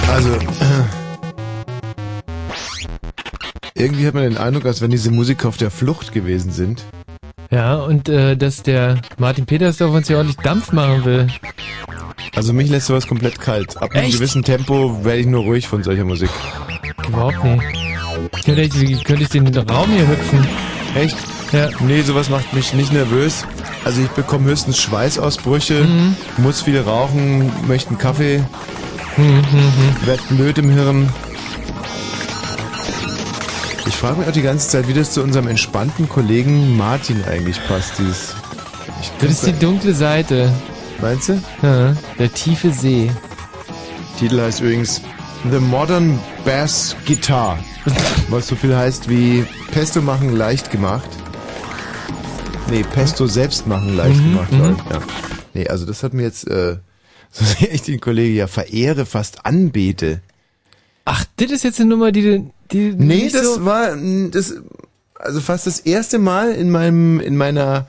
Also, irgendwie hat man den Eindruck, als wenn diese Musiker auf der Flucht gewesen sind. Ja, und dass der Martin Petersdorf uns hier ordentlich Dampf machen will. Also mich lässt sowas komplett kalt. Ab einem Echt? gewissen Tempo werde ich nur ruhig von solcher Musik. Überhaupt nicht. Könnte ich den Raum hier hüpfen. Echt? Ja. Nee, sowas macht mich nicht nervös. Also ich bekomme höchstens Schweißausbrüche, muss viel rauchen, möchte einen Kaffee, werd blöd im Hirn. Ich frage mich auch die ganze Zeit, wie das zu unserem entspannten Kollegen Martin eigentlich passt. Das ist die dunkle Seite. Meinst du? Ja, der tiefe See. Titel heißt übrigens The Modern Bass Guitar. Was so viel heißt wie Pesto machen leicht gemacht. Nee, Pesto selbst machen leicht gemacht, glaube ich. Ja. Nee, also das hat mir jetzt, so sehr ich den Kollegen ja verehre, fast anbete. Ach, das ist jetzt eine Nummer, die nee, das so war, also fast das erste Mal in meiner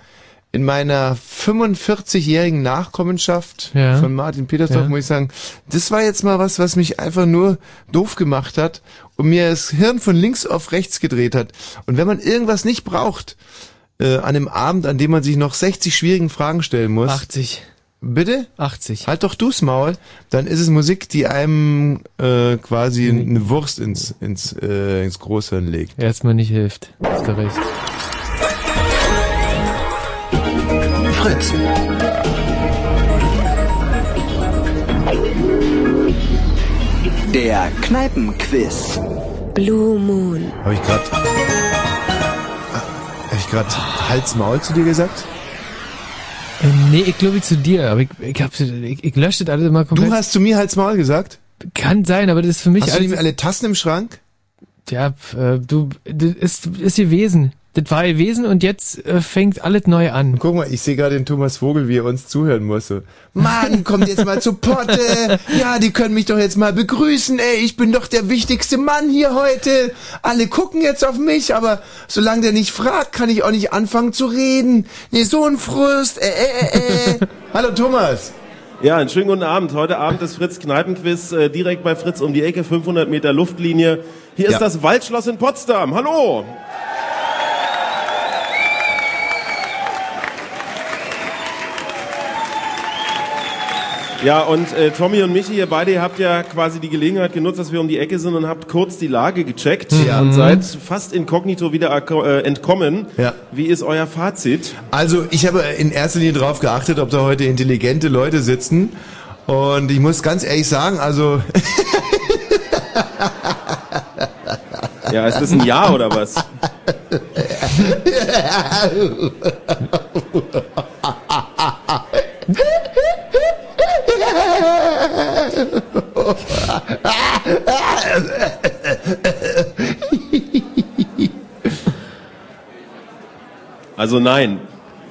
45-jährigen Nachkommenschaft von Martin Petersdorf, muss ich sagen, das war jetzt mal was mich einfach nur doof gemacht hat und mir das Hirn von links auf rechts gedreht hat. Und wenn man irgendwas nicht braucht, an einem Abend, an dem man sich noch 60 schwierigen Fragen stellen muss. 80. Bitte? 80. Halt doch du's Maul. Dann ist es Musik, die einem quasi eine Wurst ins Großhirn legt. Erstmal nicht hilft. Hast du recht. Fritz. Der Kneipenquiz. Blue Moon. Habe ich gerade Hals-Maul zu dir gesagt? Nee, ich glaube zu dir, aber ich lösche das alles immer komplett. Du hast zu mir Hals-Maul gesagt? Kann sein, aber das ist für mich... Hast du nicht mehr alle Tassen im Schrank? Ja, das ist gewesen. Das war gewesen und jetzt fängt alles neu an. Guck mal, ich sehe gerade den Thomas Vogel, wie er uns zuhören muss. So, Mann, kommt jetzt mal zu Potte. Ja, die können mich doch jetzt mal begrüßen, ey. Ich bin doch der wichtigste Mann hier heute. Alle gucken jetzt auf mich, aber solange der nicht fragt, kann ich auch nicht anfangen zu reden. Nee, so ein Frust. Hallo Thomas. Ja, einen schönen guten Abend. Heute Abend ist Fritz Kneipenquiz direkt bei Fritz um die Ecke, 500 Meter Luftlinie. Hier ist das Waldschloss in Potsdam. Hallo! Ja, und Tommy und Michi, ihr beide, ihr habt ja quasi die Gelegenheit genutzt, dass wir um die Ecke sind und habt kurz die Lage gecheckt und seid fast inkognito wieder entkommen. Ja. Wie ist euer Fazit? Also ich habe in erster Linie darauf geachtet, ob da heute intelligente Leute sitzen und ich muss ganz ehrlich sagen, also... Ja, ist das ein Ja oder was? Also nein.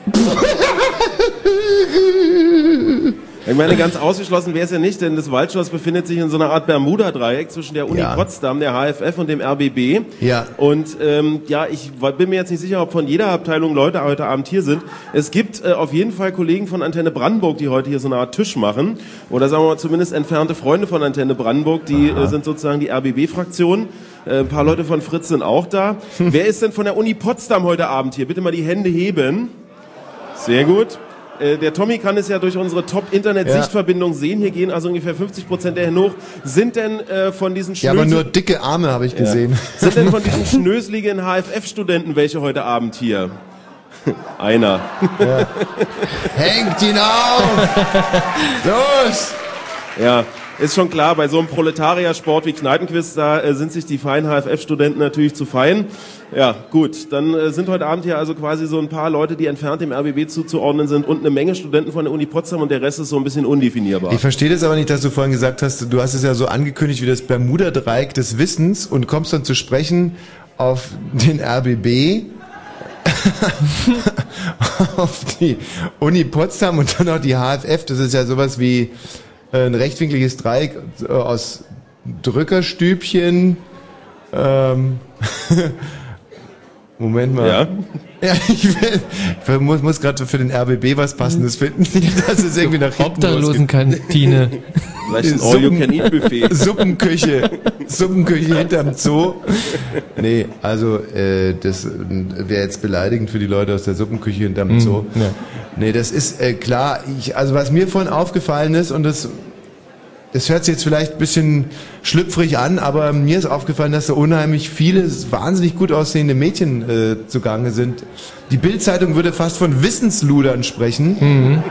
Ich meine, ganz ausgeschlossen wäre es ja nicht, denn das Waldschloss befindet sich in so einer Art Bermuda-Dreieck zwischen der Uni Potsdam, der HFF und dem RBB. Ja. Und ich bin mir jetzt nicht sicher, ob von jeder Abteilung Leute heute Abend hier sind. Es gibt auf jeden Fall Kollegen von Antenne Brandenburg, die heute hier so eine Art Tisch machen. Oder sagen wir mal zumindest entfernte Freunde von Antenne Brandenburg, die sind sozusagen die RBB-Fraktion. Ein paar Leute von Fritz sind auch da. Wer ist denn von der Uni Potsdam heute Abend hier? Bitte mal die Hände heben. Sehr gut. Der Tommy kann es ja durch unsere Top-Internet-Sichtverbindung sehen. Hier gehen also ungefähr 50% der hoch. Sind denn von diesen Ja, aber nur dicke Arme habe ich gesehen. Sind denn von diesen schnöseligen HFF-Studenten welche heute Abend hier? Einer. Ja. Hängt ihn auf! Los! Ja, ist schon klar, bei so einem Proletariersport wie Kneipenquiz, da sind sich die feinen HFF-Studenten natürlich zu fein. Ja, gut, dann sind heute Abend hier also quasi so ein paar Leute, die entfernt dem RBB zuzuordnen sind und eine Menge Studenten von der Uni Potsdam und der Rest ist so ein bisschen undefinierbar. Ich verstehe das aber nicht, dass du vorhin gesagt hast, du hast es ja so angekündigt wie das Bermuda-Dreieck des Wissens und kommst dann zu sprechen auf den RBB, auf die Uni Potsdam und dann auch die HFF. Das ist ja sowas wie ein rechtwinkliges Dreieck aus Moment mal. Ja? Ja, ich muss gerade für den RBB was Passendes finden. Das ist irgendwie nach hinten Obdachlosenkantine. Vielleicht ein All-You-Can-Eat-Buffet. Suppenküche hinterm Zoo. Nee, also das wäre jetzt beleidigend für die Leute aus der Suppenküche hinterm Zoo. Ja. Nee, das ist klar. Also was mir vorhin aufgefallen ist, und das hört sich jetzt vielleicht ein bisschen schlüpfrig an, aber mir ist aufgefallen, dass da unheimlich viele wahnsinnig gut aussehende Mädchen zugange sind. Die Bild-Zeitung würde fast von Wissensludern sprechen. Mhm.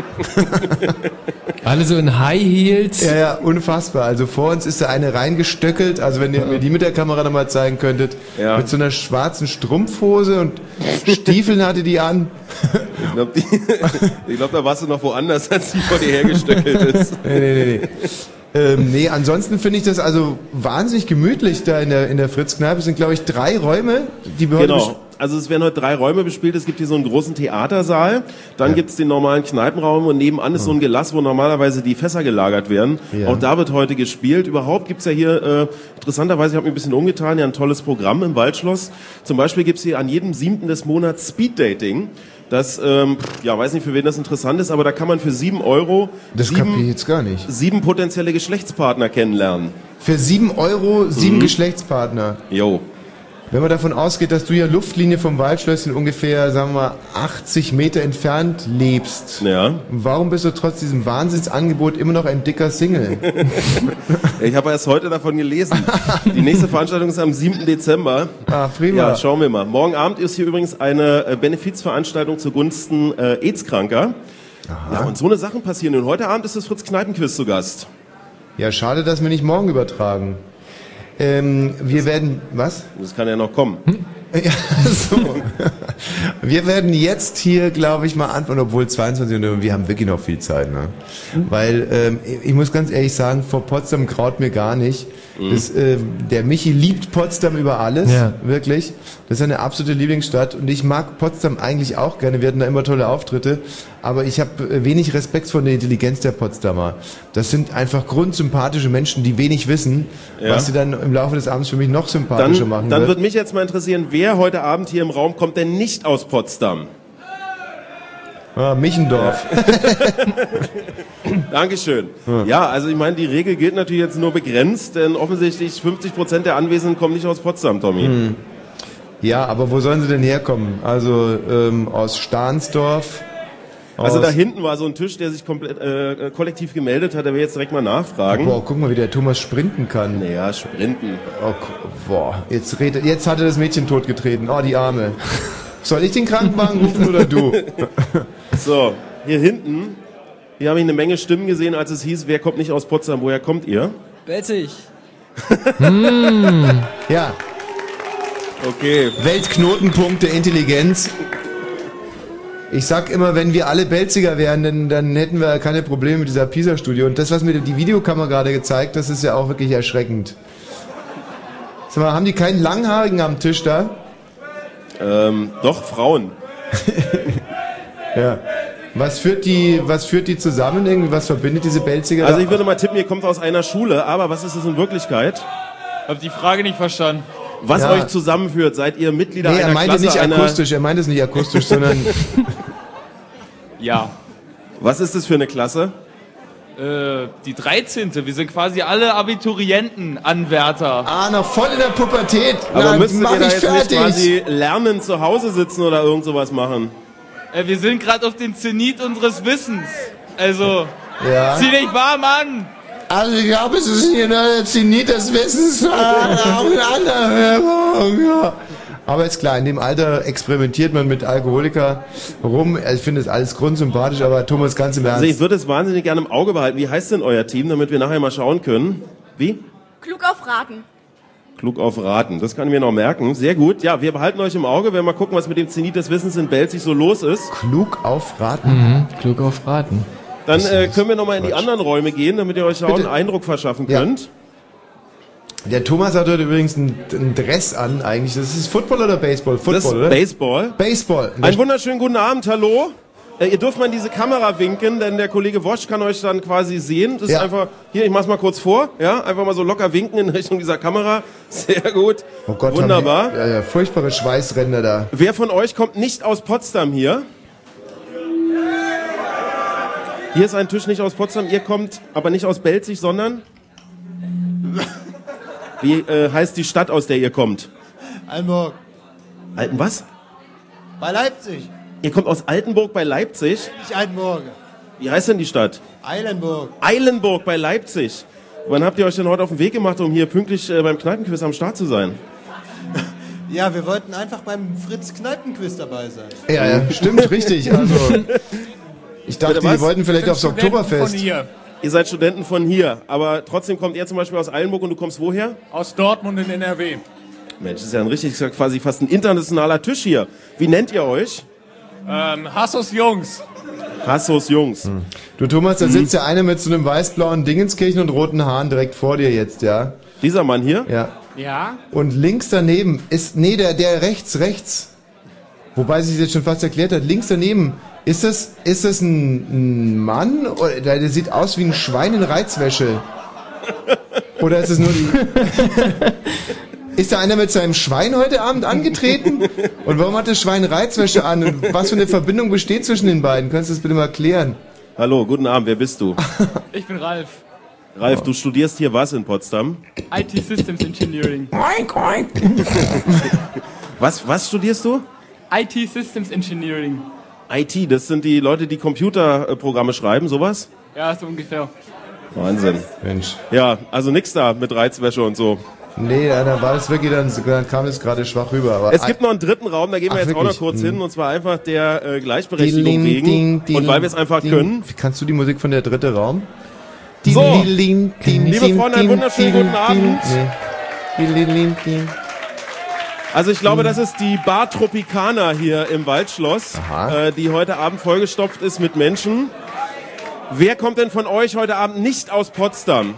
Alle so in High Heels. Ja, unfassbar. Also vor uns ist da eine reingestöckelt, also wenn ihr mir die mit der Kamera nochmal zeigen könntet, mit so einer schwarzen Strumpfhose und Stiefeln hatte die an. Ich glaube, da warst du noch woanders, als die vor dir hergestöckelt ist. Nee. Nee, ansonsten finde ich das also wahnsinnig gemütlich da in der Fritz-Kneipe. Es sind, glaube ich, 3 Räume, die wir heute... Also es werden heute 3 Räume bespielt. Es gibt hier so einen großen Theatersaal, dann gibt's den normalen Kneipenraum und nebenan ist so ein Gelass, wo normalerweise die Fässer gelagert werden. Ja. Auch da wird heute gespielt. Überhaupt gibt's ja hier, interessanterweise, ich habe mich ein bisschen umgetan, ja ein tolles Programm im Waldschloss. Zum Beispiel gibt's hier an jedem 7. des Monats Speeddating. Das, weiß nicht, für wen das interessant ist, aber da kann man für 7 Euro das kapiere ich jetzt gar nicht. 7 potenzielle Geschlechtspartner kennenlernen. Für 7 Euro 7 Geschlechtspartner? Jo. Wenn man davon ausgeht, dass du ja Luftlinie vom Waldschlösschen ungefähr, sagen wir mal, 80 Meter entfernt lebst, warum bist du trotz diesem Wahnsinnsangebot immer noch ein dicker Single? Ich habe erst heute davon gelesen. Die nächste Veranstaltung ist am 7. Dezember. Ah, prima. Ja, schauen wir mal. Morgen Abend ist hier übrigens eine Benefizveranstaltung zugunsten AIDS-Kranker. Ja, und so eine Sachen passieren. Und heute Abend ist das Fritz-Kneipen-Quiz zu Gast. Ja, schade, dass wir nicht morgen übertragen. Wir werden, was? Das kann ja noch kommen. Ja, so. Wir werden jetzt hier, glaube ich, mal antworten, obwohl 22 Uhr, wir haben wirklich noch viel Zeit, ne? Weil, ich muss ganz ehrlich sagen, vor Potsdam graut mir gar nicht. Der Michi liebt Potsdam über alles, wirklich. Das ist eine absolute Lieblingsstadt und ich mag Potsdam eigentlich auch gerne. Wir hatten da immer tolle Auftritte, aber ich habe wenig Respekt vor der Intelligenz der Potsdamer. Das sind einfach grundsympathische Menschen, die wenig wissen, was sie dann im Laufe des Abends für mich noch sympathischer machen. Dann würde mich jetzt mal interessieren, wer heute Abend hier im Raum kommt denn nicht aus Potsdam? Michendorf. Dankeschön. Ja, also ich meine, die Regel gilt natürlich jetzt nur begrenzt, denn offensichtlich 50% der Anwesenden kommen nicht aus Potsdam, Tommy. Ja, aber wo sollen sie denn herkommen? Also aus Stahnsdorf? Also da hinten war so ein Tisch, der sich komplett kollektiv gemeldet hat, da will ich jetzt direkt mal nachfragen. Boah, guck mal, wie der Thomas sprinten kann. Naja, sprinten. Oh, boah, jetzt hat er das Mädchen totgetreten. Oh, die Arme. Soll ich den Krankenwagen rufen oder du? So, hier hinten, hier habe ich eine Menge Stimmen gesehen, als es hieß, wer kommt nicht aus Potsdam, woher kommt ihr? Belzig. Ja. Okay. Weltknotenpunkt der Intelligenz. Ich sag immer, wenn wir alle Belziger wären, dann hätten wir keine Probleme mit dieser PISA-Studie. Und das, was mir die Videokamera gerade gezeigt, das ist ja auch wirklich erschreckend. Sag mal, haben die keinen Langhaarigen am Tisch da? Doch, Frauen. Ja. Was führt die zusammen irgendwie? Was verbindet diese Belziger? Also ich würde mal tippen, ihr kommt aus einer Schule, aber was ist das in Wirklichkeit? Hab die Frage nicht verstanden. Was euch zusammenführt? Seid ihr Mitglieder einer Klasse? Er meinte es nicht akustisch, sondern... Ja. Was ist das für eine Klasse? Die 13. Wir sind quasi alle Abiturientenanwärter. Ah, noch voll in der Pubertät. Aber müssen wir da jetzt nicht quasi lernen, zu Hause sitzen oder irgend sowas machen? Wir sind gerade auf den Zenit unseres Wissens. Also, zieh dich warm an. Also ich glaube, es ist hier der Zenit des Wissens. Auch eine andere. Aber ist klar, in dem Alter experimentiert man mit Alkoholiker rum. Ich finde das alles grundsympathisch, aber Thomas, ganz im Ernst. Also ich würde es wahnsinnig gerne im Auge behalten. Wie heißt denn euer Team, damit wir nachher mal schauen können? Wie? Klug auf Raten. Klug auf Raten, das kann ich mir noch merken. Sehr gut. Ja, wir behalten euch im Auge, werden mal gucken, was mit dem Zenit des Wissens in Belzig so los ist. Klug auf Raten? Klug auf Raten. Dann können wir nochmal in die anderen Räume gehen, damit ihr euch auch einen Eindruck verschaffen könnt. Der Thomas hat heute übrigens einen Dress an eigentlich. Das ist Football oder Baseball? Football, das ist oder? Baseball. Baseball. Einen wunderschönen guten Abend, hallo. Ihr dürft mal in diese Kamera winken, denn der Kollege Wosch kann euch dann quasi sehen. Das ist einfach, hier, ich mach's mal kurz vor, ja, einfach mal so locker winken in Richtung dieser Kamera. Sehr gut. Oh Gott, wunderbar. Ja, furchtbare Schweißränder da. Wer von euch kommt nicht aus Potsdam hier? Hier ist ein Tisch nicht aus Potsdam, ihr kommt aber nicht aus Belzig, sondern? Wie heißt die Stadt, aus der ihr kommt? Altenburg. Alten was? Bei Leipzig. Ihr kommt aus Altenburg bei Leipzig? Nicht Altenburg. Wie heißt denn die Stadt? Eilenburg. Eilenburg bei Leipzig. Wann habt ihr euch denn heute auf den Weg gemacht, um hier pünktlich beim Kneipenquiz am Start zu sein? Ja, wir wollten einfach beim Fritz-Kneipenquiz dabei sein. Ja, stimmt, richtig. Also, ich dachte, die wollten vielleicht aufs Oktoberfest. Von hier. Ihr seid Studenten von hier, aber trotzdem kommt ihr zum Beispiel aus Eilenburg und du kommst woher? Aus Dortmund in NRW. Mensch, das ist ja ein richtig, quasi fast ein internationaler Tisch hier. Wie nennt ihr euch? Hassos Jungs. Hassos Jungs. Du Thomas, da sitzt ja einer mit so einem weiß-blauen Dingenskirchen und roten Haaren direkt vor dir jetzt, ja? Dieser Mann hier? Ja. Ja? Und links daneben ist, der rechts. Wobei sich jetzt schon fast erklärt hat, links daneben, ist das ein Mann? Oder, der sieht aus wie ein Schwein in Reizwäsche. Oder ist es nur die... Ist da einer mit seinem Schwein heute Abend angetreten? Und warum hat das Schwein Reizwäsche an? Und was für eine Verbindung besteht zwischen den beiden? Kannst du das bitte mal klären? Hallo, guten Abend, wer bist du? Ich bin Ralf. Ralf, du studierst hier was in Potsdam? IT Systems Engineering. Was studierst du? IT Systems Engineering. IT, das sind die Leute, die Computerprogramme schreiben, sowas? Ja, so ungefähr. Wahnsinn. Mensch. Ja, also nix da mit Reizwäsche und so. Nee, da war das wirklich, dann kam es gerade schwach rüber. Aber es gibt noch einen dritten Raum, da gehen wir jetzt wirklich? Auch noch kurz hin, und zwar einfach der Gleichberechtigung wegen und weil wir es einfach können. Kannst du die Musik von der dritte Raum? So, liebe Freunde, einen wunderschönen guten Abend. Also ich glaube, das ist die Bar Tropicana hier im Waldschloss, die heute Abend vollgestopft ist mit Menschen. Wer kommt denn von euch heute Abend nicht aus Potsdam?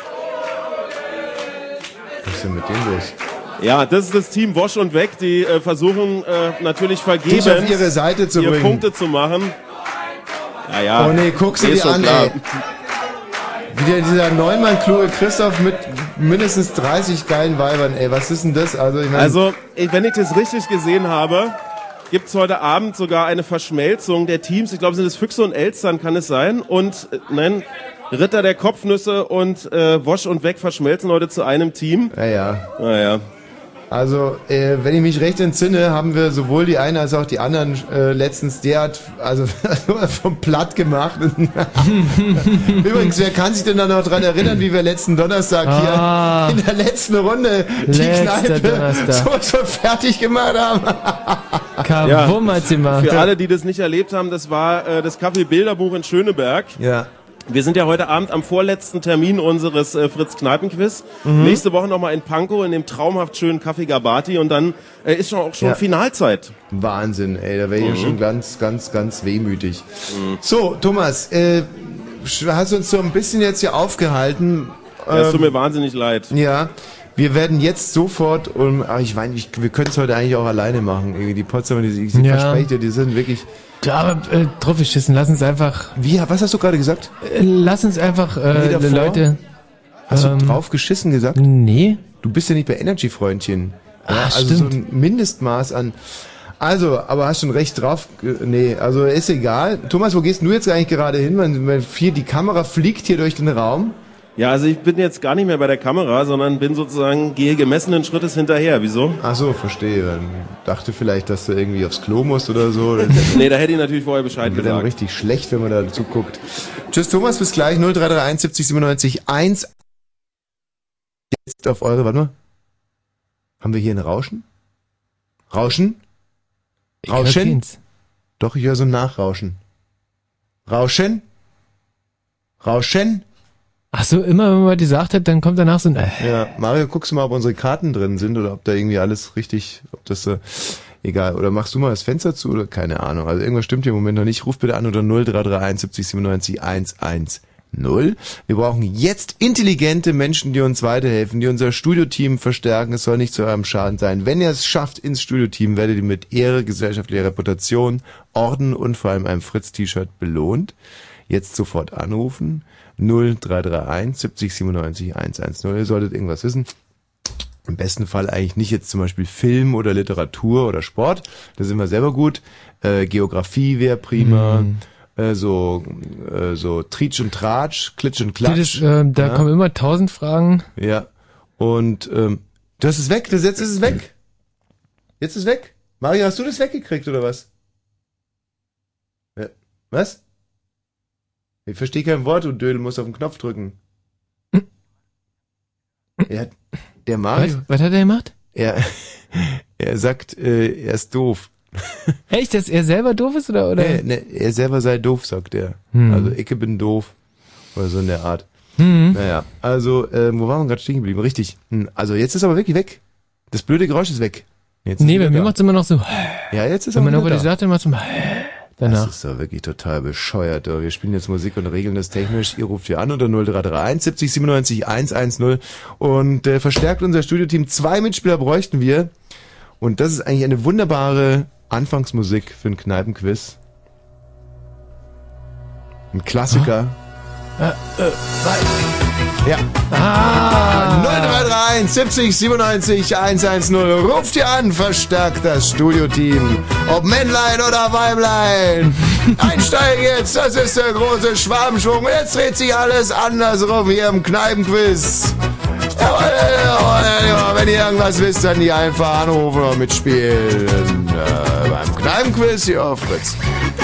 Was ist denn mit dem los? Ja, das ist das Team Wosch und Weg, die versuchen natürlich vergebens auf ihre Seite zu bringen, Punkte zu machen. Ja. Oh nee, guck sie dir an, ey. Wieder dieser Neumann-kluge Christoph mit mindestens 30 geilen Weibern, ey. Was ist denn das? Also, wenn ich das richtig gesehen habe, gibt es heute Abend sogar eine Verschmelzung der Teams. Ich glaube, sind es Füchse und Elstern, kann es sein? Und, Ritter der Kopfnüsse und Wosch und Weg verschmelzen heute zu einem Team. Ja. Also, wenn ich mich recht entsinne, haben wir sowohl die eine als auch die anderen letztens derart, also vom Platt gemacht. Übrigens, wer kann sich denn da noch dran erinnern, wie wir letzten Donnerstag hier in der letzten Runde die Kneipe so fertig gemacht haben? Für alle, die das nicht erlebt haben, das war das Café Bilderbuch in Schöneberg. Ja. Wir sind ja heute Abend am vorletzten Termin unseres Fritz-Kneipen-Quiz. Nächste Woche nochmal in Pankow in dem traumhaft schönen Café Gabati und dann ist auch schon Finalzeit. Wahnsinn, ey, da wäre ich schon ganz, ganz, ganz wehmütig. So, Thomas, hast du uns so ein bisschen jetzt hier aufgehalten? Es tut mir wahnsinnig leid. Ja. Wir werden jetzt sofort wir können es heute eigentlich auch alleine machen. Die Potsdamer, ich verspreche dir, die sind wirklich... Ja, aber drauf geschissen, lass uns einfach... Was hast du gerade gesagt? Lass uns einfach, Leute... Hast du drauf geschissen gesagt? Nee. Du bist ja nicht bei Energy, Freundchen. Ja, also stimmt. so ein Mindestmaß an... Also, aber hast schon recht drauf... Nee, also ist egal. Thomas, wo gehst du jetzt eigentlich gerade hin? Die Kamera fliegt hier durch den Raum. Ja, also ich bin jetzt gar nicht mehr bei der Kamera, sondern gehe gemessenen Schrittes hinterher. Wieso? Ach so, verstehe. Dachte vielleicht, dass du irgendwie aufs Klo musst oder so. Nee, da hätte ich natürlich vorher Bescheid gesagt. Wird dann richtig schlecht, wenn man da zuguckt. Tschüss Thomas, bis gleich. 0331 70 97 1. Jetzt auf eure, warte mal. Haben wir hier ein Rauschen? Rauschen? Rauschen? Doch, ich höre so ein Nachrauschen. Rauschen? Rauschen? Ach so, immer wenn man die gesagt hat, dann kommt danach so ein... Ja, Mario, guckst du mal, ob unsere Karten drin sind oder ob da irgendwie alles richtig, ob das egal, oder machst du mal das Fenster zu oder keine Ahnung. Also irgendwas stimmt hier im Moment noch nicht. Ruf bitte an unter 0331 70 97 110. 0. Wir brauchen jetzt intelligente Menschen, die uns weiterhelfen, die unser Studioteam verstärken. Es soll nicht zu eurem Schaden sein. Wenn ihr es schafft ins Studioteam, werdet ihr mit Ehre, gesellschaftlicher Reputation, Orden und vor allem einem Fritz-T-Shirt belohnt. Jetzt sofort anrufen. 0331 70 97 110. Ihr solltet irgendwas wissen. Im besten Fall eigentlich nicht jetzt zum Beispiel Film oder Literatur oder Sport. Da sind wir selber gut. Geografie wäre prima. So Tritsch und Tratsch, Klitsch und Klatsch. Da kommen immer 1000 Fragen. Ja. Und das ist weg. Jetzt ist es weg. Jetzt ist es weg. Mario, hast du das weggekriegt oder was? Ja. Was? Ich verstehe kein Wort, du Dödel, musst auf den Knopf drücken. Der Mario. Was hat er gemacht? Er sagt, er ist doof. Echt, dass er selber doof ist oder? Er selber sei doof, sagt er. Also ich bin doof. Oder so in der Art. Naja, also, wo waren wir gerade stehen geblieben? Richtig. Also jetzt ist aber wirklich weg. Das blöde Geräusch ist weg. Bei mir macht es immer noch so. Ja, jetzt ist wenn er man über die Seite macht, so danach. Das ist doch wirklich total bescheuert. Wir spielen jetzt Musik und regeln das technisch. Ihr ruft hier an unter 0331 70 97 110 und verstärkt unser Studioteam. 2 Mitspieler bräuchten wir. Und das ist eigentlich eine wunderbare Anfangsmusik für ein Kneipenquiz. Ein Klassiker. Ja. 0331 70 97 110. Ruft ihr an, verstärkt das Studioteam. Ob Männlein oder Weiblein. Einsteigen jetzt, das ist der große Schwarmschwung. Jetzt dreht sich alles andersrum hier im Kneipenquiz. Wenn ihr irgendwas wisst, dann die einfach anrufen oder mitspielen. Beim Kneipenquiz hier auf Fritz.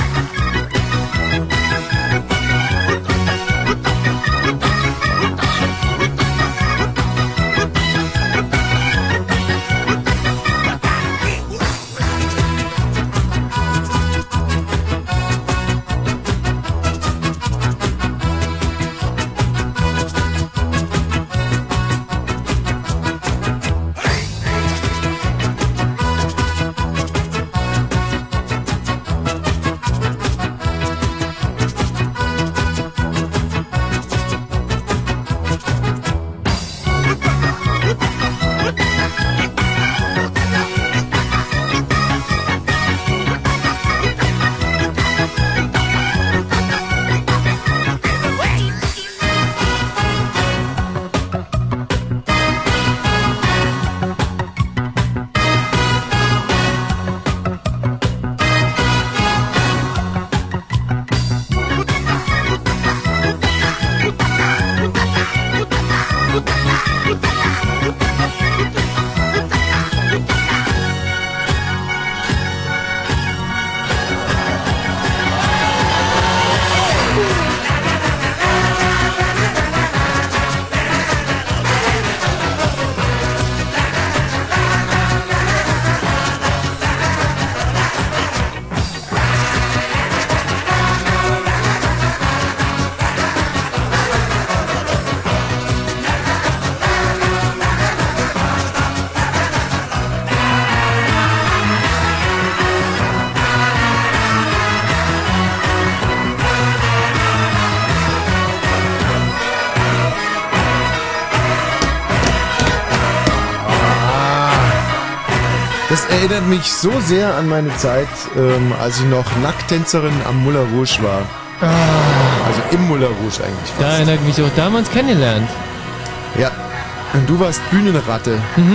Das erinnert mich so sehr an meine Zeit, als ich noch Nackttänzerin am Moulin Rouge war. Also im Moulin Rouge eigentlich fast. Da erinnert mich auch damals kennengelernt. Ja, und du warst Bühnenratte.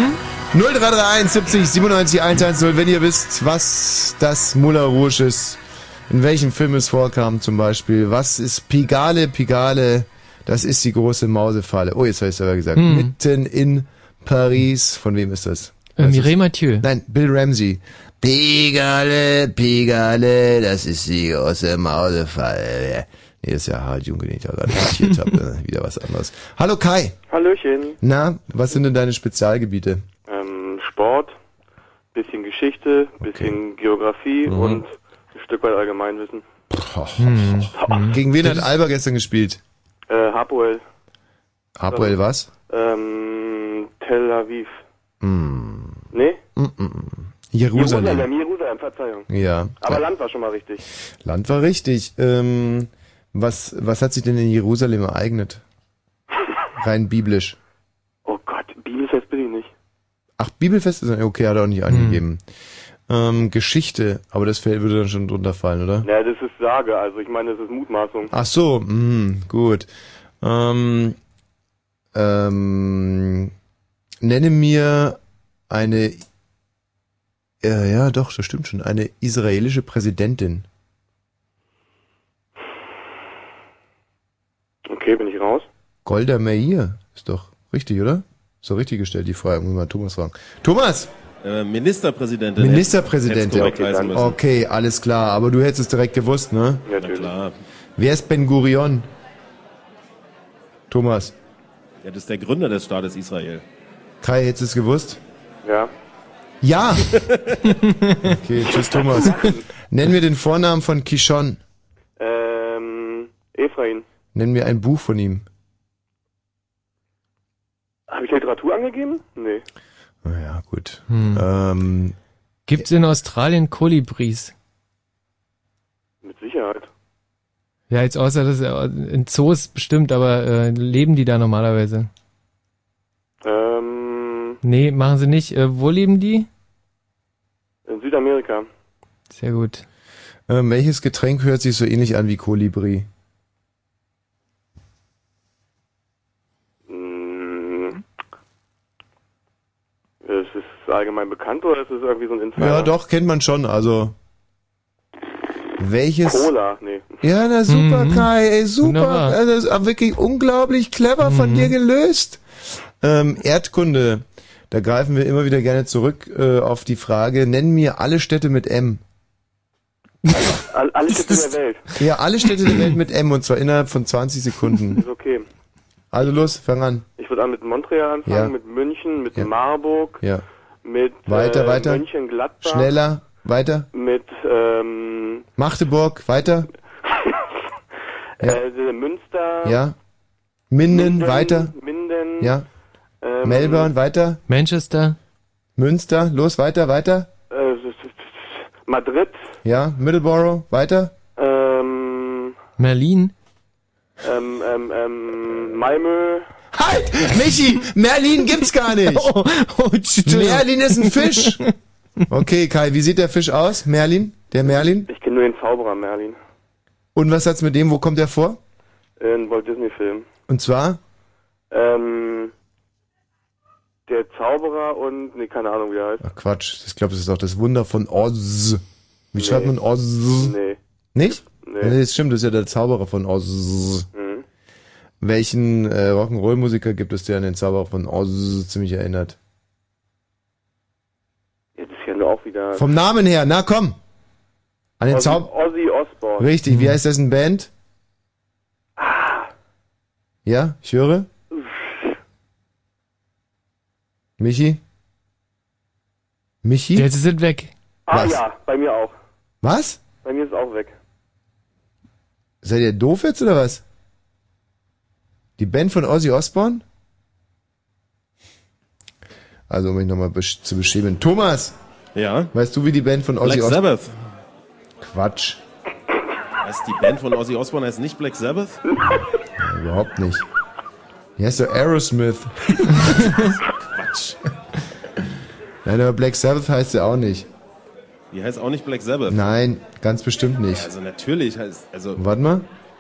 0331 70 97 110, wenn ihr wisst, was das Moulin Rouge ist, in welchem Film es vorkam zum Beispiel. Was ist Pigalle? Pigalle, das ist die große Mausefalle. Oh, jetzt habe ich es aber gesagt. Mitten in Paris. Von wem ist das? Mireille Mathieu. Nein, Bill Ramsey. Pigalle, Pigalle, das ist die große Mausefalle. Nee, das ist ja Harald Junke, den ich da gerade zitiert habe. Wieder was anderes. Hallo Kai. Hallöchen. Na, was sind denn deine Spezialgebiete? Sport, bisschen Geschichte, bisschen Geografie und ein Stück weit Allgemeinwissen. Gegen wen hat Alba gestern gespielt? Hapoel. Hapoel was? Tel Aviv. Nee? Jerusalem, Verzeihung. Ja. Aber Land war schon mal richtig. Land war richtig. Was hat sich denn in Jerusalem ereignet? Rein biblisch. Oh Gott, Bibelfest bin ich nicht. Ach, Bibelfest ist okay, hat er auch nicht angegeben. Geschichte, aber das würde dann schon drunter fallen, oder? Ja, das ist Sage, also ich meine, das ist Mutmaßung. Ach so, gut. Nenne mir eine, ja doch, das stimmt schon, eine israelische Präsidentin. Okay, bin ich raus? Golda Meir, ist doch richtig, oder? Ist doch richtig gestellt, die Frage, muss mal Thomas fragen. Thomas! Ministerpräsidentin. Ministerpräsidentin. Okay, alles klar, aber du hättest es direkt gewusst, ne? Ja, natürlich. Klar. Wer ist Ben Gurion? Thomas. Ja, das ist der Gründer des Staates Israel. Kai, hättest du es gewusst? Ja. Ja! Okay, tschüss Thomas. Nenn mir den Vornamen von Kishon. Ephraim. Nenn mir ein Buch von ihm. Habe ich Literatur angegeben? Nee. Naja, gut. Gibt's in Australien Kolibris? Mit Sicherheit. Ja, jetzt außer dass in Zoos bestimmt, aber leben die da normalerweise? Nee, machen sie nicht. Wo leben die? In Südamerika. Sehr gut. Welches Getränk hört sich so ähnlich an wie Kolibri? Ist es allgemein bekannt oder ist es irgendwie so ein Insider? Ja, doch, kennt man schon, also. Welches? Cola, nee. Ja, na super, Kai, ey, super. Das ist wirklich unglaublich clever von dir gelöst. Erdkunde. Da greifen wir immer wieder gerne zurück auf die Frage, nenn mir alle Städte mit M. Alle Städte der Welt? Ja, alle Städte der Welt mit M und zwar innerhalb von 20 Sekunden. Ist okay. Also los, fang an. Ich würde mit Montreal anfangen, mit München, mit Marburg, mit weiter. Mönchengladbach. Schneller, weiter. Mit Magdeburg, weiter. Münster. Ja. Minden, weiter. Minden. Ja. Melbourne, weiter. Manchester. Münster, los, weiter. Madrid. Ja, Middleborough, weiter. Merlin. Malmö. Halt! Michi! Merlin gibt's gar nicht! Merlin ist ein Fisch! Okay, Kai, wie sieht der Fisch aus? Merlin? Der Merlin? Ich kenne nur den Zauberer Merlin. Und was hat's mit dem, wo kommt der vor? In Walt Disney Film. Und zwar? Der Zauberer und, nee, keine Ahnung, wie er heißt. Ach Quatsch, ich glaube, das ist doch das Wunder von Oz. Wie schreibt man Oz? Nee. Nicht? Nee. Nee, das stimmt, das ist ja der Zauberer von Oz. Mhm. Welchen Rock'n'Roll-Musiker gibt es, der an den Zauberer von Oz ziemlich erinnert? Ja, das ist ja nur auch wieder... Vom Namen her, na komm! An den Ozzy Osbourne. Richtig, wie heißt dessen Band? Ja, ich höre. Michi? Jetzt sind weg. Was? Ja, bei mir auch. Was? Bei mir ist es auch weg. Seid ihr doof jetzt oder was? Die Band von Ozzy Osbourne? Also um mich nochmal zu beschämen. Thomas! Ja? Weißt du, wie die Band von Ozzy Osbourne... Black Sabbath. Quatsch. Heißt die Band von Ozzy Osbourne heißt nicht Black Sabbath? Ja, überhaupt nicht. Die heißt doch Aerosmith. Quatsch. Nein, aber Black Sabbath heißt ja auch nicht. Die heißt auch nicht Black Sabbath. Nein, ganz bestimmt nicht. Also natürlich heißt... Warte mal.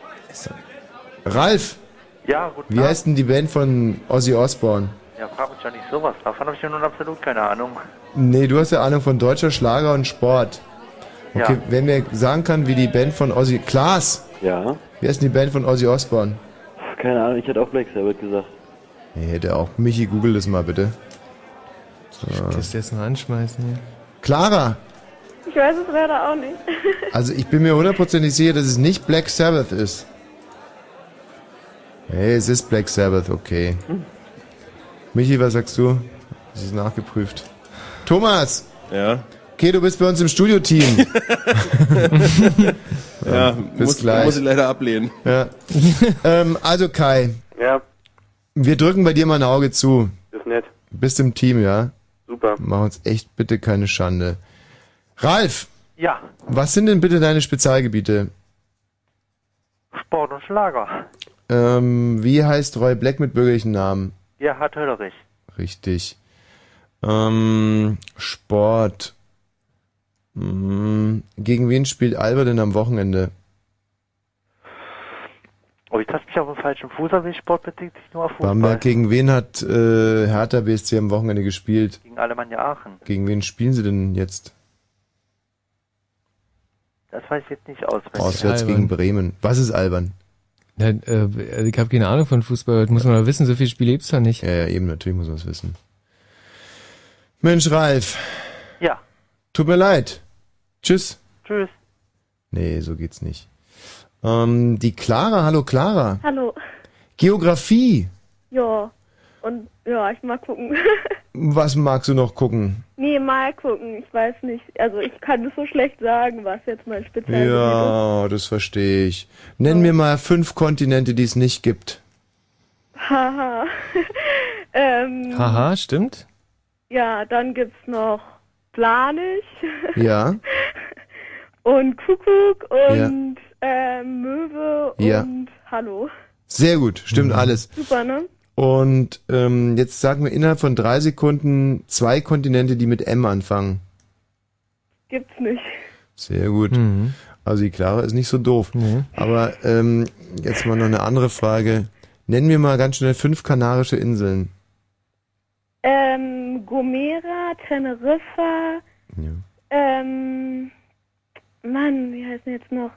Ralf! Ja, guten Wie heißt denn die Band von Ozzy Osbourne? Ja, frag mich ja nicht sowas. Davon habe ich ja nun absolut keine Ahnung. Nee, du hast ja Ahnung von deutscher Schlager und Sport. Okay, ja. Wenn mir sagen kann, wie die Band von Ozzy... Klaas! Ja? Wie heißt denn die Band von Ozzy Osbourne? Keine Ahnung, ich hätte auch Black Sabbath gesagt. Nee, hätte auch. Michi, google das mal bitte. So. Ich muss jetzt mal anschmeißen hier. Clara! Ich weiß es leider auch nicht. Also ich bin mir hundertprozentig sicher, dass es nicht Black Sabbath ist. Hey, es ist Black Sabbath, okay. Michi, was sagst du? Das ist nachgeprüft. Thomas! Ja? Okay, du bist bei uns im Studio-Team. Ja, bis gleich. Muss ich leider ablehnen. Ja. Also Kai. Ja. Wir drücken bei dir mal ein Auge zu. Ist nett. Bist im Team, ja? Super. Mach uns echt bitte keine Schande. Ralf! Ja. Was sind denn bitte deine Spezialgebiete? Sport und Schlager. Wie heißt Roy Black mit bürgerlichen Namen? Gerhard Höllerich. Richtig. Sport. Gegen wen spielt Alba denn am Wochenende? Oh, jetzt hast du mich auf dem falschen Fuß, aber ich sportbedingt nicht nur auf Fußball. Bamberg, gegen wen hat Hertha BSC am Wochenende gespielt? Gegen Alemannia Aachen. Gegen wen spielen sie denn jetzt? Das weiß ich jetzt nicht auswendig. Auswärts gegen Bremen. Was ist albern? Ja, ich habe keine Ahnung von Fußball, das muss man doch wissen, so viele Spiele gibt's doch nicht. Ja, eben, natürlich muss man es wissen. Mensch, Ralf. Ja. Tut mir leid. Tschüss. Tschüss. Nee, so geht's nicht. Die Clara, hallo Clara. Hallo. Geografie. Ja. Und ja, ich mag gucken. Was magst du noch gucken? Nee, mal gucken. Ich weiß nicht. Also ich kann es so schlecht sagen, was jetzt mein Spezialgebiet ist. Ja, das verstehe ich. Nenn mir mal 5 Kontinente, die es nicht gibt. Haha. Haha, stimmt. Ja, dann gibt's noch Planich. Ja. Und Kuckuck und Möwe und Hallo. Sehr gut, stimmt alles. Super, ne? Und jetzt sagen wir innerhalb von 3 Sekunden 2 Kontinente, die mit M anfangen. Gibt's nicht. Sehr gut. Also die Clara ist nicht so doof. Aber jetzt mal noch eine andere Frage. Nenn mir mal ganz schnell 5 kanarische Inseln. Gomera, Teneriffa, Mann, wie heißt denn jetzt noch?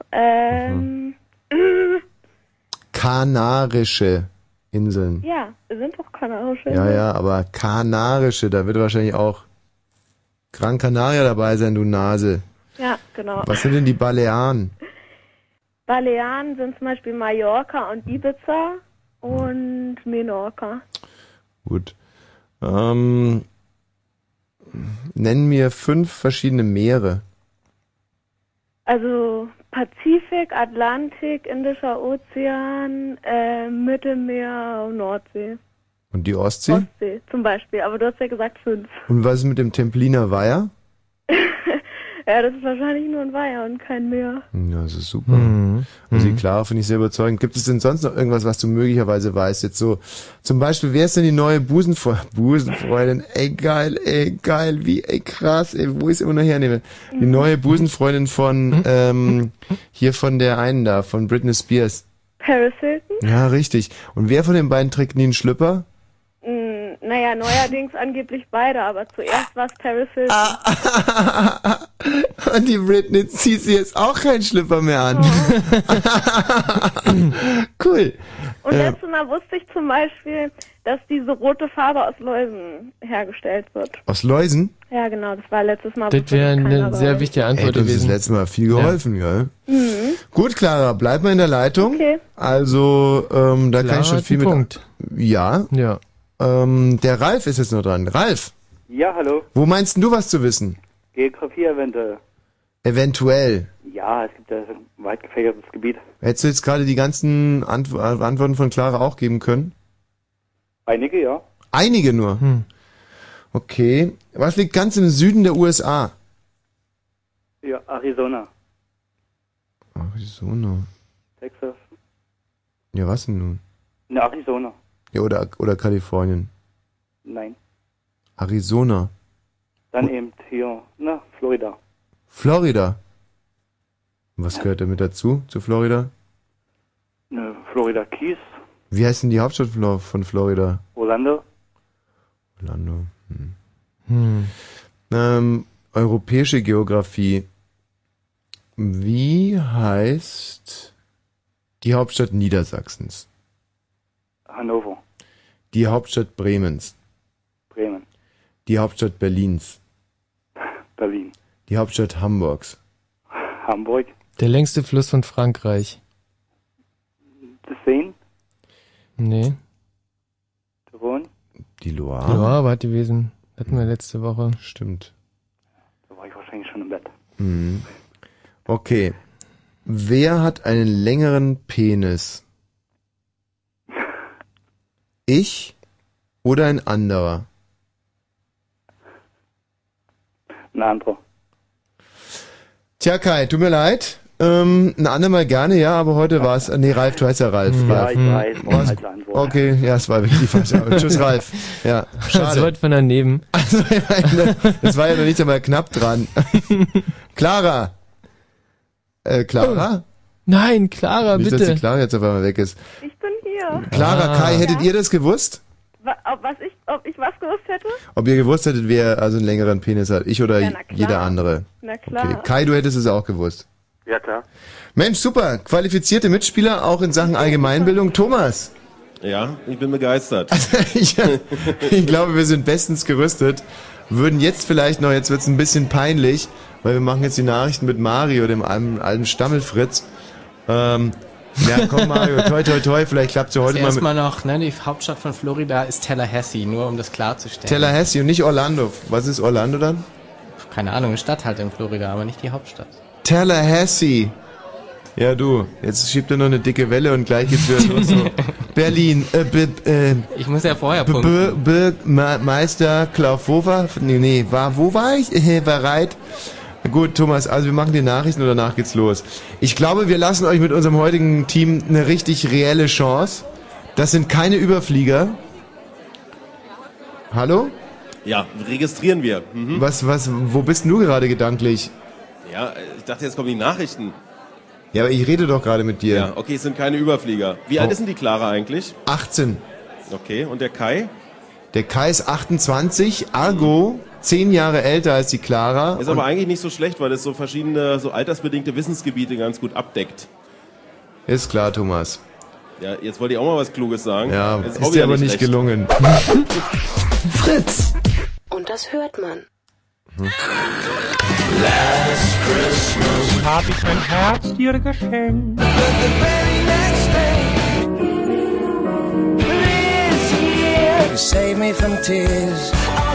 Kanarische Inseln. Ja, sind doch kanarische. Ja, aber kanarische, da wird wahrscheinlich auch Gran Canaria dabei sein, du Nase. Ja, genau. Was sind denn die Balearen? Balearen sind zum Beispiel Mallorca und Ibiza und Menorca. Gut. Nenn mir 5 verschiedene Meere. Also Pazifik, Atlantik, Indischer Ozean, Mittelmeer und Nordsee. Und die Ostsee? Ostsee zum Beispiel, aber du hast ja gesagt 5. Und was ist mit dem Templiner Weiher? Ja, das ist wahrscheinlich nur ein Weiher und kein Meer. Ja, das ist super. Also die Clara finde ich sehr überzeugend. Gibt es denn sonst noch irgendwas, was du möglicherweise weißt? Jetzt so, zum Beispiel, wer ist denn die neue Busenfreundin? Ey, geil, wie, krass, wo ist immer noch hernehme? Die neue Busenfreundin von, hier von der einen da, von Britney Spears. Paris Hilton? Ja, richtig. Und wer von den beiden trägt nie einen Schlüpper? Naja, neuerdings angeblich beide, aber zuerst war es Paris Hilton. Und die Britney zieht sie jetzt auch keinen Schlüpper mehr an. Cool. Und letztes Mal wusste ich zum Beispiel, dass diese rote Farbe aus Läusen hergestellt wird. Aus Läusen? Ja, genau, das war letztes Mal. Das wäre eine sehr wichtige Antwort gewesen. Das ist das letzte Mal viel geholfen, gell? Gut, Clara, bleib mal in der Leitung. Okay. Also, da kann ich schon viel mit... Punkt. Ja. Der Ralf ist jetzt noch dran. Ralf. Ja, hallo. Wo meinst denn du was zu wissen? Geografie eventuell. Eventuell. Ja, es gibt ja so ein weit gefächertes Gebiet. Hättest du jetzt gerade die ganzen Antworten von Clara auch geben können? Einige, ja. Einige nur? Okay. Was liegt ganz im Süden der USA? Ja, Arizona. Arizona. Texas. Ja, was denn nun? Ne, Arizona. Ja, oder Kalifornien. Nein. Arizona. Dann eben hier, Florida. Florida. Und was gehört damit dazu, zu Florida? Ne, Florida Keys. Wie heißt denn die Hauptstadt von Florida? Orlando. Orlando. Europäische Geografie. Wie heißt die Hauptstadt Niedersachsens? Hannover. Die Hauptstadt Bremens. Bremen. Die Hauptstadt Berlins. Berlin. Die Hauptstadt Hamburgs. Hamburg. Der längste Fluss von Frankreich. Das Seine. Nee. Der Rhône. Die Loire. Die Loire war gewesen. Hatten wir letzte Woche. Stimmt. Da war ich wahrscheinlich schon im Bett. Okay. Wer hat einen längeren Penis? Ich oder ein anderer? Ein anderer. Tja, Kai, tut mir leid. Ein andermal gerne, ja, aber heute war es... Nee, Ralf, du heißt ja Ralf. Ja, Ralf. ich weiß. Falsche Antwort. Okay, ja, es war wirklich die falsche Antwort. Tschüss, Ralf. Ja, schade. So weit von daneben. Also, das war ja noch nicht einmal knapp dran. Clara. Clara? Oh. Nein, Clara, nicht, bitte. Dass die Clara jetzt auf einmal weg ist. Ich bin hier. Clara, Kai, hättet ihr das gewusst? Ob ich was gewusst hätte? Ob ihr gewusst hättet, wer also einen längeren Penis hat? Ich oder jeder andere? Na klar. Okay. Kai, du hättest es auch gewusst. Ja, klar. Mensch, super. Qualifizierte Mitspieler, auch in Sachen Allgemeinbildung. Thomas. Ja, ich bin begeistert. Ich glaube, wir sind bestens gerüstet. Würden jetzt vielleicht noch, jetzt wird's ein bisschen peinlich, weil wir machen jetzt die Nachrichten mit Mario, dem alten Stammelfritz. Ja, komm Mario, toi toi toi, vielleicht klappt's ja heute mal mit... Erstmal noch, ne, die Hauptstadt von Florida ist Tallahassee, nur um das klarzustellen. Tallahassee und nicht Orlando. Was ist Orlando dann? Keine Ahnung, eine Stadt halt in Florida, aber nicht die Hauptstadt. Tallahassee. Ja du, jetzt schiebt er noch eine dicke Welle und gleich geht's wieder los. So. Berlin, ich muss ja vorher punkten. Meister Klaufhofer, wo war ich? Bereit. Gut, Thomas, also wir machen die Nachrichten und danach geht's los. Ich glaube, wir lassen euch mit unserem heutigen Team eine richtig reelle Chance. Das sind keine Überflieger. Hallo? Ja, registrieren wir. Mhm. Wo bist denn du gerade gedanklich? Ja, ich dachte, jetzt kommen die Nachrichten. Ja, aber ich rede doch gerade mit dir. Ja, okay, es sind keine Überflieger. Wie alt ist denn die Clara eigentlich? 18. Okay, und der Kai? Der Kai ist 28, ergo 10 Jahre älter als die Clara. Ist aber eigentlich nicht so schlecht, weil das so verschiedene, so altersbedingte Wissensgebiete ganz gut abdeckt. Ist klar, Thomas. Ja, jetzt wollte ich auch mal was Kluges sagen. Ja, ist dir aber nicht gelungen. Fritz. Und das hört man. Last Christmas hab ich mein Herz dir geschenkt. You save me from tears.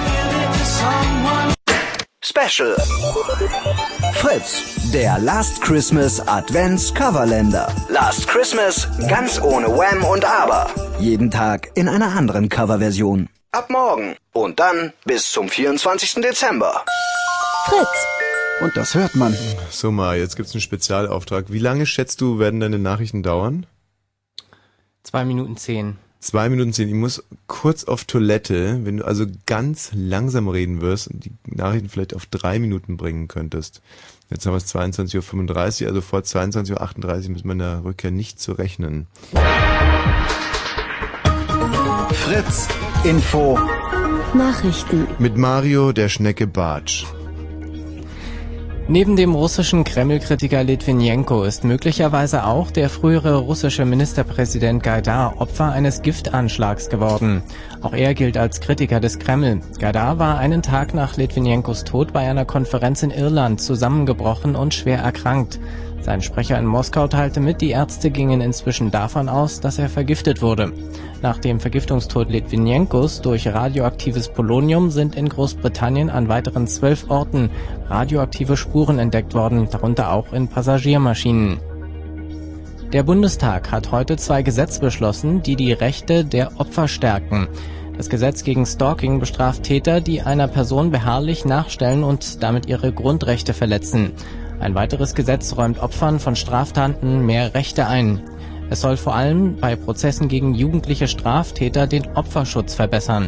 Special. Fritz, der Last Christmas Advents Coverländer. Last Christmas ganz ohne Wham und Aber. Jeden Tag in einer anderen Coverversion. Ab morgen und dann bis zum 24. Dezember. Fritz. Und das hört man. So mal, jetzt gibt's einen Spezialauftrag. Wie lange schätzt du, werden deine Nachrichten dauern? 2 Minuten 10. 2 Minuten 10. Ich muss kurz auf Toilette, wenn du also ganz langsam reden wirst und die Nachrichten vielleicht auf 3 Minuten bringen könntest. Jetzt haben wir es 22.35 Uhr, also vor 22.38 Uhr müssen wir in der Rückkehr nicht zu rechnen. Fritz Info. Nachrichten. Mit Mario, der Schnecke Bartsch. Neben dem russischen Kreml-Kritiker Litwinenko ist möglicherweise auch der frühere russische Ministerpräsident Gaidar Opfer eines Giftanschlags geworden. Auch er gilt als Kritiker des Kreml. Gaidar war einen Tag nach Litwinenkos Tod bei einer Konferenz in Irland zusammengebrochen und schwer erkrankt. Sein Sprecher in Moskau teilte mit, die Ärzte gingen inzwischen davon aus, dass er vergiftet wurde. Nach dem Vergiftungstod Litwinenkos durch radioaktives Polonium sind in Großbritannien an weiteren 12 Orten radioaktive Spuren entdeckt worden, darunter auch in Passagiermaschinen. Der Bundestag hat heute 2 Gesetze beschlossen, die die Rechte der Opfer stärken. Das Gesetz gegen Stalking bestraft Täter, die einer Person beharrlich nachstellen und damit ihre Grundrechte verletzen. Ein weiteres Gesetz räumt Opfern von Straftaten mehr Rechte ein. Es soll vor allem bei Prozessen gegen jugendliche Straftäter den Opferschutz verbessern.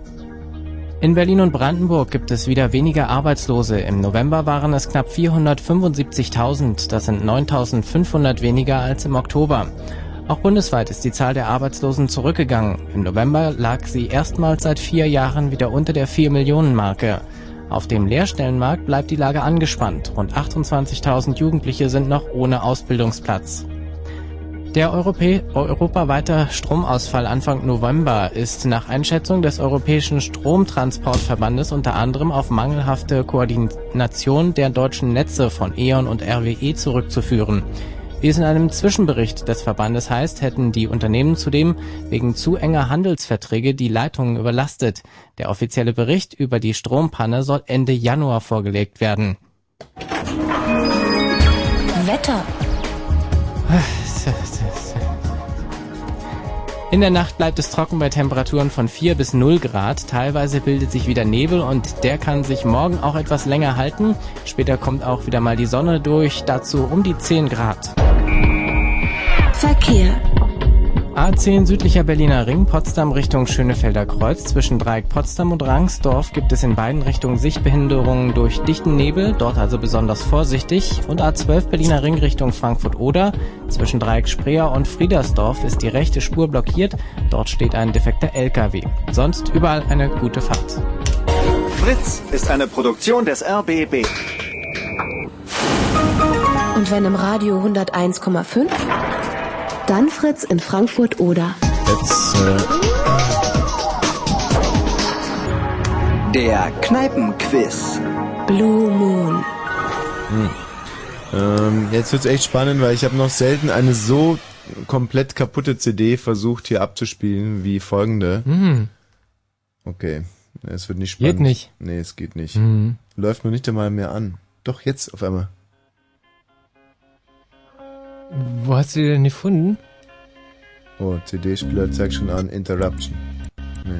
In Berlin und Brandenburg gibt es wieder weniger Arbeitslose. Im November waren es knapp 475.000. Das sind 9.500 weniger als im Oktober. Auch bundesweit ist die Zahl der Arbeitslosen zurückgegangen. Im November lag sie erstmals seit 4 Jahren wieder unter der 4-Millionen-Marke. Auf dem Lehrstellenmarkt bleibt die Lage angespannt. Rund 28.000 Jugendliche sind noch ohne Ausbildungsplatz. Der europaweite Stromausfall Anfang November ist nach Einschätzung des Europäischen Stromtransportverbandes unter anderem auf mangelhafte Koordination der deutschen Netze von E.ON und RWE zurückzuführen. Wie es in einem Zwischenbericht des Verbandes heißt, hätten die Unternehmen zudem wegen zu enger Handelsverträge die Leitungen überlastet. Der offizielle Bericht über die Strompanne soll Ende Januar vorgelegt werden. Wetter. In der Nacht bleibt es trocken bei Temperaturen von 4 bis 0 Grad. Teilweise bildet sich wieder Nebel und der kann sich morgen auch etwas länger halten. Später kommt auch wieder mal die Sonne durch, dazu um die 10 Grad. Verkehr. A10 südlicher Berliner Ring, Potsdam Richtung Schönefelder Kreuz. Zwischen Dreieck Potsdam und Rangsdorf gibt es in beiden Richtungen Sichtbehinderungen durch dichten Nebel, dort also besonders vorsichtig. Und A12 Berliner Ring Richtung Frankfurt-Oder. Zwischen Dreieck Spreer und Friedersdorf ist die rechte Spur blockiert, dort steht ein defekter LKW. Sonst überall eine gute Fahrt. Fritz ist eine Produktion des RBB. Und wenn im Radio 101,5? Dann Fritz in Frankfurt-Oder. Jetzt, Der Kneipenquiz. Blue Moon. Jetzt wird's echt spannend, weil ich habe noch selten eine so komplett kaputte CD versucht hier abzuspielen wie folgende. Okay, es wird nicht spannend. Geht nicht. Nee, es geht nicht. Läuft mir nicht einmal mehr an. Doch, jetzt auf einmal. Wo hast du die denn gefunden? Oh, CD-Spieler zeigt schon an. Interruption. Nee.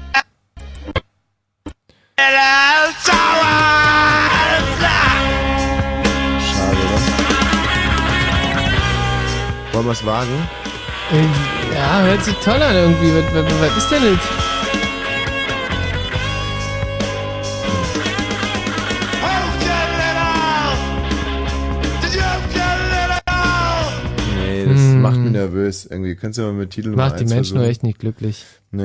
Schade, oder? Wollen wir es wagen? Ja, hört sich toll an irgendwie. Was ist denn jetzt? Das macht mich nervös. Irgendwie kannst du mal mit Titel Macht die Menschen nur echt nicht glücklich. Nee.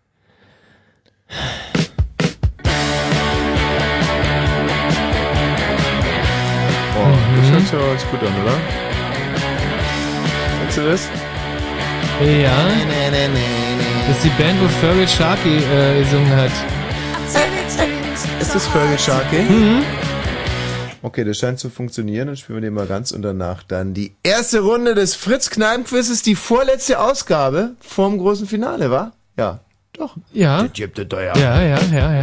Oh, das hört sich aber ganz gut an, oder? Kennst du das? Ja. Das ist die Band, wo Fergal Sharkey gesungen hat. Ist das Fergal Sharkey? Okay, das scheint zu funktionieren. Dann spielen wir den mal ganz und danach dann die erste Runde des Fritz-Kneipen-Quizzes, die vorletzte Ausgabe vorm großen Finale, wa? Ja. Doch. Ja. Ja.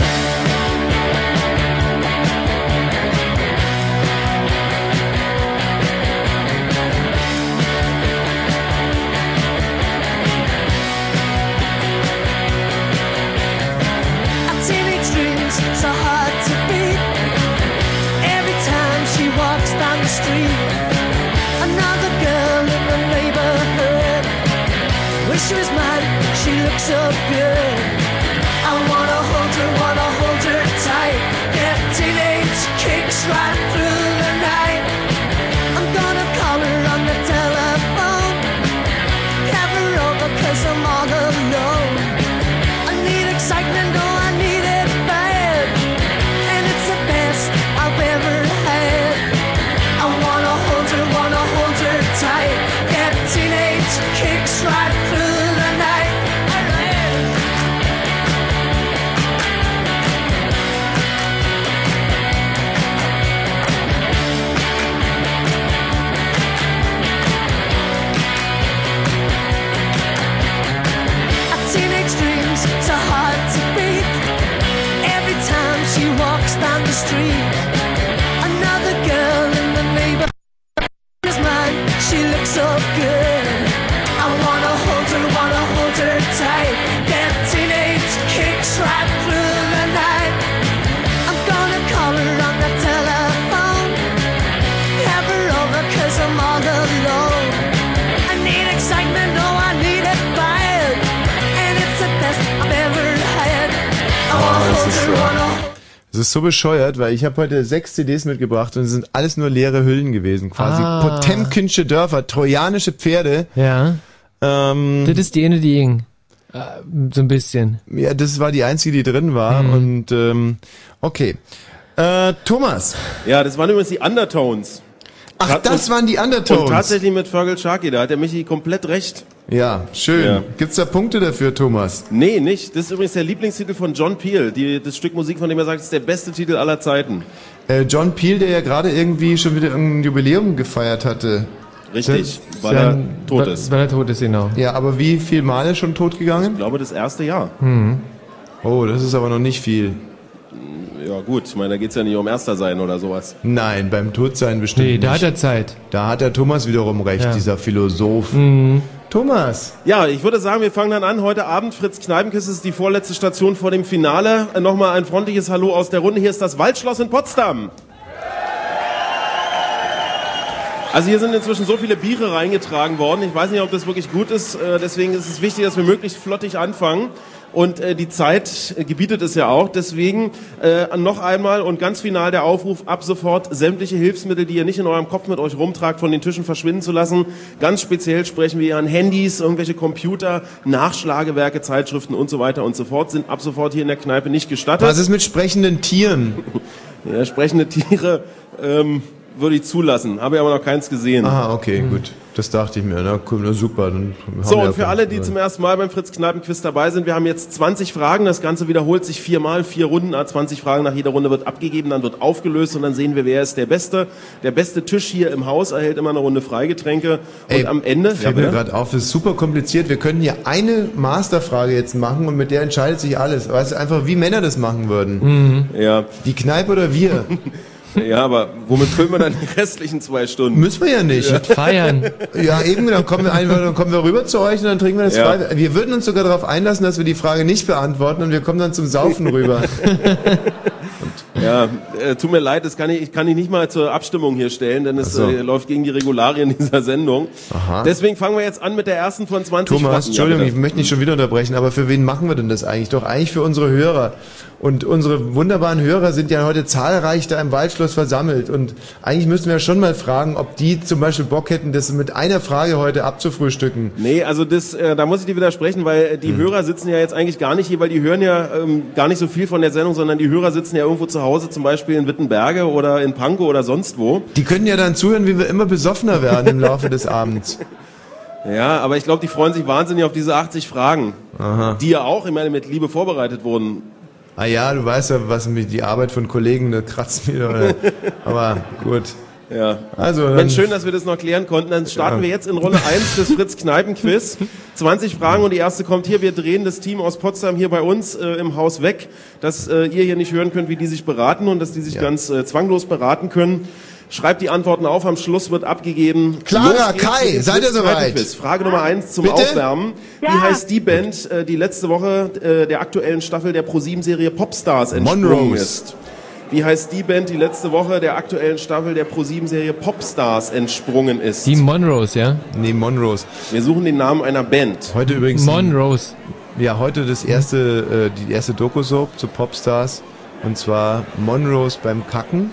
She was mine, she looks so good. I wanna hold her tight. Get teenage kicks right through the night. I'm gonna call her on the telephone. Have her over 'cause I'm all alone. I need excitement, oh I need it bad. And it's the best I've ever had. I wanna hold her tight. Get teenage kicks right through. Down the street, another girl in the neighborhood is mine. She looks so good. I wanna hold her tight. Get teenage kicks right through the night. I'm gonna call her on the telephone. Have her over 'cause I'm all alone. I need excitement, oh I need it bad. And it's the best I've ever had. I wanna hold her, Das ist so bescheuert, weil ich habe heute 6 CDs mitgebracht und es sind alles nur leere Hüllen gewesen. Quasi Potemkinsche Dörfer, trojanische Pferde. Ja. Das ist die eine, die ging. So ein bisschen. Ja, das war die einzige, die drin war. Und okay. Thomas. Ja, das waren übrigens die Undertones. Ach, das waren die Undertones. Und tatsächlich mit Fergal Sharkey, da hat der Michi komplett recht. Ja, schön. Ja. Gibt's da Punkte dafür, Thomas? Nee, nicht. Das ist übrigens der Lieblingstitel von John Peel. Das Stück Musik, von dem er sagt, ist der beste Titel aller Zeiten. John Peel, der ja gerade irgendwie schon wieder ein Jubiläum gefeiert hatte. Richtig, weil er tot ist. Weil er tot ist, genau. Ja, aber wie viel Mal ist schon tot gegangen? Ich glaube, das erste Jahr. Oh, das ist aber noch nicht viel. Ja gut, ich meine, da geht's ja nicht um Erster sein oder sowas. Nein, beim Todsein bestimmt nicht. Da hat er Zeit. Da hat der Thomas wiederum recht, dieser Philosoph. Thomas. Ja, ich würde sagen, wir fangen dann an. Heute Abend, Fritz Kneipenquiz ist die vorletzte Station vor dem Finale. Nochmal ein freundliches Hallo aus der Runde. Hier ist das Waldschloss in Potsdam. Also hier sind inzwischen so viele Biere reingetragen worden. Ich weiß nicht, ob das wirklich gut ist. Deswegen ist es wichtig, dass wir möglichst flottig anfangen. Und die Zeit gebietet es ja auch. Deswegen noch einmal und ganz final der Aufruf, ab sofort sämtliche Hilfsmittel, die ihr nicht in eurem Kopf mit euch rumtragt, von den Tischen verschwinden zu lassen. Ganz speziell sprechen wir hier an Handys, irgendwelche Computer, Nachschlagewerke, Zeitschriften und so weiter und so fort, sind ab sofort hier in der Kneipe nicht gestattet. Was ist mit sprechenden Tieren? Ja, sprechende Tiere würde ich zulassen. Habe ich aber noch keins gesehen. Aha, okay, gut. Das dachte ich mir. Na cool, na super. Dann so, und für alle, die zum ersten Mal beim Fritz Kneipenquiz dabei sind, wir haben jetzt 20 Fragen. Das Ganze wiederholt sich 4-mal, 4 Runden, 20 Fragen. Nach jeder Runde wird abgegeben, dann wird aufgelöst und dann sehen wir, wer ist der Beste. Der beste Tisch hier im Haus erhält immer eine Runde Freigetränke. Und am Ende... Fällt mir gerade auf, das ist super kompliziert. Wir können hier eine Masterfrage jetzt machen und mit der entscheidet sich alles. Weißt du, einfach wie Männer das machen würden. Ja. Die Kneipe oder wir? Ja, aber womit füllen wir dann die restlichen 2 Stunden? Müssen wir ja nicht. Mit Feiern. Ja, eben, dann kommen wir rüber zu euch und dann trinken wir das frei. Wir würden uns sogar darauf einlassen, dass wir die Frage nicht beantworten und wir kommen dann zum Saufen rüber. Ja, tut mir leid, ich kann dich nicht mal zur Abstimmung hier stellen, denn es läuft gegen die Regularien dieser Sendung. Aha. Deswegen fangen wir jetzt an mit der ersten von 20 Thomas, Fragen. Entschuldigung, ich möchte nicht schon wieder unterbrechen, aber für wen machen wir denn das eigentlich? Doch eigentlich für unsere Hörer. Und unsere wunderbaren Hörer sind ja heute zahlreich da im Waldschloss versammelt. Und eigentlich müssten wir schon mal fragen, ob die zum Beispiel Bock hätten, das mit einer Frage heute abzufrühstücken. Nee, also da muss ich dir widersprechen, weil die Hörer sitzen ja jetzt eigentlich gar nicht hier, weil die hören ja gar nicht so viel von der Sendung, sondern die Hörer sitzen ja irgendwo zu Hause, zum Beispiel in Wittenberge oder in Pankow oder sonst wo. Die können ja dann zuhören, wie wir immer besoffener werden im Laufe des Abends. Ja, aber ich glaube, die freuen sich wahnsinnig auf diese 80 Fragen, die ja auch, ich meine, mit Liebe vorbereitet wurden. Ah ja, du weißt ja, was mit die Arbeit von Kollegen, das kratzt mir doch. Aber gut. Ja. Also Mensch, schön, dass wir das noch klären konnten. Dann starten wir jetzt in Runde 1 des Fritz Kneipen-Quiz. 20 Fragen und die erste kommt hier. Wir drehen das Team aus Potsdam hier bei uns im Haus weg, dass ihr hier nicht hören könnt, wie die sich beraten und dass die sich ganz zwanglos beraten können. Schreibt die Antworten auf, am Schluss wird abgegeben. Clara, Kai, seid ihr soweit? Frage Nummer 1 zum Aufwärmen. Ja. Wie heißt die Band, die letzte Woche der aktuellen Staffel der ProSieben-Serie Popstars entsprungen ist? Wie heißt die Band, die letzte Woche der aktuellen Staffel der ProSieben-Serie Popstars entsprungen ist? Die Monrose, ja? Nee, Monrose. Wir suchen den Namen einer Band. Heute übrigens... Monrose. Ja, heute die erste Doku-Soap zu Popstars. Und zwar Monrose beim Kacken.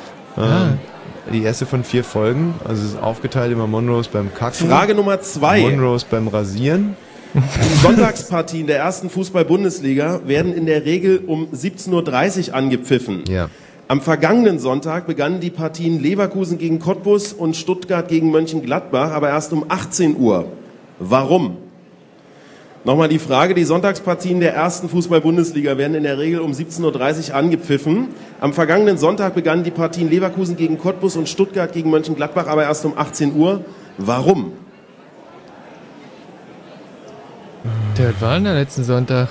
Die erste von 4 Folgen, also es ist aufgeteilt immer Monrose beim Kacken. Frage Nummer 2. Monrose beim Rasieren. Die Sonntagspartien der ersten Fußball-Bundesliga werden in der Regel um 17:30 Uhr angepfiffen. Ja. Am vergangenen Sonntag begannen die Partien Leverkusen gegen Cottbus und Stuttgart gegen Mönchengladbach, aber erst um 18 Uhr. Warum? Nochmal die Frage, die Sonntagspartien der ersten Fußball-Bundesliga werden in der Regel um 17:30 Uhr angepfiffen. Am vergangenen Sonntag begannen die Partien Leverkusen gegen Cottbus und Stuttgart gegen Mönchengladbach, aber erst um 18 Uhr. Warum? Der war denn der letzten Sonntag?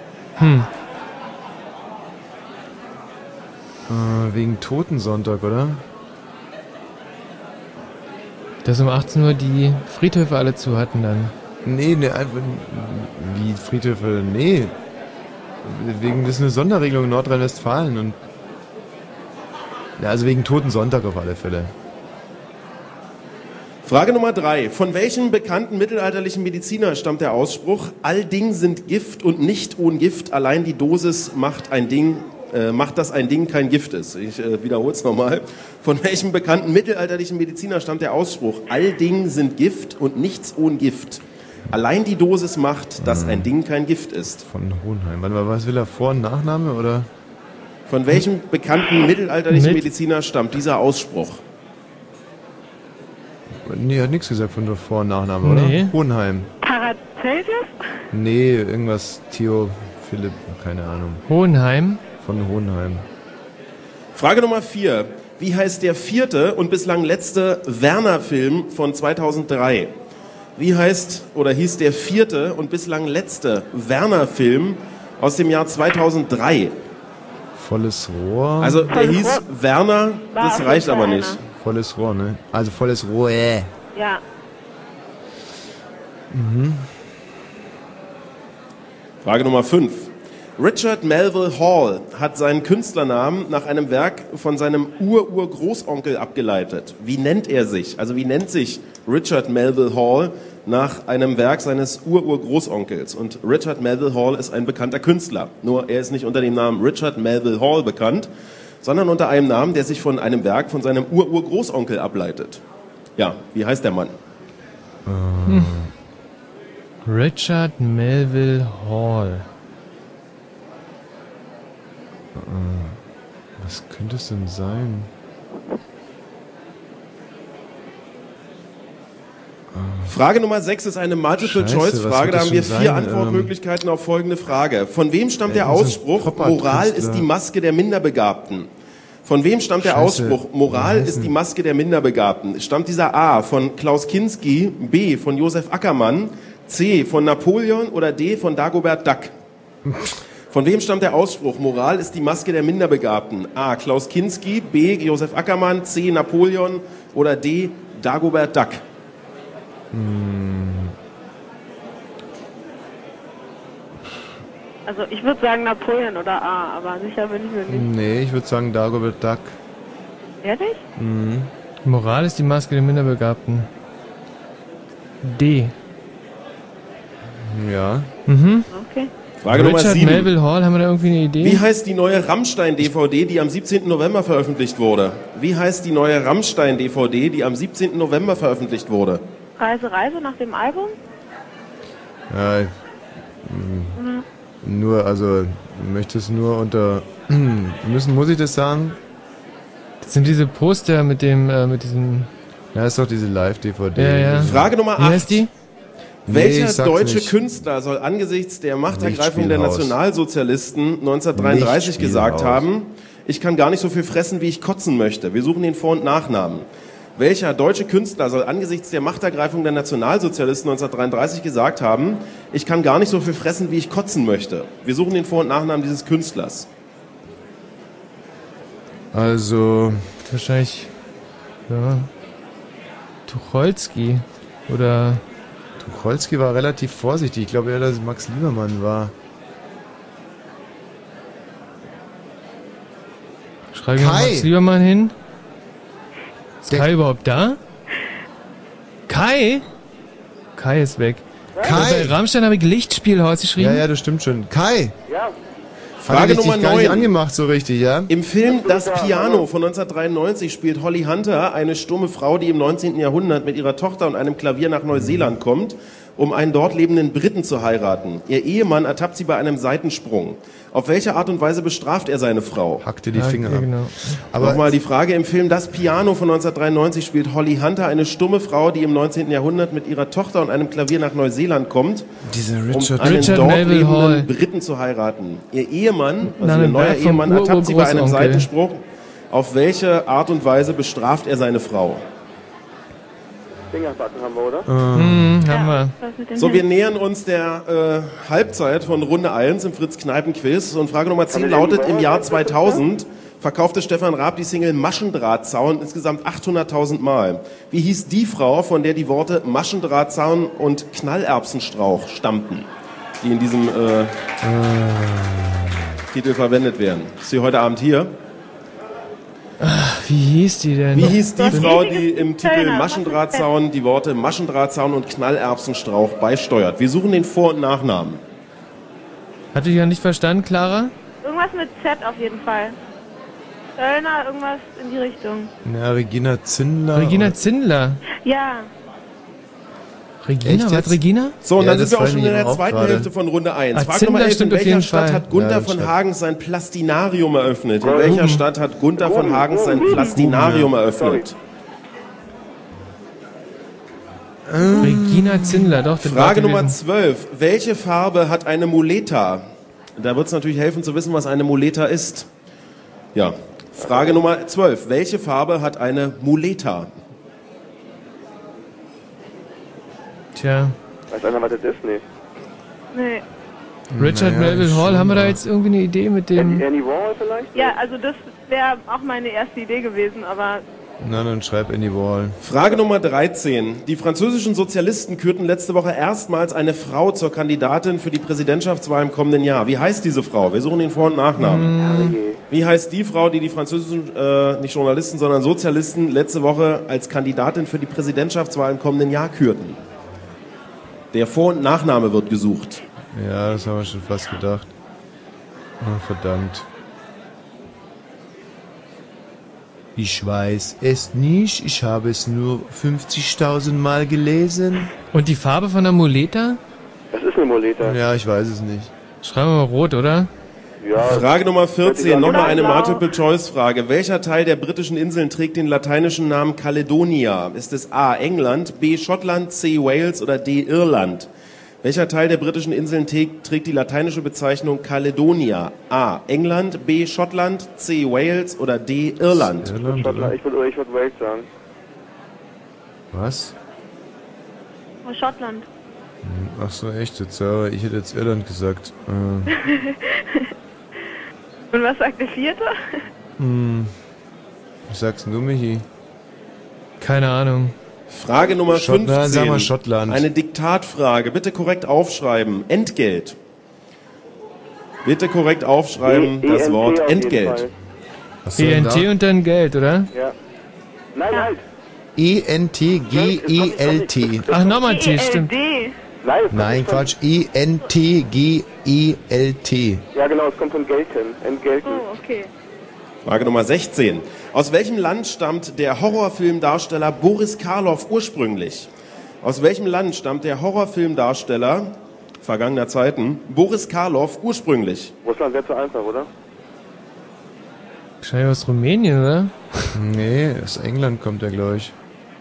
Wegen Totensonntag, oder? Dass um 18 Uhr die Friedhöfe alle zu hatten dann. Nee, einfach wie Friedhöfe, nee. Das ist eine Sonderregelung in Nordrhein-Westfalen und also wegen Totensonntag auf alle Fälle. Frage Nummer 3. Von welchem bekannten mittelalterlichen Mediziner stammt der Ausspruch: All Ding sind Gift und nicht ohne Gift, allein die Dosis macht dass ein Ding kein Gift ist. Ich wiederhole es nochmal. Von welchem bekannten mittelalterlichen Mediziner stammt der Ausspruch: All Ding sind Gift und nichts ohne Gift. Allein die Dosis macht, dass ein Ding kein Gift ist. Von Hohenheim. Warte mal, was will er? Vor- und Nachname, oder? Von welchem bekannten mittelalterlichen Mediziner stammt dieser Ausspruch? Nee, er hat nichts gesagt von Vor- und Nachname, oder? Nee. Hohenheim. Paracelsus? Nee, irgendwas Philipp, keine Ahnung. Hohenheim? Von Hohenheim. Frage Nummer 4. Wie heißt der 4. und bislang letzte Werner-Film von 2003? Wie heißt oder hieß der 4. und bislang letzte Werner-Film aus dem Jahr 2003? Volles Rohr. Also der hieß Werner, das reicht aber nicht. Volles Rohr, ne? Also volles Rohr, Ja. Frage Nummer 5. Richard Melville Hall hat seinen Künstlernamen nach einem Werk von seinem Ur-Ur-Großonkel abgeleitet. Wie nennt er sich? Also wie nennt sich Richard Melville Hall nach einem Werk seines Ur-Ur-Großonkels? Und Richard Melville Hall ist ein bekannter Künstler. Nur er ist nicht unter dem Namen Richard Melville Hall bekannt, sondern unter einem Namen, der sich von einem Werk von seinem Ur-Ur-Großonkel ableitet. Ja, wie heißt der Mann? Richard Melville Hall. Was könnte es denn sein? Frage Nummer 6 ist eine Multiple-Choice-Frage. Da haben wir 4 Antwortmöglichkeiten auf folgende Frage. Von wem stammt der Ausspruch, Moral ist die Maske der Minderbegabten? Von wem stammt der Ausspruch, Moral ist die Maske der Minderbegabten? Stammt dieser A von Klaus Kinski, B von Josef Ackermann, C von Napoleon oder D von Dagobert Duck? Von wem stammt der Ausspruch, Moral ist die Maske der Minderbegabten? A. Klaus Kinski, B. Josef Ackermann, C. Napoleon oder D. Dagobert Duck? Also ich würde sagen Napoleon oder A, aber sicher bin ich mir nicht. Nee, ich würde sagen Dagobert Duck. Ehrlich? Moral ist die Maske der Minderbegabten. D. Ja. Okay. Frage Nummer 7. Richard Melville Hall, haben wir da irgendwie eine Idee? Wie heißt die neue Rammstein-DVD, die am 17. November veröffentlicht wurde? Wie heißt die neue Rammstein-DVD, die am 17. November veröffentlicht wurde? Reise nach dem Album? Ja, nur, also, möchte es nur unter, muss ich das sagen? Das sind diese Poster mit diesem... Ja, ist doch diese Live-DVD. Ja. Frage Nummer 8. Wie heißt die? Welcher deutsche Künstler soll angesichts der Machtergreifung der Nationalsozialisten 1933 gesagt haben, ich kann gar nicht so viel fressen, wie ich kotzen möchte? Wir suchen den Vor- und Nachnamen. Welcher deutsche Künstler soll angesichts der Machtergreifung der Nationalsozialisten 1933 gesagt haben, ich kann gar nicht so viel fressen, wie ich kotzen möchte? Wir suchen den Vor- und Nachnamen dieses Künstlers. Also... Wahrscheinlich... Ja... Tucholsky. Oder... Tucholsky war relativ vorsichtig. Ich glaube eher, dass es Max Liebermann war. Schreibe ich Max Liebermann hin. Ist Kai überhaupt da? Kai? Kai ist weg. Bei Rammstein habe ich Lichtspielhaus geschrieben. Ja, das stimmt schon. Kai! Ja. Frage Nummer 9. Gar nicht angemacht so richtig, ja? Im Film Das Piano von 1993 spielt Holly Hunter eine stumme Frau, die im 19. Jahrhundert mit ihrer Tochter und einem Klavier nach Neuseeland kommt, um einen dort lebenden Briten zu heiraten. Ihr Ehemann ertappt sie bei einem Seitensprung. Auf welche Art und Weise bestraft er seine Frau? Hackte die Finger ab. Genau. Aber nochmal die Frage, im Film Das Piano von 1993 spielt Holly Hunter eine stumme Frau, die im 19. Jahrhundert mit ihrer Tochter und einem Klavier nach Neuseeland kommt, um einen dort lebenden Briten zu heiraten. Ihr Ehemann, also ihr neuer Ehemann, ertappt sie bei einem Seitensprung. Auf welche Art und Weise bestraft er seine Frau? Fingerbacken haben wir, oder? Haben wir. So, wir nähern uns der Halbzeit von Runde 1 im Fritz-Kneipen-Quiz. Und Frage Nummer 10 lautet, im Jahr 2000 verkaufte Stefan Raab die Single Maschendrahtzaun insgesamt 800.000 Mal. Wie hieß die Frau, von der die Worte Maschendrahtzaun und Knallerbsenstrauch stammten, die in diesem Titel verwendet werden? Ist sie heute Abend hier? Wie hieß die denn? Wie hieß die Frau, die im Titel Maschendrahtzaun die Worte Maschendrahtzaun und Knallerbsenstrauch beisteuert? Wir suchen den Vor- und Nachnamen. Hatte ich ja nicht verstanden, Clara? Irgendwas mit Z auf jeden Fall. Kölner, irgendwas in die Richtung. Na, Regina Zindler. Regina Zindler? Ja. Regina, was Regina? So, und dann sind wir auch schon in der zweiten Hälfte von Runde 1. Frage Nummer 11, in welcher Stadt hat Gunther von Hagens sein Plastinarium eröffnet? In welcher Stadt hat Gunther von Hagens sein Plastinarium eröffnet? Regina Zindler, doch. Frage Nummer 12. Welche Farbe hat eine Muleta? Da wird es natürlich helfen zu wissen, was eine Muleta ist. Ja. Frage Nummer 12. Welche Farbe hat eine Muleta? Tja. Weiß einer, was das ist? Nee. Richard Melville Hall, haben wir da jetzt irgendwie eine Idee mit dem... Annie Warhol vielleicht? Ja, also das wäre auch meine erste Idee gewesen, aber Na, dann schreib Andy Warhol. Frage Nummer 13. Die französischen Sozialisten kürten letzte Woche erstmals eine Frau zur Kandidatin für die Präsidentschaftswahl im kommenden Jahr. Wie heißt diese Frau? Wir suchen den Vor- und Nachnamen. Wie heißt die Frau, die französischen, nicht Journalisten, sondern Sozialisten letzte Woche als Kandidatin für die Präsidentschaftswahl im kommenden Jahr kürten? Der Vor- und Nachname wird gesucht. Ja, das haben wir schon fast gedacht. Oh, verdammt. Ich weiß es nicht, ich habe es nur 50.000 Mal gelesen. Und die Farbe von der Muleta? Das ist eine Muleta. Ja, ich weiß es nicht. Schreiben wir mal rot, oder? Ja. Frage Nummer 14, nochmal eine Multiple-Choice-Frage. Welcher Teil der britischen Inseln trägt den lateinischen Namen Caledonia? Ist es A. England, B. Schottland, C. Wales oder D. Irland? Welcher Teil der britischen Inseln trägt die lateinische Bezeichnung Caledonia? A. England, B. Schottland, C. Wales oder D. Irland? Irland, ich würde Wales sagen. Was? Schottland. Ach so, echt jetzt, aber ich hätte jetzt Irland gesagt. Und was sagt der vierte? Was sagst du, Michi? Keine Ahnung. Frage Nummer 15. Sag mal Schottland. Eine Diktatfrage. Bitte korrekt aufschreiben. Entgelt. Bitte korrekt aufschreiben das Wort Entgelt. ENT und dann Geld, oder? Ja. Nein, halt. E-N-T-G-E-L-T. Ach, nochmal T, stimmt. Nein, Quatsch. E-N-T-G-E-L-T. Ja, genau, es kommt von Gelten. Entgelten. Oh, okay. Frage Nummer 16. Aus welchem Land stammt der Horrorfilmdarsteller Boris Karloff ursprünglich? Aus welchem Land stammt der Horrorfilmdarsteller vergangener Zeiten Boris Karloff ursprünglich? Russland wäre zu einfach, oder? Wahrscheinlich aus Rumänien, oder? Nee, aus England kommt er, glaube ich.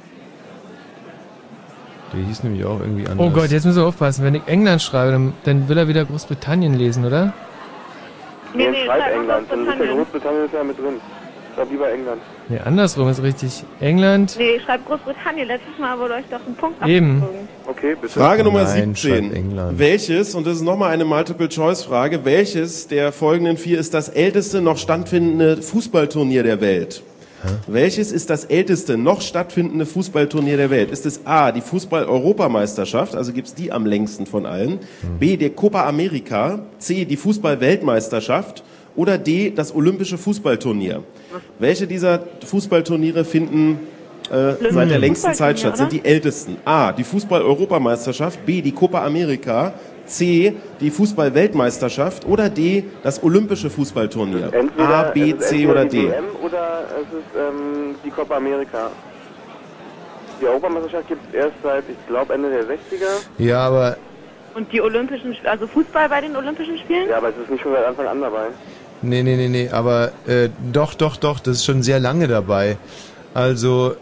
Der hieß nämlich auch irgendwie anders. Oh Gott, jetzt müssen wir aufpassen. Wenn ich England schreibe, dann will er wieder Großbritannien lesen, oder? Nee, schreib England. Dann ist ja Großbritannien ist ja mit drin. Schreib lieber England. Nee, andersrum ist richtig. England. Nee, schreib Großbritannien. Letztes Mal wurde euch doch ein Punkt Eben. abgezogen. Okay, bitte. Frage Nummer Nein, 17. Welches, und das ist nochmal eine Multiple-Choice-Frage, welches der folgenden 4 ist das älteste noch stattfindende Fußballturnier der Welt? Welches ist das älteste noch stattfindende Fußballturnier der Welt? Ist es A, die Fußball-Europameisterschaft, also gibt's die am längsten von allen, B, der Copa America, C, die Fußball-Weltmeisterschaft oder D, das Olympische Fußballturnier? Welche dieser Fußballturniere finden seit der längsten Zeit statt, sind die ältesten? A, die Fußball-Europameisterschaft, B, die Copa America, C, die Fußball-Weltmeisterschaft oder D, das Olympische Fußballturnier? Entweder, A, B, C oder D? Die WM oder es ist die Copa America. Die Europameisterschaft gibt es erst seit, ich glaube, Ende der 60er. Ja, aber... Und die Olympischen, also Fußball bei den Olympischen Spielen? Ja, aber es ist nicht schon seit Anfang an dabei. Nee, aber doch, das ist schon sehr lange dabei. Also,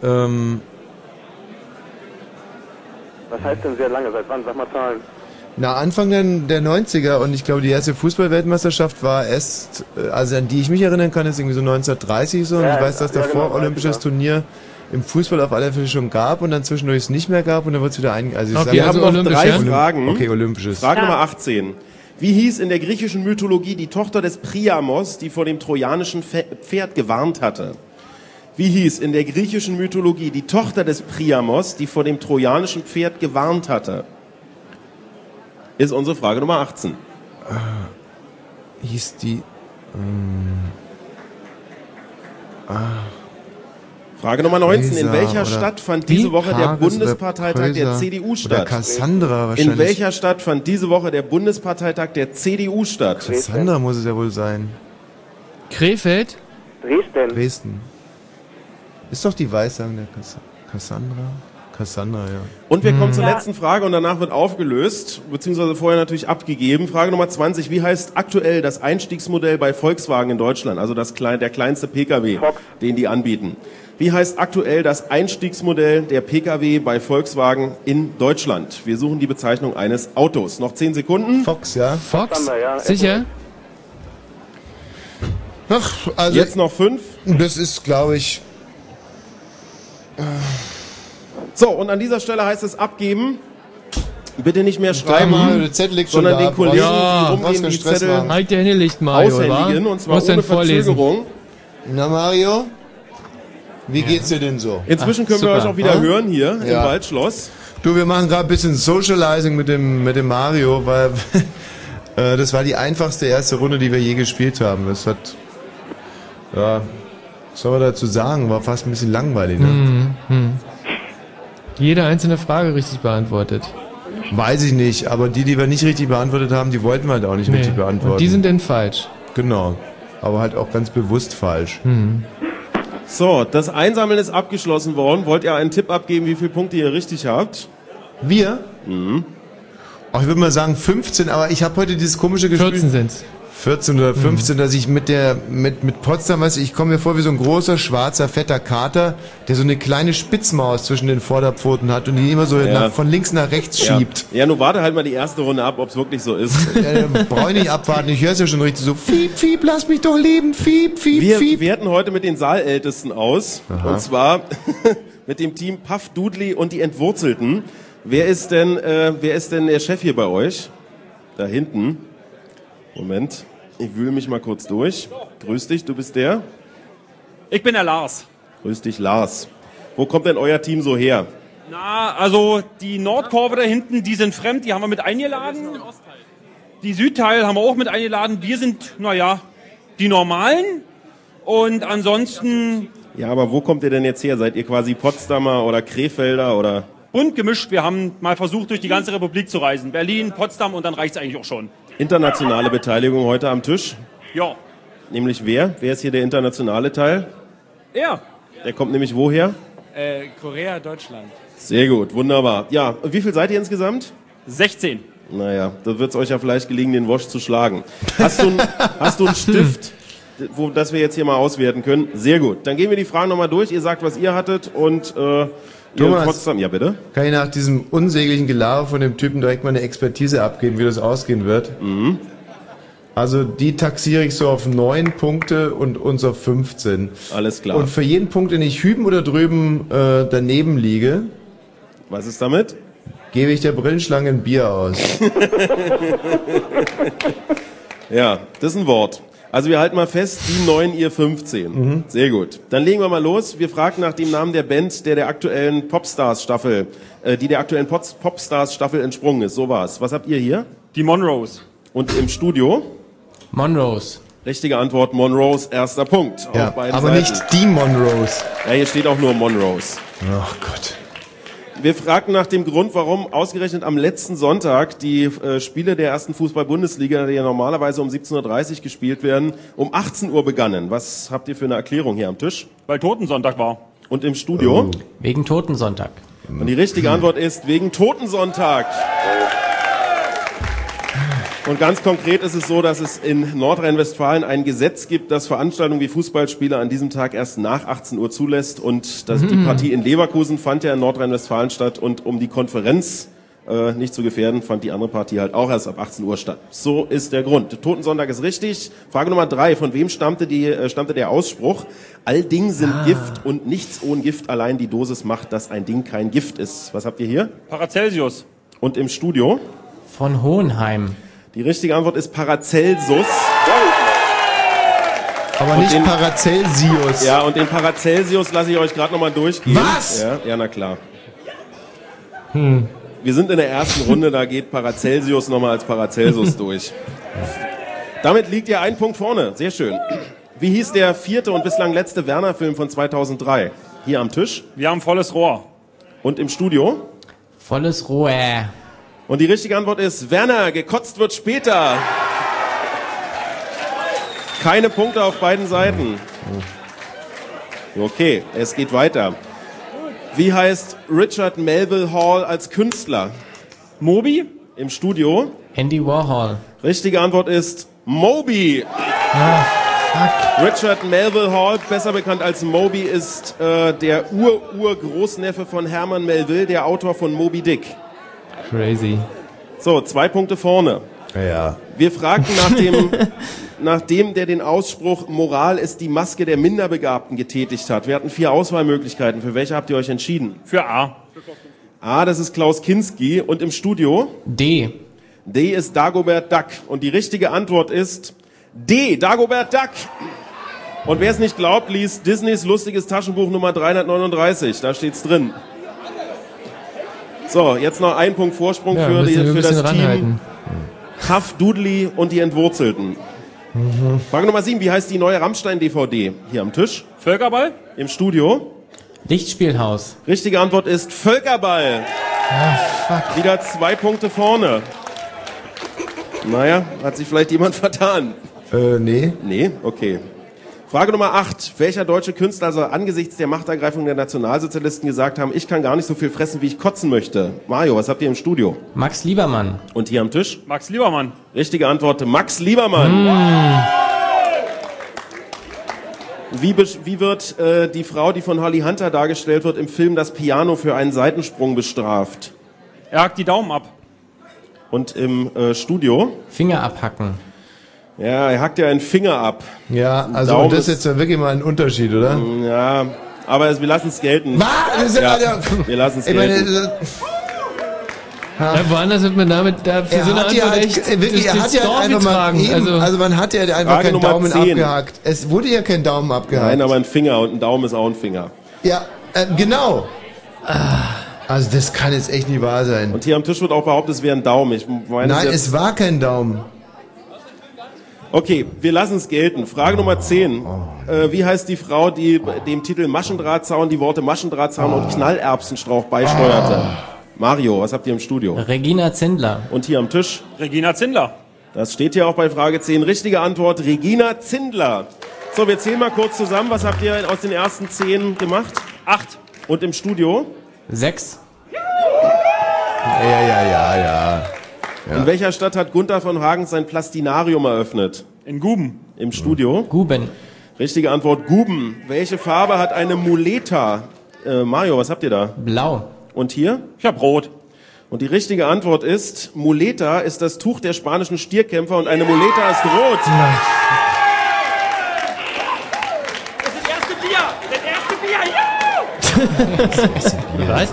Was heißt denn sehr lange? Seit wann? Sag mal Zahlen. Na, Anfang der 90er und ich glaube, die erste Fußball-Weltmeisterschaft war erst, also an die ich mich erinnern kann, ist irgendwie so 1930 so und Ja, ich weiß, dass davor genau, olympisches Turnier im Fußball auf alle Fälle schon gab und dann zwischendurch es nicht mehr gab und dann wird es wieder also ich Okay, wir haben noch 3 Fragen. Okay, olympisches. Frage Nummer 18. Wie hieß in der griechischen Mythologie die Tochter des Priamos, die vor dem trojanischen Pferd gewarnt hatte? Wie hieß in der griechischen Mythologie die Tochter des Priamos, die vor dem trojanischen Pferd gewarnt hatte? Ist unsere Frage Nummer 18. Hieß die... Frage Nummer 19. In welcher Stadt fand diese Woche der Bundesparteitag der CDU statt? Oder Cassandra wahrscheinlich. In welcher Stadt fand diese Woche der Bundesparteitag der CDU statt? Cassandra muss es ja wohl sein. Krefeld? Dresden. Ist doch die Weissagung der Cassandra? Cassandra, ja. Und wir kommen zur letzten Frage und danach wird aufgelöst, beziehungsweise vorher natürlich abgegeben. Frage Nummer 20. Wie heißt aktuell das Einstiegsmodell bei Volkswagen in Deutschland? Also der kleinste Pkw, den die anbieten. Wie heißt aktuell das Einstiegsmodell der Pkw bei Volkswagen in Deutschland? Wir suchen die Bezeichnung eines Autos. Noch 10 Sekunden. Fox, ja. Fox? Sicher? Ach, also jetzt noch 5. Das ist, glaube ich... So, und an dieser Stelle heißt es abgeben. Bitte nicht mehr schreiben, der Zettel liegt schon sondern da. den Kollegen, Ja, die rumgehen, die Zettel halt der Handy Licht, Mario, aushändigen, und zwar Muss ohne dann vorlesen. Verzögerung. Na, Mario? Wie geht's dir denn so? Inzwischen können wir euch auch wieder hören hier im Waldschloss. Du, wir machen gerade ein bisschen Socializing mit dem Mario, weil das war die einfachste erste Runde, die wir je gespielt haben. Es hat, was soll man dazu sagen, war fast ein bisschen langweilig. Ne? Jede einzelne Frage richtig beantwortet. Weiß ich nicht, aber die wir nicht richtig beantwortet haben, die wollten wir halt auch nicht richtig beantworten. Und die sind denn falsch. Genau, aber halt auch ganz bewusst falsch. So, das Einsammeln ist abgeschlossen worden. Wollt ihr einen Tipp abgeben, wie viele Punkte ihr richtig habt? Wir? Ach, ich würde mal sagen 15, aber ich habe heute dieses komische Gefühl... 14 sind's. 14 oder 15, dass ich mit Potsdam, weißt du, ich komme mir vor wie so ein großer, schwarzer, fetter Kater, der so eine kleine Spitzmaus zwischen den Vorderpfoten hat und die immer so von links nach rechts schiebt. Ja, nun warte halt mal die erste Runde ab, ob es wirklich so ist. Brauche ich nicht abwarten, ich höre es ja schon richtig so, Fiep, Fiep, lass mich doch leben, Fiep, Fiep, Fiep. Wir werten heute mit den Saalältesten aus, und zwar mit dem Team Puff, Dudley und die Entwurzelten. Wer ist denn der Chef hier bei euch? Da hinten. Moment, ich wühle mich mal kurz durch. Grüß dich, du bist der? Ich bin der Lars. Grüß dich, Lars. Wo kommt denn euer Team so her? Na, also die Nordkurve da hinten, die sind fremd, die haben wir mit eingeladen. Die Südteil haben wir auch mit eingeladen. Wir sind, die Normalen. Und ansonsten... Ja, aber wo kommt ihr denn jetzt her? Seid ihr quasi Potsdamer oder Krefelder oder... Bunt gemischt. Wir haben mal versucht, durch die ganze Republik zu reisen. Berlin, Potsdam und dann reicht's eigentlich auch schon. Internationale Beteiligung heute am Tisch? Ja. Nämlich wer? Wer ist hier der internationale Teil? Er. Der kommt nämlich woher? Korea, Deutschland. Sehr gut, wunderbar. Ja, und wie viel seid ihr insgesamt? 16. Naja, da wird's euch ja vielleicht gelingen, den Wosch zu schlagen. Hast du einen Stift, das wir jetzt hier mal auswerten können? Sehr gut. Dann gehen wir die Fragen nochmal durch. Ihr sagt, was ihr hattet und... Thomas, ja bitte? Kann ich nach diesem unsäglichen Gelaber von dem Typen direkt mal eine Expertise abgeben, wie das ausgehen wird? Also die taxiere ich so auf 9 Punkte und uns auf 15. Alles klar. Und für jeden Punkt, den ich hüben oder drüben daneben liege... Was ist damit? Gebe ich der Brillenschlange ein Bier aus. Ja, das ist ein Wort. Also wir halten mal fest, die 9, ihr 15. Sehr gut. Dann legen wir mal los. Wir fragen nach dem Namen der Band, der aktuellen Popstars-Staffel, Popstars-Staffel entsprungen ist. So war's. Was habt ihr hier? Die Monroes. Und im Studio? Monroes. Richtige Antwort, Monroes, erster Punkt. Ja, auf beiden aber Seiten. nicht die Monroes. Ja, hier steht auch nur Monroes. Ach Gott. Wir fragten nach dem Grund, warum ausgerechnet am letzten Sonntag die Spiele der ersten Fußball-Bundesliga, die ja normalerweise um 17:30 Uhr gespielt werden, um 18 Uhr begannen. Was habt ihr für eine Erklärung hier am Tisch? Weil Totensonntag war. Und im Studio? Wegen Totensonntag. Und die richtige Antwort ist wegen Totensonntag. Und ganz konkret ist es so, dass es in Nordrhein-Westfalen ein Gesetz gibt, das Veranstaltungen wie Fußballspiele an diesem Tag erst nach 18 Uhr zulässt. Und die Partie in Leverkusen fand ja in Nordrhein-Westfalen statt. Und um die Konferenz nicht zu gefährden, fand die andere Partie halt auch erst ab 18 Uhr statt. So ist der Grund. Totensonntag ist richtig. Frage Nummer 3. Von wem stammte der Ausspruch? All Ding sind Gift und nichts ohne Gift allein die Dosis macht, dass ein Ding kein Gift ist. Was habt ihr hier? Paracelsius. Und im Studio? Von Hohenheim. Die richtige Antwort ist Paracelsus. Aber nicht Paracelsius. Ja, und den Paracelsius lasse ich euch gerade nochmal durchgehen. Was? Ja, na klar. Wir sind in der ersten Runde, da geht Paracelsius nochmal als Paracelsus durch. Damit liegt ihr 1 Punkt vorne. Sehr schön. Wie hieß der 4. und bislang letzte Werner-Film von 2003? Hier am Tisch? Wir haben volles Rohr. Und im Studio? Volles Rohr. Und die richtige Antwort ist Werner, gekotzt wird später. Keine Punkte auf beiden Seiten. Okay, es geht weiter. Wie heißt Richard Melville Hall als Künstler? Moby? Im Studio? Andy Warhol. Richtige Antwort ist Moby. Richard Melville Hall, besser bekannt als Moby, ist der Ur-Großneffe von Herman Melville, der Autor von Moby Dick. Crazy. So, 2 Punkte vorne. Ja. Wir fragten nach dem, der den Ausspruch Moral ist die Maske der Minderbegabten getätigt hat. Wir hatten 4 Auswahlmöglichkeiten. Für welche habt ihr euch entschieden? Für A. A, das ist Klaus Kinski. Und im Studio? D. D ist Dagobert Duck. Und die richtige Antwort ist D, Dagobert Duck. Und wer es nicht glaubt, liest Disneys lustiges Taschenbuch Nummer 339. Da steht's drin. So, jetzt noch ein Punkt Vorsprung für das Team Huff, Doodly und die Entwurzelten. Frage Nummer 7. Wie heißt die neue Rammstein-DVD? Hier am Tisch. Völkerball? Im Studio. Lichtspielhaus. Richtige Antwort ist Völkerball. Fuck. Wieder 2 Punkte vorne. Naja, hat sich vielleicht jemand vertan? Nee. Nee, okay. Frage Nummer 8. Welcher deutsche Künstler soll angesichts der Machtergreifung der Nationalsozialisten gesagt haben, ich kann gar nicht so viel fressen, wie ich kotzen möchte? Mario, was habt ihr im Studio? Max Liebermann. Und hier am Tisch? Max Liebermann. Richtige Antwort, Max Liebermann. Wie wird die Frau, die von Holly Hunter dargestellt wird, im Film Das Piano für einen Seitensprung bestraft? Er hackt die Daumen ab. Und im Studio? Finger abhacken. Ja, er hackt ja einen Finger ab. Ja, also das ist jetzt wirklich mal ein Unterschied, oder? Ja, aber wir lassen es gelten. Was? Ja, wir lassen es gelten. Ja, woanders wird man damit für so eine Antwort echt er hat ja einfach mal eben, also man hat ja einfach keinen Daumen abgehackt. Es wurde ja kein Daumen abgehackt. Nein, aber ein Finger und ein Daumen ist auch ein Finger. Ja, genau. Also das kann jetzt echt nicht wahr sein. Und hier am Tisch wird auch behauptet, es wäre ein Daumen. Nein, es war kein Daumen. Okay, wir lassen es gelten. Frage Nummer 10. Wie heißt die Frau, die dem Titel Maschendrahtzaun die Worte Maschendrahtzaun und Knallerbsenstrauch beisteuerte? Mario, was habt ihr im Studio? Regina Zindler. Und hier am Tisch? Regina Zindler. Das steht hier auch bei Frage 10. Richtige Antwort, Regina Zindler. So, wir zählen mal kurz zusammen. Was habt ihr aus den ersten 10 gemacht? 8. Und im Studio? 6. Ja. In welcher Stadt hat Gunther von Hagen sein Plastinarium eröffnet? In Guben. Im Studio? Guben. Richtige Antwort, Guben. Welche Farbe hat eine Muleta? Mario, was habt ihr da? Blau. Und hier? Ich hab Rot. Und die richtige Antwort ist, Muleta ist das Tuch der spanischen Stierkämpfer und eine Muleta ist rot. Das ist das erste Bier. Was?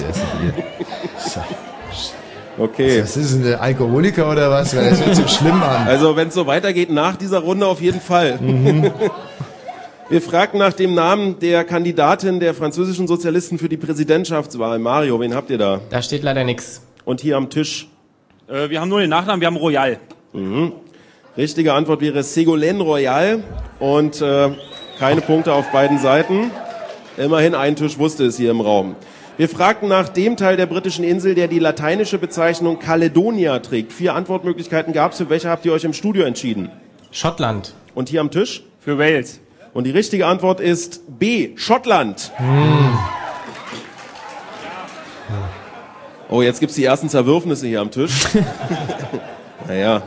Okay. Was ist denn, der Alkoholiker oder was? Weil das hört sich schlimm an. Also wenn es so weitergeht, nach dieser Runde auf jeden Fall. Wir fragten nach dem Namen der Kandidatin der französischen Sozialisten für die Präsidentschaftswahl. Mario, wen habt ihr da? Da steht leider nichts. Und hier am Tisch? Wir haben nur den Nachnamen, wir haben Royal. Richtige Antwort wäre Ségolène Royal. Und keine Punkte auf beiden Seiten. Immerhin ein Tisch wusste es hier im Raum. Wir fragten nach dem Teil der britischen Insel, der die lateinische Bezeichnung Caledonia trägt. 4 Antwortmöglichkeiten gab es. Für welche habt ihr euch im Studio entschieden? Schottland. Und hier am Tisch? Für Wales. Und die richtige Antwort ist B, Schottland. Oh, jetzt gibt's die ersten Zerwürfnisse hier am Tisch. Naja.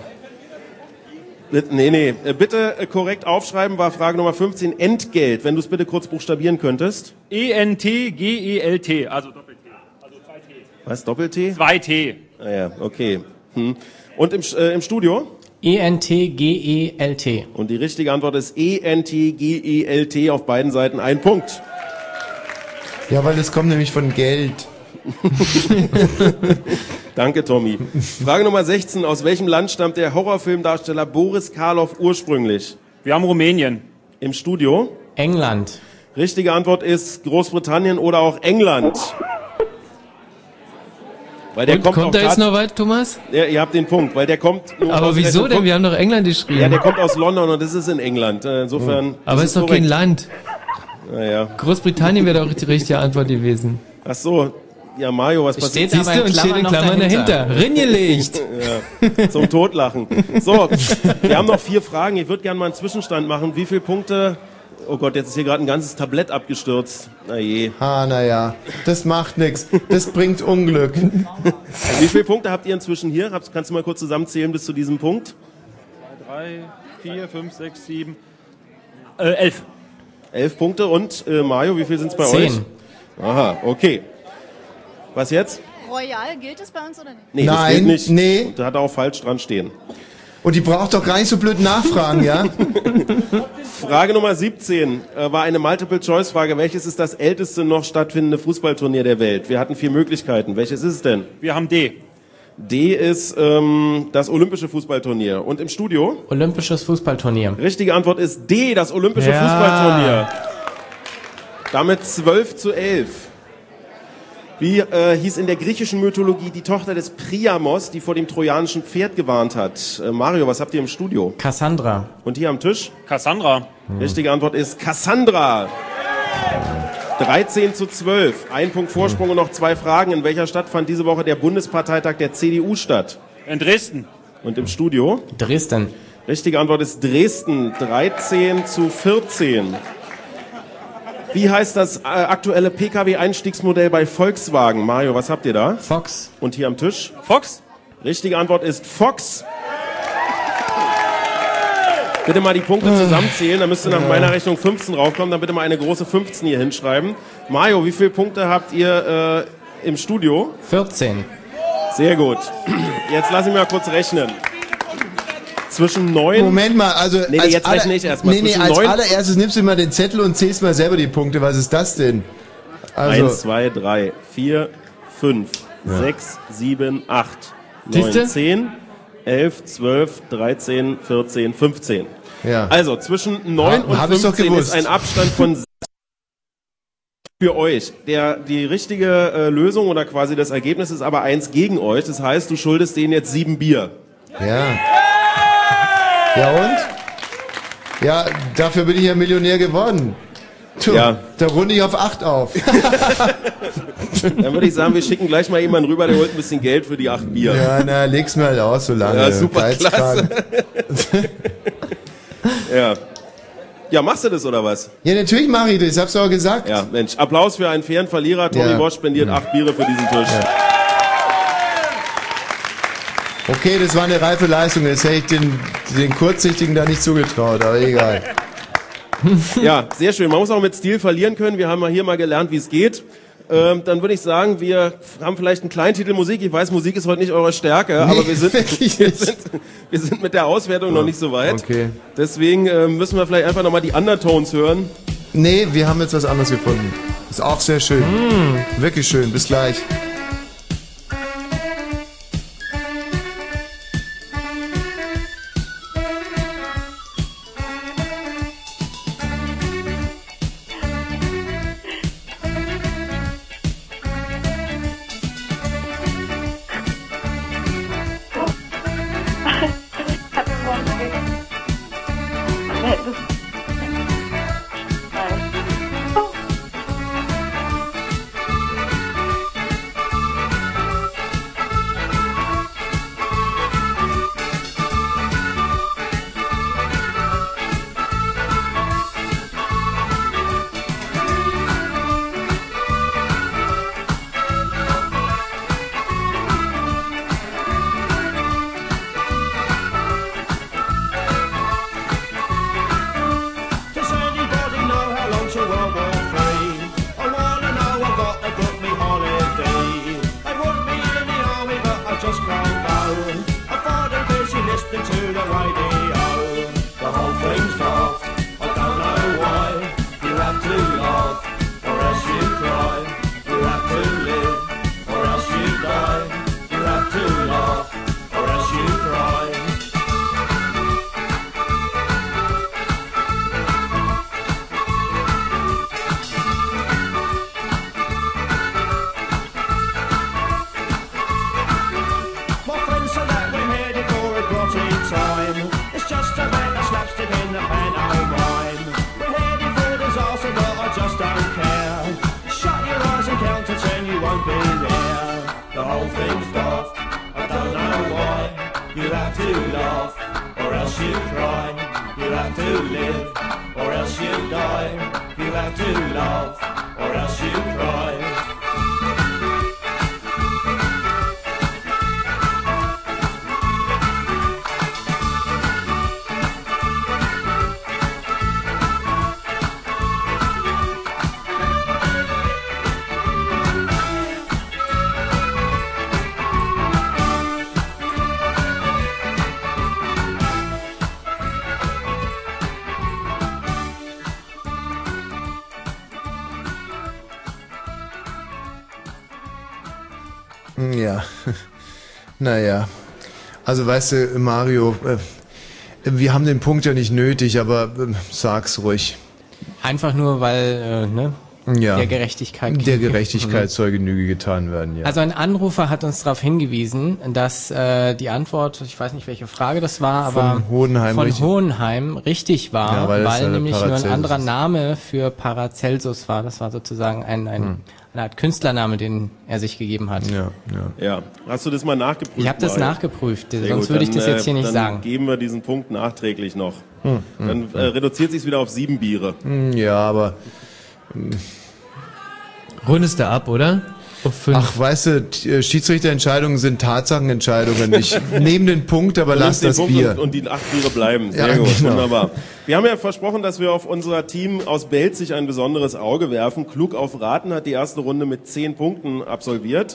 Nee. Bitte korrekt aufschreiben, war Frage Nummer 15. Entgelt, wenn du es bitte kurz buchstabieren könntest. E-N-T-G-E-L-T, also Doppel-T. Also 2 T. Was, Doppel-T? 2 T. Naja, okay. Und im Studio? E-N-T-G-E-L-T. Und die richtige Antwort ist E-N-T-G-E-L-T, auf beiden Seiten 1 Punkt. Ja, weil das kommt nämlich von Geld. Danke, Tommy. Frage Nummer 16. Aus welchem Land stammt der Horrorfilmdarsteller Boris Karloff ursprünglich? Wir haben Rumänien. Im Studio? England. Richtige Antwort ist Großbritannien oder auch England. Weil der kommt da jetzt noch weit, Thomas? Ja, ihr habt den Punkt, weil der kommt... Aber wieso denn? Wir haben doch England geschrieben. Ja, der kommt aus London und das ist in England. Insofern... Aber es ist doch kein Land. Naja. Großbritannien wäre doch die richtige Antwort gewesen. Ach so. Ja, Mario, was passiert? Siehst du, und steht in Klammern dahinter. Rinjelicht. Ja, zum Totlachen. So, wir haben noch 4 Fragen. Ich würde gerne mal einen Zwischenstand machen. Wie viele Punkte... Oh Gott, jetzt ist hier gerade ein ganzes Tablett abgestürzt. Na je. Naja, das macht nichts. Das bringt Unglück. Wie viele Punkte habt ihr inzwischen hier? Kannst du mal kurz zusammenzählen bis zu diesem Punkt? 3, 4, 5, 6, 7, 11. 11 Punkte. Und Mario, wie viel sind es bei 10. euch? Aha, okay. Was jetzt? Royal, gilt das bei uns oder nicht? Nee, das gilt nicht. Nee. Da hat er auch falsch dran stehen. Und die braucht doch gar nicht so blöd nachfragen, ja? Frage Nummer 17 war eine Multiple-Choice-Frage. Welches ist das älteste noch stattfindende Fußballturnier der Welt? Wir hatten 4 Möglichkeiten. Welches ist es denn? Wir haben D. D ist das olympische Fußballturnier. Und im Studio? Olympisches Fußballturnier. Richtige Antwort ist D, das olympische Fußballturnier. Damit 12:11. Wie hieß in der griechischen Mythologie die Tochter des Priamos, die vor dem trojanischen Pferd gewarnt hat? Mario, was habt ihr im Studio? Cassandra. Und hier am Tisch? Cassandra. Richtige Antwort ist Cassandra. 13:12. Ein Punkt Vorsprung und noch 2 Fragen. In welcher Stadt fand diese Woche der Bundesparteitag der CDU statt? In Dresden. Und im Studio? Dresden. Richtige Antwort ist Dresden. 13:14. Wie heißt das aktuelle Pkw-Einstiegsmodell bei Volkswagen? Mario, was habt ihr da? Fox. Und hier am Tisch? Fox. Richtige Antwort ist Fox. Bitte mal die Punkte zusammenzählen, da müsste nach meiner Rechnung 15 raufkommen, dann bitte mal eine große 15 hier hinschreiben. Mario, wie viele Punkte habt ihr im Studio? 14. Sehr gut. Jetzt lass ich mal kurz rechnen. Zwischen 9... Moment mal, also... Nee, jetzt rechne ich erstmal. Nee, als allererstes nimmst du mal den Zettel und zählst mal selber die Punkte. Was ist das denn? Also 1, 2, 3, 4, 5, 6, 7, 8, 9, 10, 11, 12, 13, 14, 15. Ja. Also zwischen 9 und 15 ist ein Abstand von 6 für euch. Die richtige Lösung oder quasi das Ergebnis ist aber 1 gegen euch. Das heißt, du schuldest denen jetzt 7 Bier. Ja. Ja und? Ja, dafür bin ich ja Millionär geworden. Da runde ich auf 8 auf. Dann würde ich sagen, wir schicken gleich mal jemanden rüber, der holt ein bisschen Geld für die 8 Bier. Ja, na, leg's mir halt aus so lange. Ja, super, klasse. Ja, machst du das oder was? Ja, natürlich mache ich das, hab's doch gesagt. Ja, Mensch, Applaus für einen fairen Verlierer. Toni Bosch spendiert 8 Biere für diesen Tisch. Ja. Okay, das war eine reife Leistung. Jetzt hätte ich den Kurzsichtigen da nicht zugetraut, aber egal. Ja, sehr schön. Man muss auch mit Stil verlieren können. Wir haben hier mal gelernt, wie es geht. Dann würde ich sagen, wir haben vielleicht einen kleinen Titel Musik. Ich weiß, Musik ist heute nicht eure Stärke, aber wir sind mit der Auswertung noch nicht so weit. Okay. Deswegen müssen wir vielleicht einfach nochmal die Undertones hören. Nee, wir haben jetzt was anderes gefunden. Ist auch sehr schön. Wirklich schön. Bis gleich. Naja, also weißt du, Mario, wir haben den Punkt ja nicht nötig, aber sag's ruhig. Einfach nur, weil, der Gerechtigkeit soll Genüge getan werden, ja. Also ein Anrufer hat uns darauf hingewiesen, dass die Antwort, ich weiß nicht, welche Frage das war, aber von Hohenheim richtig war, ja, weil nämlich nur ein anderer Name für Paracelsus war. Das war sozusagen eine Art Künstlername, den er sich gegeben hat. Ja. Hast du das mal nachgeprüft? Ich habe das nachgeprüft, sonst würde ich das jetzt hier nicht sagen. Dann geben wir diesen Punkt nachträglich noch. Dann reduziert sich's wieder auf 7 Biere. Ja, aber... Rundest du ab, oder? Auf 5. Ach, weißt du, Schiedsrichterentscheidungen sind Tatsachenentscheidungen. Ich nehme den Punkt, aber lass das Bier. Und die 8 Biere bleiben. Sehr gut, genau. Wunderbar. Wir haben ja versprochen, dass wir auf unser Team aus Belzig ein besonderes Auge werfen. Klug auf Raten hat die erste Runde mit 10 Punkten absolviert.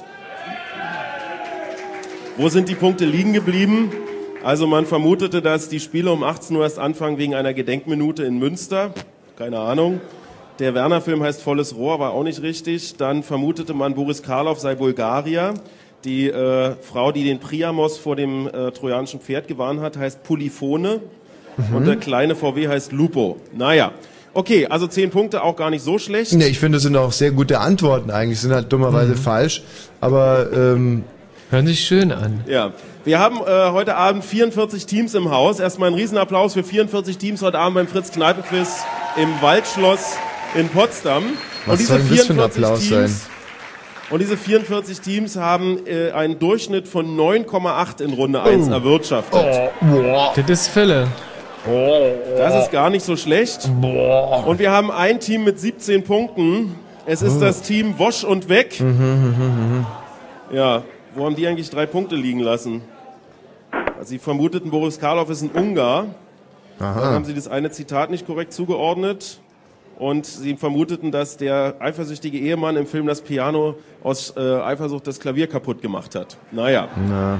Wo sind die Punkte liegen geblieben? Also man vermutete, dass die Spiele um 18 Uhr erst anfangen wegen einer Gedenkminute in Münster. Keine Ahnung. Der Werner-Film heißt Volles Rohr, war auch nicht richtig. Dann vermutete man, Boris Karloff sei Bulgarier. Die Frau, die den Priamos vor dem trojanischen Pferd gewarnt hat, heißt Polyphone. Und der kleine VW heißt Lupo. Naja. Okay, also 10 Punkte, auch gar nicht so schlecht. Nee, ich finde, das sind auch sehr gute Antworten eigentlich. Sind halt dummerweise falsch. Aber hören sich schön an. Ja. Wir haben heute Abend 44 Teams im Haus. Erstmal einen Riesenapplaus für 44 Teams heute Abend beim Fritz-Kneipen-Quiz im Waldschloss in Potsdam. Was soll denn das für ein Applaus sein? Und diese 44 Teams haben einen Durchschnitt von 9,8 in Runde 1 erwirtschaftet. Das ist Fülle. Das ist gar nicht so schlecht. Und wir haben ein Team mit 17 Punkten. Es ist das Team Wosch und Weg. Ja, wo haben die eigentlich 3 Punkte liegen lassen? Also sie vermuteten, Boris Karloff ist ein Ungar. Dann haben sie das eine Zitat nicht korrekt zugeordnet. Und sie vermuteten, dass der eifersüchtige Ehemann im Film Das Piano aus Eifersucht das Klavier kaputt gemacht hat. Naja.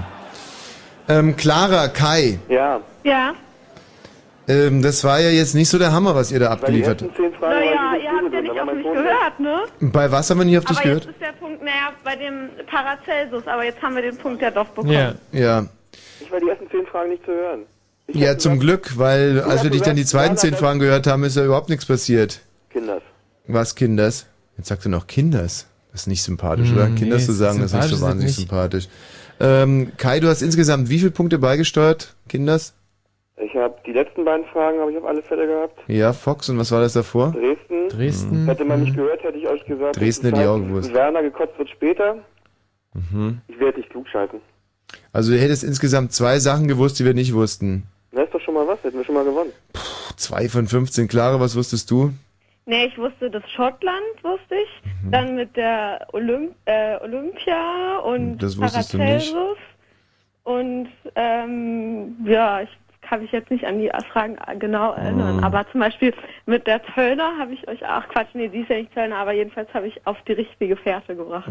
Clara, Kai. Ja. Ja. Das war ja jetzt nicht so der Hammer, was ihr da abgeliefert habt. Naja, ihr habt ja nicht auf mich gehört, ne? Bei was haben wir nicht auf dich gehört? Aber jetzt ist der Punkt, bei dem Paracelsus, aber jetzt haben wir den Punkt ja doch bekommen. Ja. Ich war die ersten 10 Fragen nicht zu hören. Ja, zum Glück, weil als wir dich dann die zweiten 10 Fragen gehört haben, ist ja überhaupt nichts passiert. Kinders. Was Kinders? Jetzt sagst du noch Kinders. Das ist nicht sympathisch, oder? Kinders zu sagen, das ist nicht so wahnsinnig sympathisch. Kai, du hast insgesamt wie viele Punkte beigesteuert, Kinders? Ich habe die letzten beiden Fragen habe ich auf alle Fälle gehabt. Ja, Fox, und was war das davor? Dresden. Hätte man nicht gehört, hätte ich euch gesagt. Dresden hätte ich auch gewusst. Werner gekotzt wird später. Ich werde dich klugschalten. Also du hättest insgesamt 2 Sachen gewusst, die wir nicht wussten. Das ist doch schon mal was, hätten wir schon mal gewonnen. 2 von 15, Clara, was wusstest du? Nee, ich wusste das Schottland, wusste ich. Dann mit der Olympia und das wusstest du nicht. Und ich kann mich jetzt nicht an die Fragen genau erinnern. Aber zum Beispiel mit der Zöllner habe ich euch auch, sie ist ja nicht Zöllner, aber jedenfalls habe ich auf die richtige Fährte gebracht.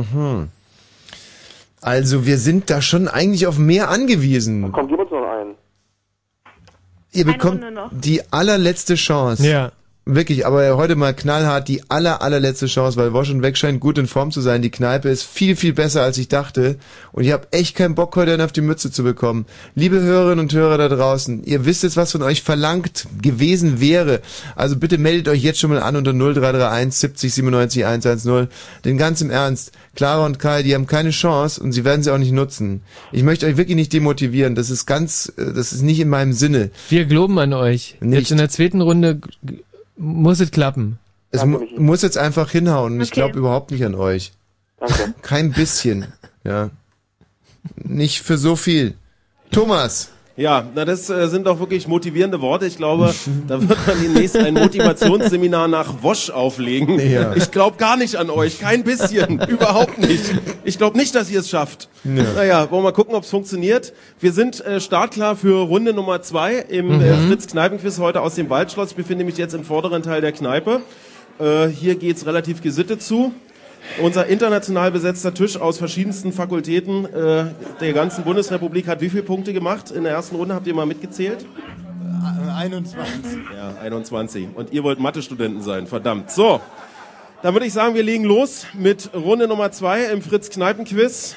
Also wir sind da schon eigentlich auf mehr angewiesen. Komm, gib uns noch einen. Ihr bekommt die allerletzte Chance. Ja. Wirklich, aber heute mal knallhart die allerletzte Chance, weil Wosch und Weg scheint gut in Form zu sein. Die Kneipe ist viel, viel besser, als ich dachte. Und ich habe echt keinen Bock, heute einen auf die Mütze zu bekommen. Liebe Hörerinnen und Hörer da draußen, ihr wisst jetzt, was von euch verlangt gewesen wäre. Also bitte meldet euch jetzt schon mal an unter 0331 70 97 110. Denn ganz im Ernst, Clara und Kai, die haben keine Chance und sie werden sie auch nicht nutzen. Ich möchte euch wirklich nicht demotivieren. Das ist nicht in meinem Sinne. Wir glauben an euch. Nicht. Jetzt in der zweiten Runde muss es klappen. Es muss jetzt einfach hinhauen. Ich glaube überhaupt nicht an euch. Danke. Kein bisschen. Ja. Nicht für so viel. Thomas. Ja, das sind doch wirklich motivierende Worte. Ich glaube, da wird man demnächst ein Motivationsseminar nach Wosch auflegen. Ja. Ich glaube gar nicht an euch. Kein bisschen. Überhaupt nicht. Ich glaube nicht, dass ihr es schafft. Ja. Naja, wollen wir mal gucken, ob es funktioniert. Wir sind startklar für Runde Nummer 2 im Fritz-Kneipen-Quiz heute aus dem Waldschloss. Ich befinde mich jetzt im vorderen Teil der Kneipe. Hier geht's relativ gesittet zu. Unser international besetzter Tisch aus verschiedensten Fakultäten der ganzen Bundesrepublik hat wie viele Punkte gemacht in der ersten Runde? Habt ihr mal mitgezählt? 21. Ja, 21. Und ihr wollt Mathe-Studenten sein, verdammt. So, dann würde ich sagen, wir legen los mit Runde Nummer 2 im Fritz-Kneipen-Quiz.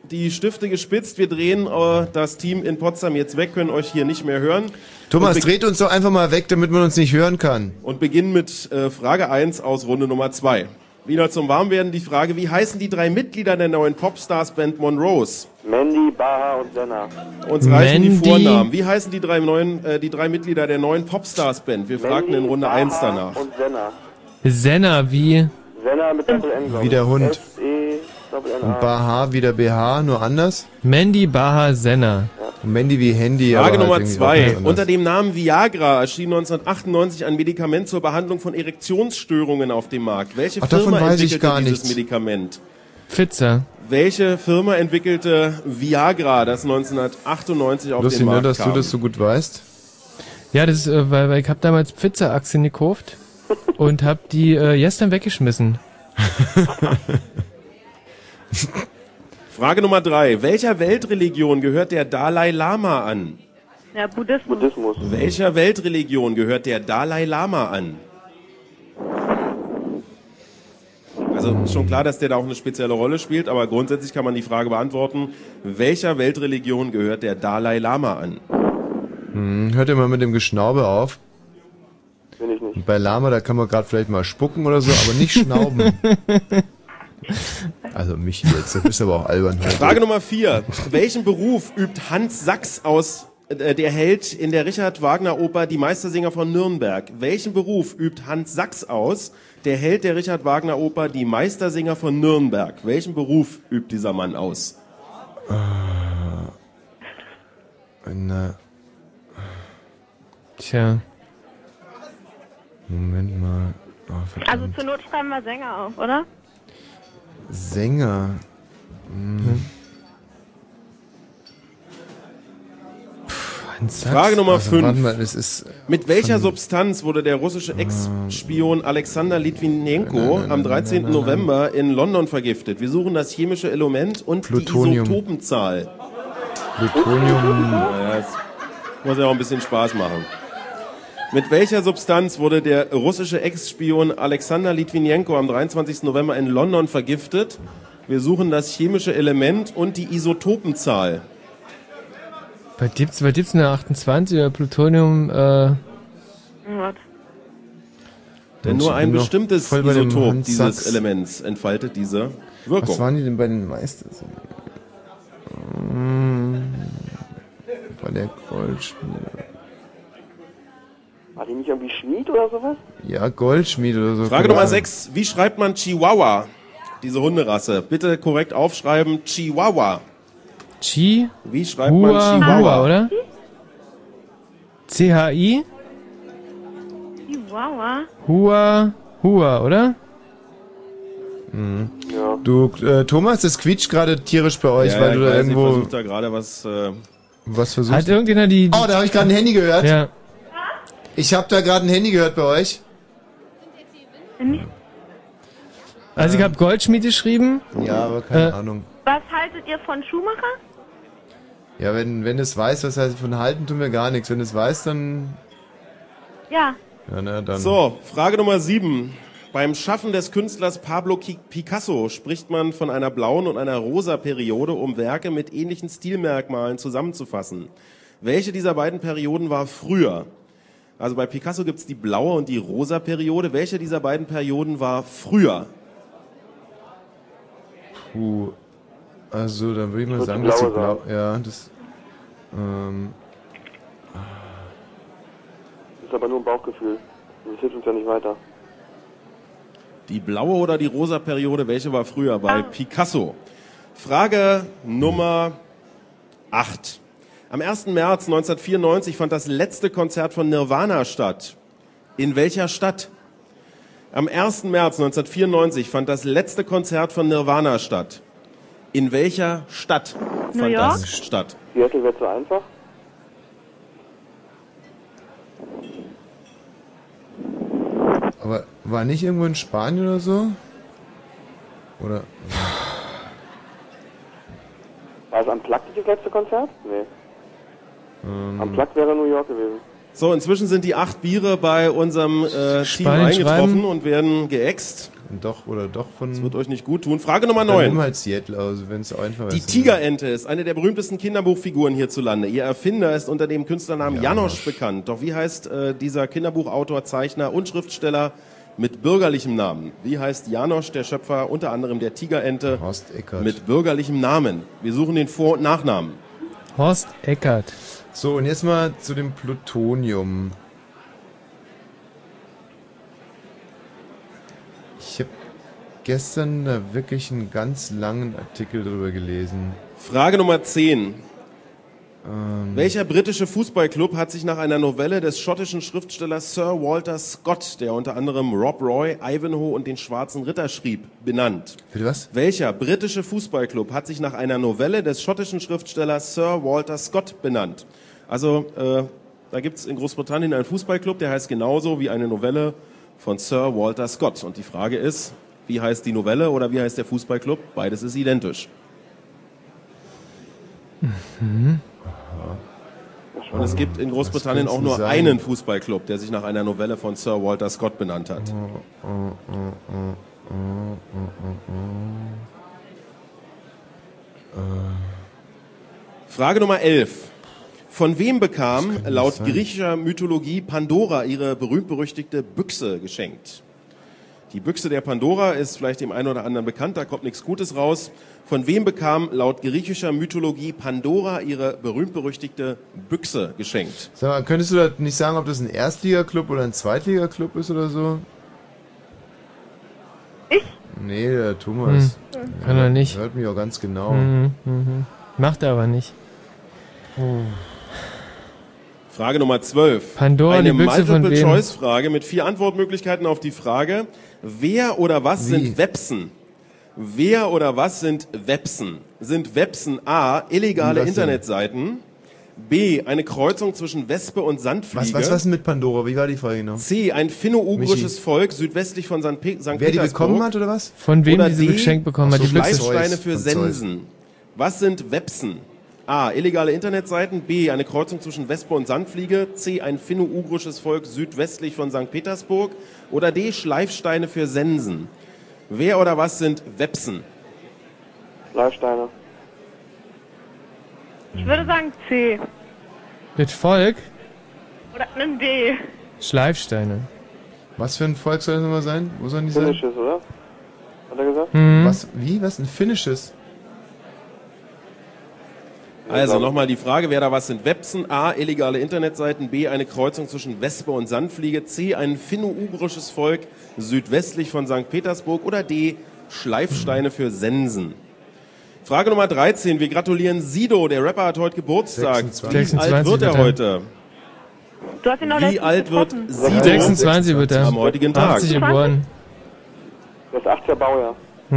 die Stifte gespitzt. Wir drehen das Team in Potsdam jetzt weg, können euch hier nicht mehr hören. Thomas, dreht uns doch einfach mal weg, damit man uns nicht hören kann. Und beginnen mit Frage 1 aus Runde Nummer 2. Wieder zum Warmwerden die Frage, wie heißen die 3 Mitglieder der neuen Popstars-Band Monrose? Mandy, Baha und Senna. Uns reichen die Vornamen. Wie heißen die 3 Mitglieder der neuen Popstars-Band? Wir fragten in Runde 1 danach. Und Senna. Senna wie? Senna mit Doppel-N. Wie der Hund. S-E-Doppel-N-A. Und Baha wie der BH, nur anders? Mandy, Baha, Senna. Und Mandy wie Handy. Frage aber Nummer halt 2. Unter dem Namen Viagra erschien 1998 ein Medikament zur Behandlung von Erektionsstörungen auf dem Markt. Welche Firma entwickelte dieses Medikament? Pfizer. Welche Firma entwickelte Viagra, das 1998 auf Lustig, den Markt dass kam? du das so gut weißt. Ja, das ist, weil ich habe damals Pfizer-Aktien gekauft und habe die gestern weggeschmissen. Frage Nummer 3. Welcher Weltreligion gehört der Dalai Lama an? Ja, Buddhismus. Welcher Weltreligion gehört der Dalai Lama an? Also ist schon klar, dass der da auch eine spezielle Rolle spielt, aber grundsätzlich kann man die Frage beantworten, welcher Weltreligion gehört der Dalai Lama an? Hört ihr mal mit dem Geschnaube auf. Bin ich nicht. Und bei Lama, da kann man gerade vielleicht mal spucken oder so, aber nicht schnauben. Also Michi jetzt, du bist aber auch albern. Frage Nummer 4. Welchen Beruf übt Hans Sachs aus, der Held in der Richard Wagner Oper Die Meistersinger von Nürnberg? Welchen Beruf übt Hans Sachs aus, der Held der Richard Wagner Oper Die Meistersinger von Nürnberg? Welchen Beruf übt dieser Mann aus? Tja. Moment mal. Oh, Also zur Not schreiben wir Sänger auf, oder? Sänger. Frage Nummer 5. Warte mal, das ist Mit welcher Substanz wurde der russische Ex-Spion Alexander Litvinenko am 13. November in London vergiftet? Wir suchen das chemische Element und Plutonium. die Isotopenzahl. Plutonium. Naja, das muss ja auch ein bisschen Spaß machen. Mit welcher Substanz wurde der russische Ex-Spion Alexander Litvinenko am 23. November in London vergiftet? Wir suchen das chemische Element und die Isotopenzahl. Was gibt's eine 28 oder Plutonium? Was? Denn nur ein bestimmtes Isotop dieses Sachs. Elements entfaltet diese Wirkung. Was waren die denn bei den Meistern? Bei der Goldschmiede. War die nicht irgendwie Schmied oder sowas? Ja, Goldschmied oder so. Frage Nummer 6. Wie schreibt man Chihuahua? Diese Hunderasse. Bitte korrekt aufschreiben. Chihuahua. Wie schreibt man Chihuahua? Oder? C-H-I? Chihuahua. Hua, oder? Ja. Du, Thomas, das quietscht gerade tierisch bei euch, Ja, weil du da irgendwo... Ich versuche da gerade was versuchst Hat irgendjemand die... Oh, da habe ich gerade ein Handy gehört. Ja. Ich habe da gerade ein Handy gehört bei euch. Also ich habe Goldschmied geschrieben. Ja, aber keine Ahnung. Was haltet ihr von Schumacher? Ja, wenn es weiß, was heißt von halten, tun wir gar nichts. Wenn es weiß, dann... Ja. Ja, na, dann... So, Frage Nummer 7. Beim Schaffen des Künstlers Pablo Picasso spricht man von einer blauen und einer rosa Periode, um Werke mit ähnlichen Stilmerkmalen zusammenzufassen. Welche dieser beiden Perioden war früher? Also bei Picasso gibt's die blaue und die rosa Periode. Welche dieser beiden Perioden war früher? Puh. Also, dann würde ich mal sagen, dass die blau... Ja, das... Das ist aber nur ein Bauchgefühl. Das hilft uns ja nicht weiter. Die blaue oder die rosa Periode, welche war früher bei Picasso? Frage Nummer 8. Am 1. März 1994 fand das letzte Konzert von Nirvana statt. In welcher Stadt? Am 1. März 1994 fand das letzte Konzert von Nirvana statt. In welcher Stadt fand das statt? Seattle wäre zu einfach. Aber war nicht irgendwo in Spanien oder so? Oder? War es Unplugged das letzte Konzert? Nee. Unplugged wäre New York gewesen. So, inzwischen sind die 8 Biere bei unserem Team eingetroffen und werden geäxt. Doch von... Das wird euch nicht gut tun. Frage Nummer 9. Nimm halt Seattle aus, wenn es einfach ist. Die Tigerente ist eine der berühmtesten Kinderbuchfiguren hierzulande. Ihr Erfinder ist unter dem Künstlernamen Janosch bekannt. Doch wie heißt dieser Kinderbuchautor, Zeichner und Schriftsteller mit bürgerlichem Namen? Wie heißt Janosch, der Schöpfer unter anderem der Tigerente, Horst Eckert. mit bürgerlichem Namen? Wir suchen den Vor- und Nachnamen. Horst Eckert. So, und jetzt mal zu dem Plutonium. Ich habe gestern da wirklich einen ganz langen Artikel drüber gelesen. Frage Nummer 10. Welcher britische Fußballclub hat sich nach einer Novelle des schottischen Schriftstellers Sir Walter Scott, der unter anderem Rob Roy, Ivanhoe und den Schwarzen Ritter schrieb, benannt? Bitte was? Welcher britische Fußballclub hat sich nach einer Novelle des schottischen Schriftstellers Sir Walter Scott benannt? Also, da gibt es in Großbritannien einen Fußballclub, der heißt genauso wie eine Novelle von Sir Walter Scott. Und die Frage ist, wie heißt die Novelle oder wie heißt der Fußballclub? Beides ist identisch. Mhm. Und es gibt in Großbritannien auch nur einen Fußballclub, der sich nach einer Novelle von Sir Walter Scott benannt hat. Frage Nummer 11. Von wem bekam laut griechischer Mythologie Pandora ihre berühmt-berüchtigte Büchse geschenkt? Die Büchse der Pandora ist vielleicht dem einen oder anderen bekannt, da kommt nichts Gutes raus. Von wem bekam laut griechischer Mythologie Pandora ihre berühmt-berüchtigte Büchse geschenkt? Sag mal, könntest du da nicht sagen, ob das ein Erstliga-Club oder ein Zweitliga-Club ist oder so? Ich? Nee, der Thomas. Kann er nicht. Hört mich auch ganz genau. Macht er aber nicht. Frage Nummer 12. Pandora, eine die Büchse von wem? Multiple-Choice-Frage mit 4 Antwortmöglichkeiten auf die Frage, wer oder was sind Websen? Wer oder was sind Websen? Sind Websen A, illegale Internetseiten, B, eine Kreuzung zwischen Wespe und Sandfliege? Was mit Pandora? Wie war die Frage genau? C, ein finno-ugrisches Volk südwestlich von St. Petersburg. Wer die bekommen hat oder was? Von wem oder diese D, geschenkt bekommen hat? Die Schleifsteine für Sensen. Was sind Websen? A, illegale Internetseiten, B, eine Kreuzung zwischen Wespe und Sandfliege, C, ein finno-ugrisches Volk südwestlich von St. Petersburg oder D, Schleifsteine für Sensen. Wer oder was sind Websen? Schleifsteine. Ich würde sagen C. Mit Volk? Oder ein D. Schleifsteine. Was für ein Volk soll das nochmal sein? Wo sollen die sein? Finnisches, oder? Hat er gesagt? Was? Wie? Was? Ein finnisches? Also nochmal die Frage, wer da was sind Websen? A, illegale Internetseiten, B, eine Kreuzung zwischen Wespe und Sandfliege, C, ein finno-ugrisches Volk südwestlich von St. Petersburg oder D, Schleifsteine für Sensen. Frage Nummer 13, wir gratulieren Sido, der Rapper hat heute Geburtstag. 26. Wie alt wird er heute? Du hast ihn noch Wie alt wird Sido 26 wird er. am heutigen Tag? 80 geboren. Das 80er Baujahr.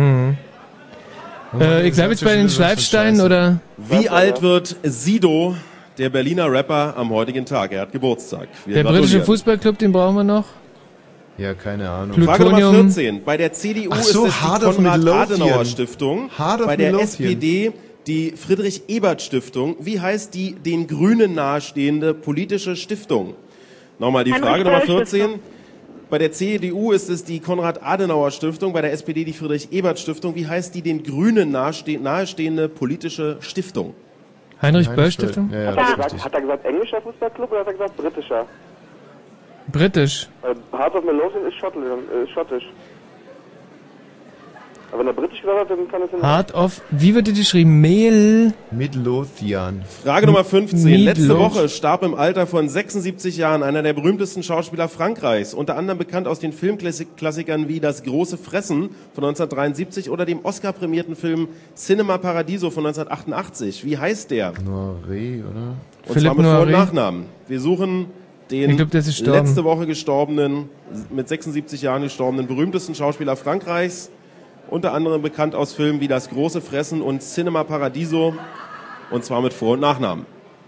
Ich bleibe jetzt bei den Schleifsteinen, oder? Wie alt wird Sido, der Berliner Rapper, am heutigen Tag? Er hat Geburtstag. Der britische Fußballclub, den brauchen wir noch. Ja, keine Ahnung. Frage Nummer 14. Bei der CDU ist es die Konrad-Adenauer-Stiftung. Bei der SPD die Friedrich-Ebert-Stiftung. Wie heißt die den Grünen nahestehende politische Stiftung? Nochmal die Frage Nummer 14. Bei der CDU ist es die Konrad-Adenauer-Stiftung, bei der SPD die Friedrich-Ebert-Stiftung. Wie heißt die den Grünen nahestehende politische Stiftung? Heinrich-Böll-Stiftung? Ja, hat er gesagt englischer Fußballclub oder hat er gesagt britischer? Britisch. Heart of Midlothian ist schottisch. Aber wenn er britisch gesagt hat, dann kann es hin. Heart of, wie wird die geschrieben? Midlothian. Frage Nummer 15. Letzte Woche starb im Alter von 76 Jahren einer der berühmtesten Schauspieler Frankreichs, unter anderem bekannt aus den Filmklassikern wie Das große Fressen von 1973 oder dem Oscar-prämierten Film Cinema Paradiso von 1988. Wie heißt der? Noiret, oder? Und zwar mit Vor- und Nachnamen. Wir suchen den letzte Woche gestorbenen, mit 76 Jahren gestorbenen, berühmtesten Schauspieler Frankreichs, unter anderem bekannt aus Filmen wie Das große Fressen und Cinema Paradiso, und zwar mit Vor- und Nachnamen.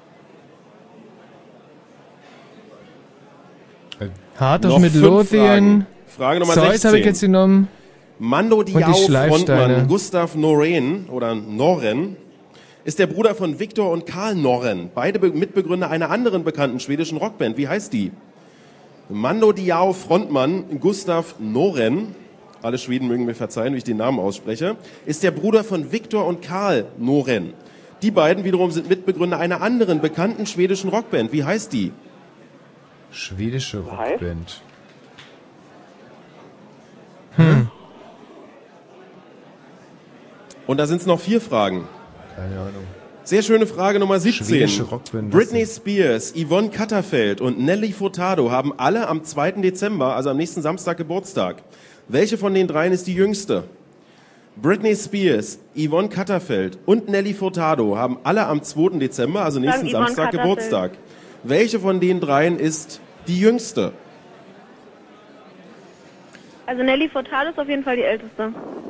Heart of Midlothian. Frage Nummer Zeus 16. habe ich jetzt genommen. Mando Diao-Frontmann Gustav Norén oder Norren ist der Bruder von Viktor und Karl Norren, beide Mitbegründer einer anderen bekannten schwedischen Rockband. Wie heißt die? Mando Diao-Frontmann Gustav Norén alle Schweden mögen mir verzeihen, wie ich den Namen ausspreche, ist der Bruder von Viktor und Karl Noren. Die beiden wiederum sind Mitbegründer einer anderen bekannten schwedischen Rockband. Wie heißt die? Schwedische Rockband. Und da sind es noch 4 Fragen. Keine Ahnung. Sehr schöne Frage Nummer 17. Schwedische Rockband. Britney Spears, Yvonne Katterfeld und Nelly Furtado haben alle am 2. Dezember, also am nächsten Samstag, Geburtstag. Welche von den dreien ist die jüngste? Britney Spears, Yvonne Katterfeld und Nelly Furtado haben alle am 2. Dezember, also nächsten Samstag, Geburtstag. Welche von den dreien ist die jüngste? Also Nelly Furtado ist auf jeden Fall die älteste.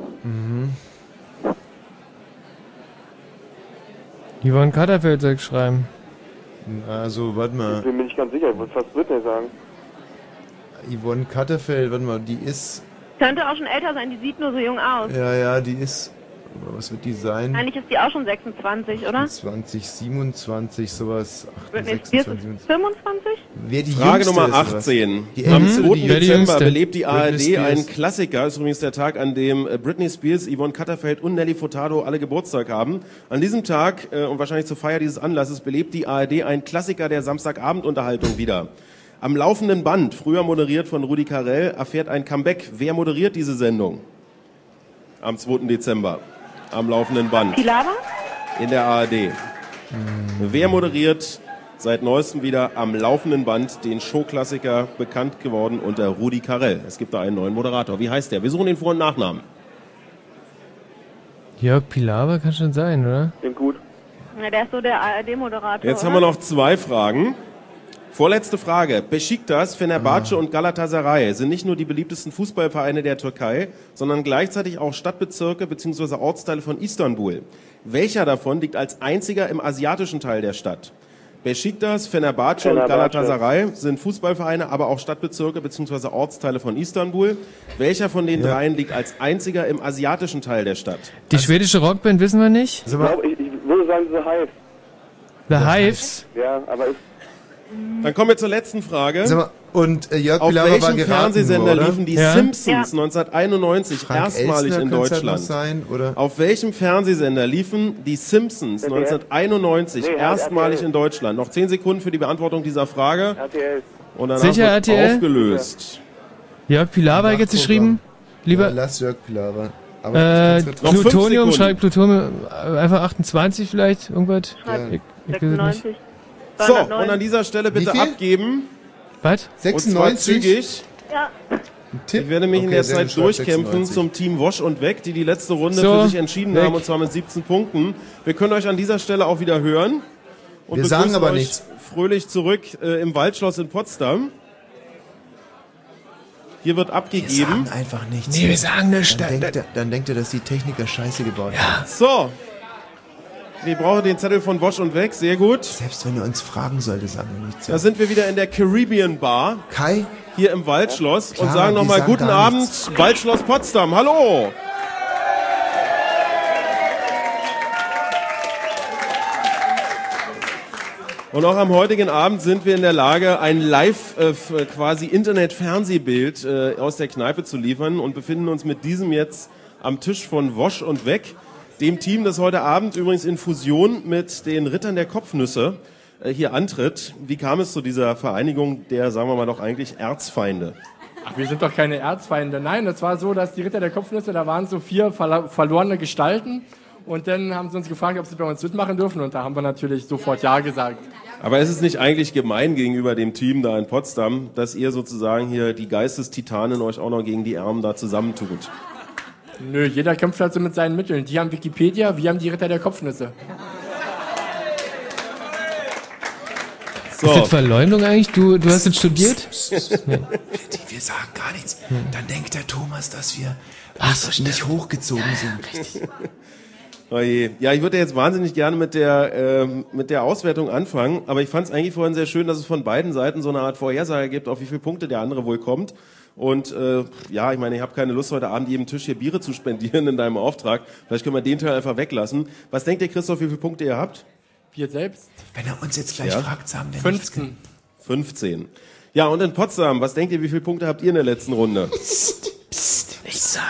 Yvonne Katterfeld soll ich schreiben. Also, warte mal. Ich bin mir nicht ganz sicher, ich würde fast Britney sagen. Yvonne Katterfeld, warte mal, die ist... Könnte auch schon älter sein, die sieht nur so jung aus. Ja, die ist... Was wird die sein? Eigentlich ist die auch schon 26, oder? 20, 27, sowas. 28, 26, 25? Wer die Frage jüngste Nummer ist, 18. Die Am älteste, 2. die Dezember belebt die ARD Britney Spears. einen Klassiker. Das ist übrigens der Tag, an dem Britney Spears, Yvonne Katterfeld und Nelly Furtado alle Geburtstag haben. An diesem Tag und wahrscheinlich zur Feier dieses Anlasses belebt die ARD einen Klassiker der Samstagabendunterhaltung wieder. Am laufenden Band, früher moderiert von Rudi Carrell, erfährt ein Comeback. Wer moderiert diese Sendung? Am 2. Dezember. Am laufenden Band. Pilawa? In der ARD. Wer moderiert seit neuestem wieder am laufenden Band den Showklassiker, bekannt geworden unter Rudi Carrell? Es gibt da einen neuen Moderator. Wie heißt der? Wir suchen den Vor- und Nachnamen. Jörg Pilawa kann schon sein, oder? Klingt gut. Ja, der ist so der ARD-Moderator. Jetzt haben wir noch 2 Fragen. Vorletzte Frage. Beşiktaş, Fenerbahce und Galatasaray sind nicht nur die beliebtesten Fußballvereine der Türkei, sondern gleichzeitig auch Stadtbezirke bzw. Ortsteile von Istanbul. Welcher davon liegt als einziger im asiatischen Teil der Stadt? Beşiktaş, Fenerbahce und Galatasaray sind Fußballvereine, aber auch Stadtbezirke bzw. Ortsteile von Istanbul. Welcher von den dreien liegt als einziger im asiatischen Teil der Stadt? Die schwedische Rockband wissen wir nicht. Ich würde sagen The Hives. The Hives? Ja, aber ist... Dann kommen wir zur letzten Frage. Sag mal, und Jörg Auf Pilawa war welchem geraten, Fernsehsender oder? liefen die Simpsons 1991 Frank erstmalig Elstner in könnte es ja Deutschland? noch sein, oder? Auf welchem Fernsehsender liefen die Simpsons 1991 erstmalig in Deutschland? Noch 10 Sekunden für die Beantwortung dieser Frage. RTL. Und danach Sicher wird RTL? aufgelöst. Jörg Pilawa hat jetzt geschrieben. Lieber. Ja, lass Jörg Pilawa. Aber Plutonium, schreibt Plutonium, einfach 28 vielleicht, irgendwas. Schreibt Ich weiß es nicht. 96. So, und an dieser Stelle bitte Wie viel? abgeben. Was? Und zwar zügig. Ja. Ich werde mich in der sehr Zeit gut, durchkämpfen 96. zum Team Wosch und Weg, die letzte Runde So, für sich entschieden weg. haben, und zwar mit 17 Punkten. Wir können euch an dieser Stelle auch wieder hören. Und Wir sagen begrüßen aber euch nichts. fröhlich zurück im Waldschloss in Potsdam. Hier wird Wir abgegeben. sagen einfach nichts. Nee, wir sagen nichts. Dann denkt er, dass die Techniker Scheiße gebaut haben. So. Wir brauchen den Zettel von Wosch und Weg, sehr gut. Selbst wenn er uns fragen sollte, sagen wir nichts. Da sind wir wieder in der Caribbean Bar. Kai? Hier im Waldschloss. Klar, und sagen die nochmal sagen guten gar Abend, nichts. Waldschloss Potsdam. Hallo! Und auch am heutigen Abend sind wir in der Lage, ein live quasi Internet-Fernsehbild aus der Kneipe zu liefern und befinden uns mit diesem jetzt am Tisch von Wosch und Weg, dem Team, das heute Abend übrigens in Fusion mit den Rittern der Kopfnüsse hier antritt. Wie kam es zu dieser Vereinigung der, sagen wir mal doch eigentlich, Erzfeinde? Ach, wir sind doch keine Erzfeinde. Nein, es war so, dass die Ritter der Kopfnüsse, da waren so 4 verlorene Gestalten. Und dann haben sie uns gefragt, ob sie bei uns mitmachen dürfen. Und da haben wir natürlich sofort Ja gesagt. Aber ist es nicht eigentlich gemein gegenüber dem Team da in Potsdam, dass ihr sozusagen hier die Geistestitanen euch auch noch gegen die Armen da zusammentut? Nö, jeder kämpft halt so mit seinen Mitteln. Die haben Wikipedia, wir haben die Ritter der Kopfnüsse. So. Ist das Verleumdung eigentlich? Du hast jetzt studiert? Nee. Wir sagen gar nichts. Dann denkt der Thomas, dass wir nicht hochgezogen sind. Richtig. Oh je. Ja, ich würde jetzt wahnsinnig gerne mit der Auswertung anfangen, aber ich fand es eigentlich vorhin sehr schön, dass es von beiden Seiten so eine Art Vorhersage gibt, auf wie viele Punkte der andere wohl kommt. Und ja, ich meine, ich habe keine Lust, heute Abend jedem Tisch hier Biere zu spendieren in deinem Auftrag. Vielleicht können wir den Teil einfach weglassen. Was denkt ihr, Christoph, wie viele Punkte ihr habt? Wir selbst? Wenn er uns jetzt gleich fragt, sagen wir 15. 15. Ja, und in Potsdam, was denkt ihr, wie viele Punkte habt ihr in der letzten Runde? Psst, nichts sagen.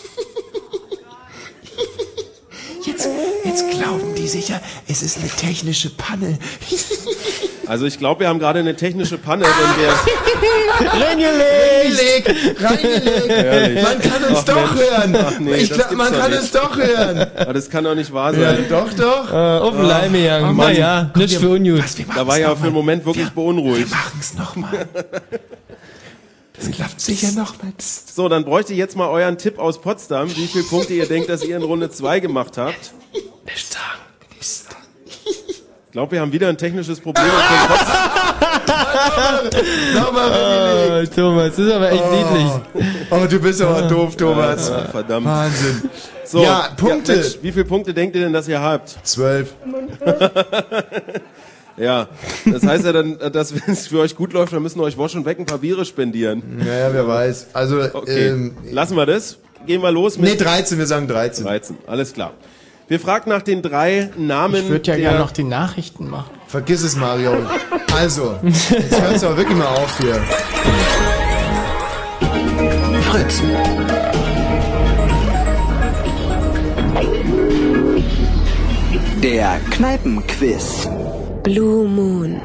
Jetzt glauben die sicher, es ist eine technische Panne. Also ich glaube, wir haben gerade eine technische Panne, wenn wir... Reingelegt. Man kann uns doch hören. Ach nee, ich glaube, man kann uns doch hören. Aber das kann doch nicht wahr sein. Ja, doch. Auf den Leim gegangen. Naja, nicht für ungut. Da war ja für einen Moment wirklich beunruhigt. Wir machen es nochmal. Das klappt sicher nochmal. So, dann bräuchte ich jetzt mal euren Tipp aus Potsdam, wie viele Punkte ihr denkt, dass ihr in Runde 2 gemacht habt. Nicht sagen. Ich glaube, wir haben wieder ein technisches Problem. Nochmal, Thomas, das ist aber echt niedlich. Oh, du bist aber doof, Thomas. Verdammt. Wahnsinn. So, ja, Punkte. Ja, Mensch, wie viele Punkte denkt ihr denn, dass ihr habt? 12. Ja, das heißt ja dann, dass wenn es für euch gut läuft, dann müssen wir euch Wasch und Weg ein paar Biere spendieren. Naja, wer weiß. Also, okay. Lassen wir das. Gehen wir los mit... 13, wir sagen 13. 13, alles klar. Wir fragen nach den 3 Namen. Ich würde ja gerne noch die Nachrichten machen. Vergiss es, Mario. Also, jetzt hört's aber wirklich mal auf hier. Fritz. Der Kneipenquiz. Blue Moon.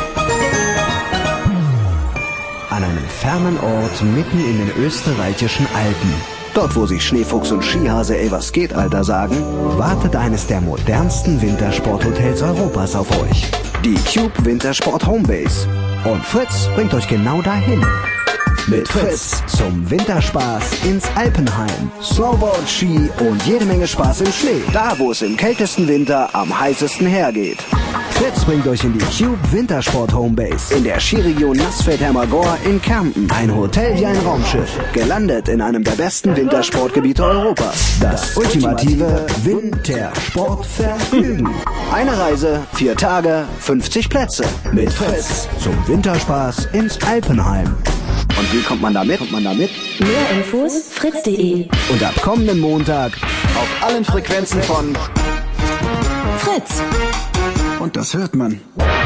An einem fernen Ort mitten in den österreichischen Alpen. Dort, wo sich Schneefuchs und Skihase ey was geht, Alter sagen, wartet eines der modernsten Wintersporthotels Europas auf euch. Die Cube Wintersport Homebase. Und Fritz bringt euch genau dahin. Mit Fritz zum Winterspaß ins Alpenheim. Snowboard, Ski und jede Menge Spaß im Schnee. Da, wo es im kältesten Winter am heißesten hergeht. Fritz bringt euch in die Cube Wintersport Homebase in der Skiregion Nassfeld-Hermagor in Kärnten. Ein Hotel wie ein Raumschiff, gelandet in einem der besten Wintersportgebiete Europas. Das ultimative Wintersportvergnügen. Eine Reise, 4 Tage, 50 Plätze. Mit Fritz zum Winterspaß ins Alpenheim. Und wie kommt man da mit? Mehr Infos fritz.de. Und ab kommenden Montag auf allen Frequenzen von Fritz. Und das hört man.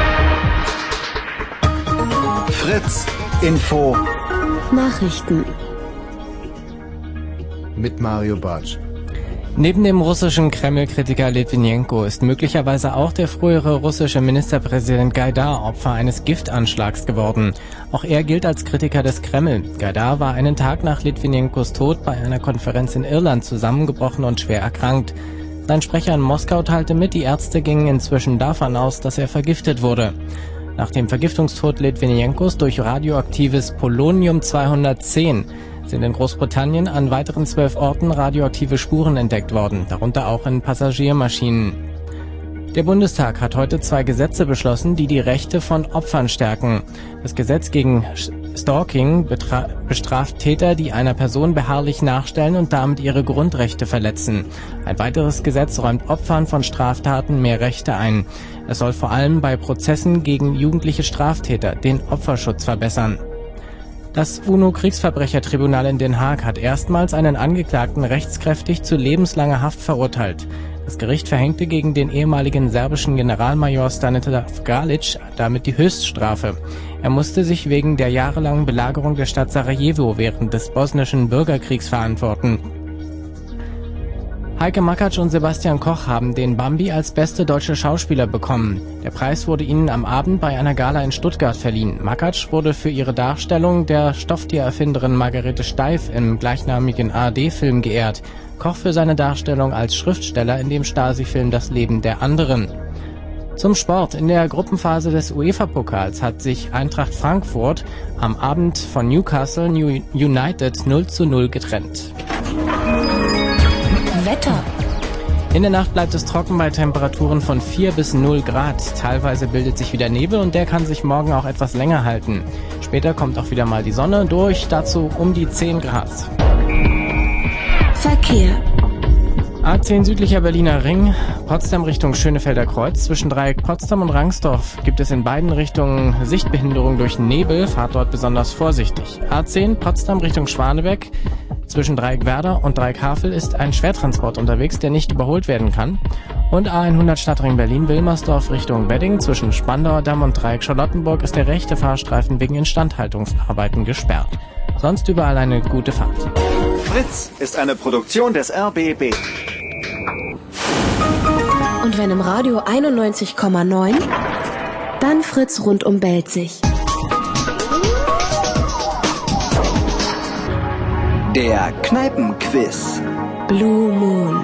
Fritz Info. Nachrichten. Mit Mario Bartsch. Neben dem russischen Kreml-Kritiker Litvinenko ist möglicherweise auch der frühere russische Ministerpräsident Gaidar Opfer eines Giftanschlags geworden. Auch er gilt als Kritiker des Kreml. Gaidar war einen Tag nach Litvinenkos Tod bei einer Konferenz in Irland zusammengebrochen und schwer erkrankt. Sein Sprecher in Moskau teilte mit, die Ärzte gingen inzwischen davon aus, dass er vergiftet wurde. Nach dem Vergiftungstod Litvinenkos durch radioaktives Polonium-210 sind in Großbritannien an weiteren 12 Orten radioaktive Spuren entdeckt worden, darunter auch in Passagiermaschinen. Der Bundestag hat heute 2 Gesetze beschlossen, die die Rechte von Opfern stärken. Das Gesetz gegen Stalking bestraft Täter, die einer Person beharrlich nachstellen und damit ihre Grundrechte verletzen. Ein weiteres Gesetz räumt Opfern von Straftaten mehr Rechte ein. Es soll vor allem bei Prozessen gegen jugendliche Straftäter den Opferschutz verbessern. Das UNO-Kriegsverbrechertribunal in Den Haag hat erstmals einen Angeklagten rechtskräftig zu lebenslanger Haft verurteilt. Das Gericht verhängte gegen den ehemaligen serbischen Generalmajor Stanislav Galic damit die Höchststrafe. Er musste sich wegen der jahrelangen Belagerung der Stadt Sarajevo während des bosnischen Bürgerkriegs verantworten. Heike Makatsch und Sebastian Koch haben den Bambi als beste deutsche Schauspieler bekommen. Der Preis wurde ihnen am Abend bei einer Gala in Stuttgart verliehen. Makatsch wurde für ihre Darstellung der Stofftiererfinderin Margarete Steif im gleichnamigen ARD-Film geehrt. Koch für seine Darstellung als Schriftsteller in dem Stasi-Film Das Leben der anderen. Zum Sport. In der Gruppenphase des UEFA-Pokals hat sich Eintracht Frankfurt am Abend von Newcastle United 0:0 getrennt. Wetter. In der Nacht bleibt es trocken bei Temperaturen von 4 bis 0 Grad. Teilweise bildet sich wieder Nebel und der kann sich morgen auch etwas länger halten. Später kommt auch wieder mal die Sonne durch, dazu um die 10 Grad. Verkehr. A10 südlicher Berliner Ring, Potsdam Richtung Schönefelder Kreuz. Zwischen Dreieck Potsdam und Rangsdorf gibt es in beiden Richtungen Sichtbehinderung durch Nebel. Fahrt dort besonders vorsichtig. A10 Potsdam Richtung Schwanebeck. Zwischen Dreieck Werder und Dreieck Havel ist ein Schwertransport unterwegs, der nicht überholt werden kann. Und A100 Stadtring Berlin-Wilmersdorf Richtung Wedding. Zwischen Spandauer Damm und Dreieck Charlottenburg ist der rechte Fahrstreifen wegen Instandhaltungsarbeiten gesperrt. Sonst überall eine gute Fahrt. Fritz ist eine Produktion des RBB. Und wenn im Radio 91,9, dann Fritz rundum Belzig. Der Kneipenquiz. Blue Moon.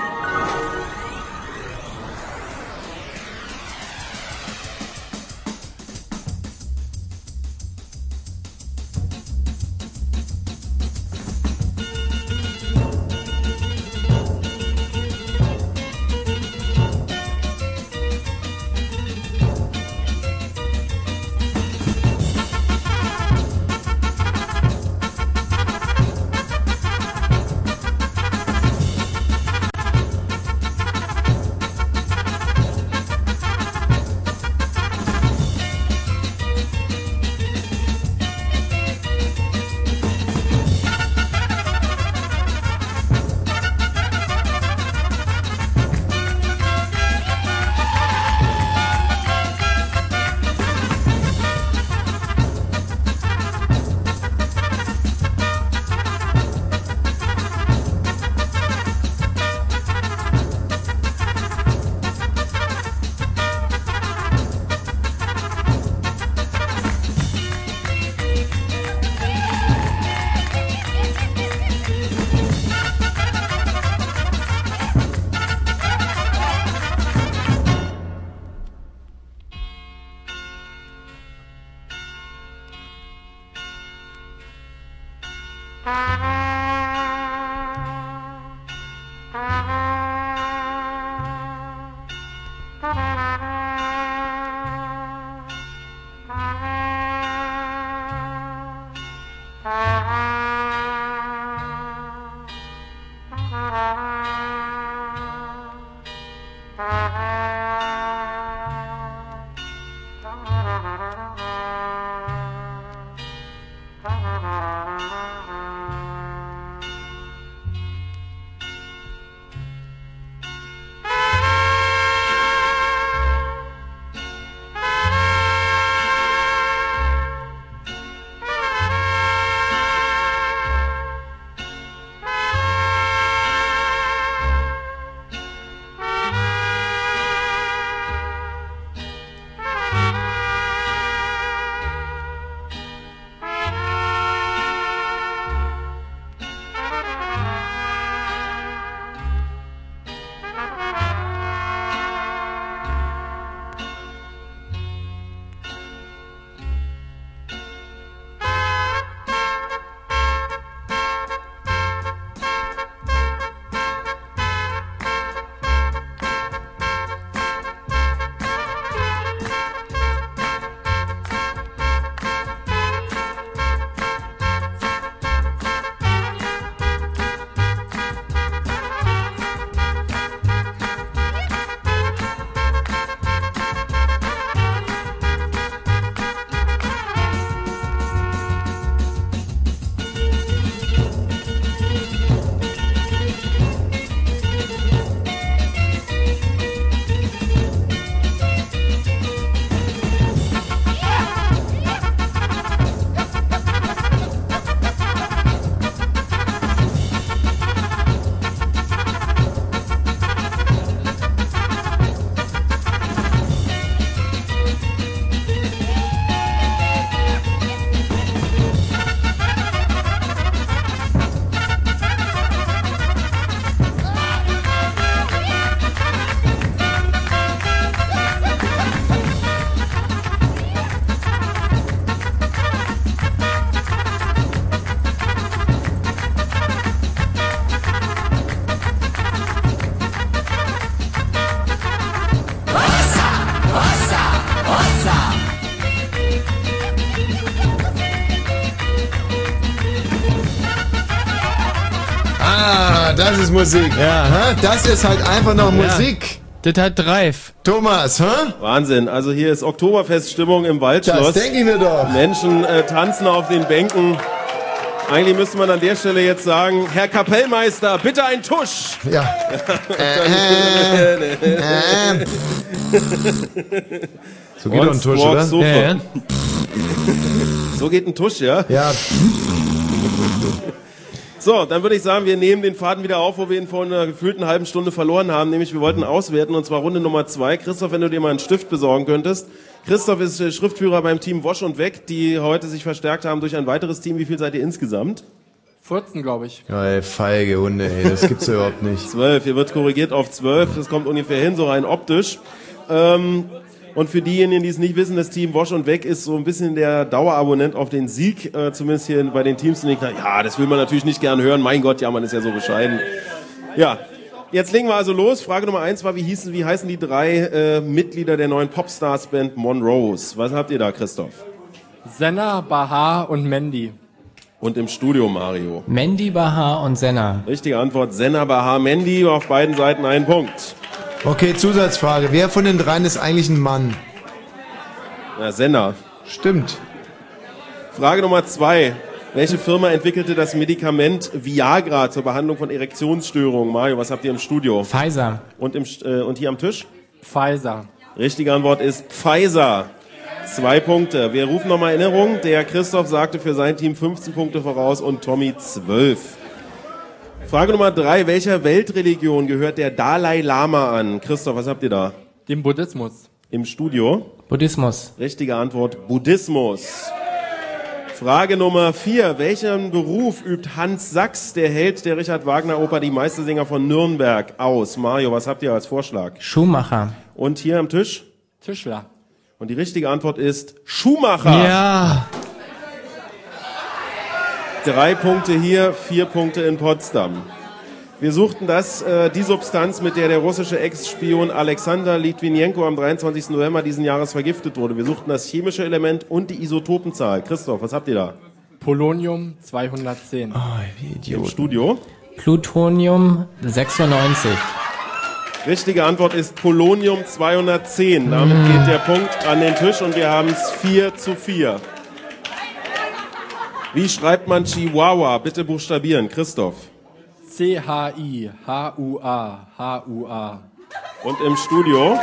Das ist Musik. Ja. Das ist halt einfach noch Musik. Das hat Dreif. Thomas, Wahnsinn. Also hier ist Oktoberfeststimmung im Waldschloss. Das denke ich mir doch. Menschen tanzen auf den Bänken. Eigentlich müsste man an der Stelle jetzt sagen, Herr Kapellmeister, bitte ein Tusch. Ja. So geht doch ein Tusch, oder? Ja. So geht ein Tusch, ja? Ja. So, dann würde ich sagen, wir nehmen den Faden wieder auf, wo wir ihn vor einer gefühlten halben Stunde verloren haben. Nämlich, wir wollten auswerten, und zwar Runde Nummer 2. Christoph, wenn du dir mal einen Stift besorgen könntest. Christoph ist Schriftführer beim Team Wosch und Weg, die heute sich verstärkt haben durch ein weiteres Team. Wie viel seid ihr insgesamt? 14, glaube ich. Ja, ey, feige Hunde, ey, das gibt's ja überhaupt nicht. 12, hier wird korrigiert auf 12, das kommt ungefähr hin, so rein optisch. Und für diejenigen, die es nicht wissen, das Team Wosch und Weg ist so ein bisschen der Dauerabonnent auf den Sieg, zumindest hier bei den Teams. Und ich dachte, ja, das will man natürlich nicht gern hören, mein Gott, ja, man ist ja so bescheiden. Ja, jetzt legen wir also los. Frage Nummer 1 war, wie heißen die 3 Mitglieder der neuen Popstars-Band Monrose? Was habt ihr da, Christoph? Senna, Bahar und Mandy. Und im Studio, Mario? Mandy, Bahar und Senna. Richtige Antwort, Senna, Bahar, Mandy, auf beiden Seiten 1 Punkt. Okay, Zusatzfrage. Wer von den 3 ist eigentlich ein Mann? Ja, Senna. Stimmt. Frage Nummer 2. Welche Firma entwickelte das Medikament Viagra zur Behandlung von Erektionsstörungen? Mario, was habt ihr im Studio? Pfizer. Und hier am Tisch? Pfizer. Richtige Antwort ist Pfizer. 2 Punkte. Wir rufen nochmal Erinnerung. Der Christoph sagte für sein Team 15 Punkte voraus und Tommy 12. Frage Nummer 3. Welcher Weltreligion gehört der Dalai Lama an? Christoph, was habt ihr da? Dem Buddhismus. Im Studio? Buddhismus. Richtige Antwort, Buddhismus. Frage Nummer 4. Welchen Beruf übt Hans Sachs, der Held der Richard Wagner Oper Die Meistersinger von Nürnberg, aus? Mario, was habt ihr als Vorschlag? Schuhmacher. Und hier am Tisch? Tischler. Und die richtige Antwort ist Schuhmacher. Ja. 3 Punkte hier, 4 Punkte in Potsdam. Wir suchten die Substanz, mit der russische Ex-Spion Alexander Litvinenko am 23. November diesen Jahres vergiftet wurde. Wir suchten das chemische Element und die Isotopenzahl. Christoph, was habt ihr da? Polonium 210. Oh, wie Idiot. Im Studio? Plutonium 96. Richtige Antwort ist Polonium 210. Damit geht der Punkt an den Tisch und wir haben es 4:4. Wie schreibt man Chihuahua? Bitte buchstabieren. Christoph. C-H-I-H-U-A-H-U-A. Und im Studio?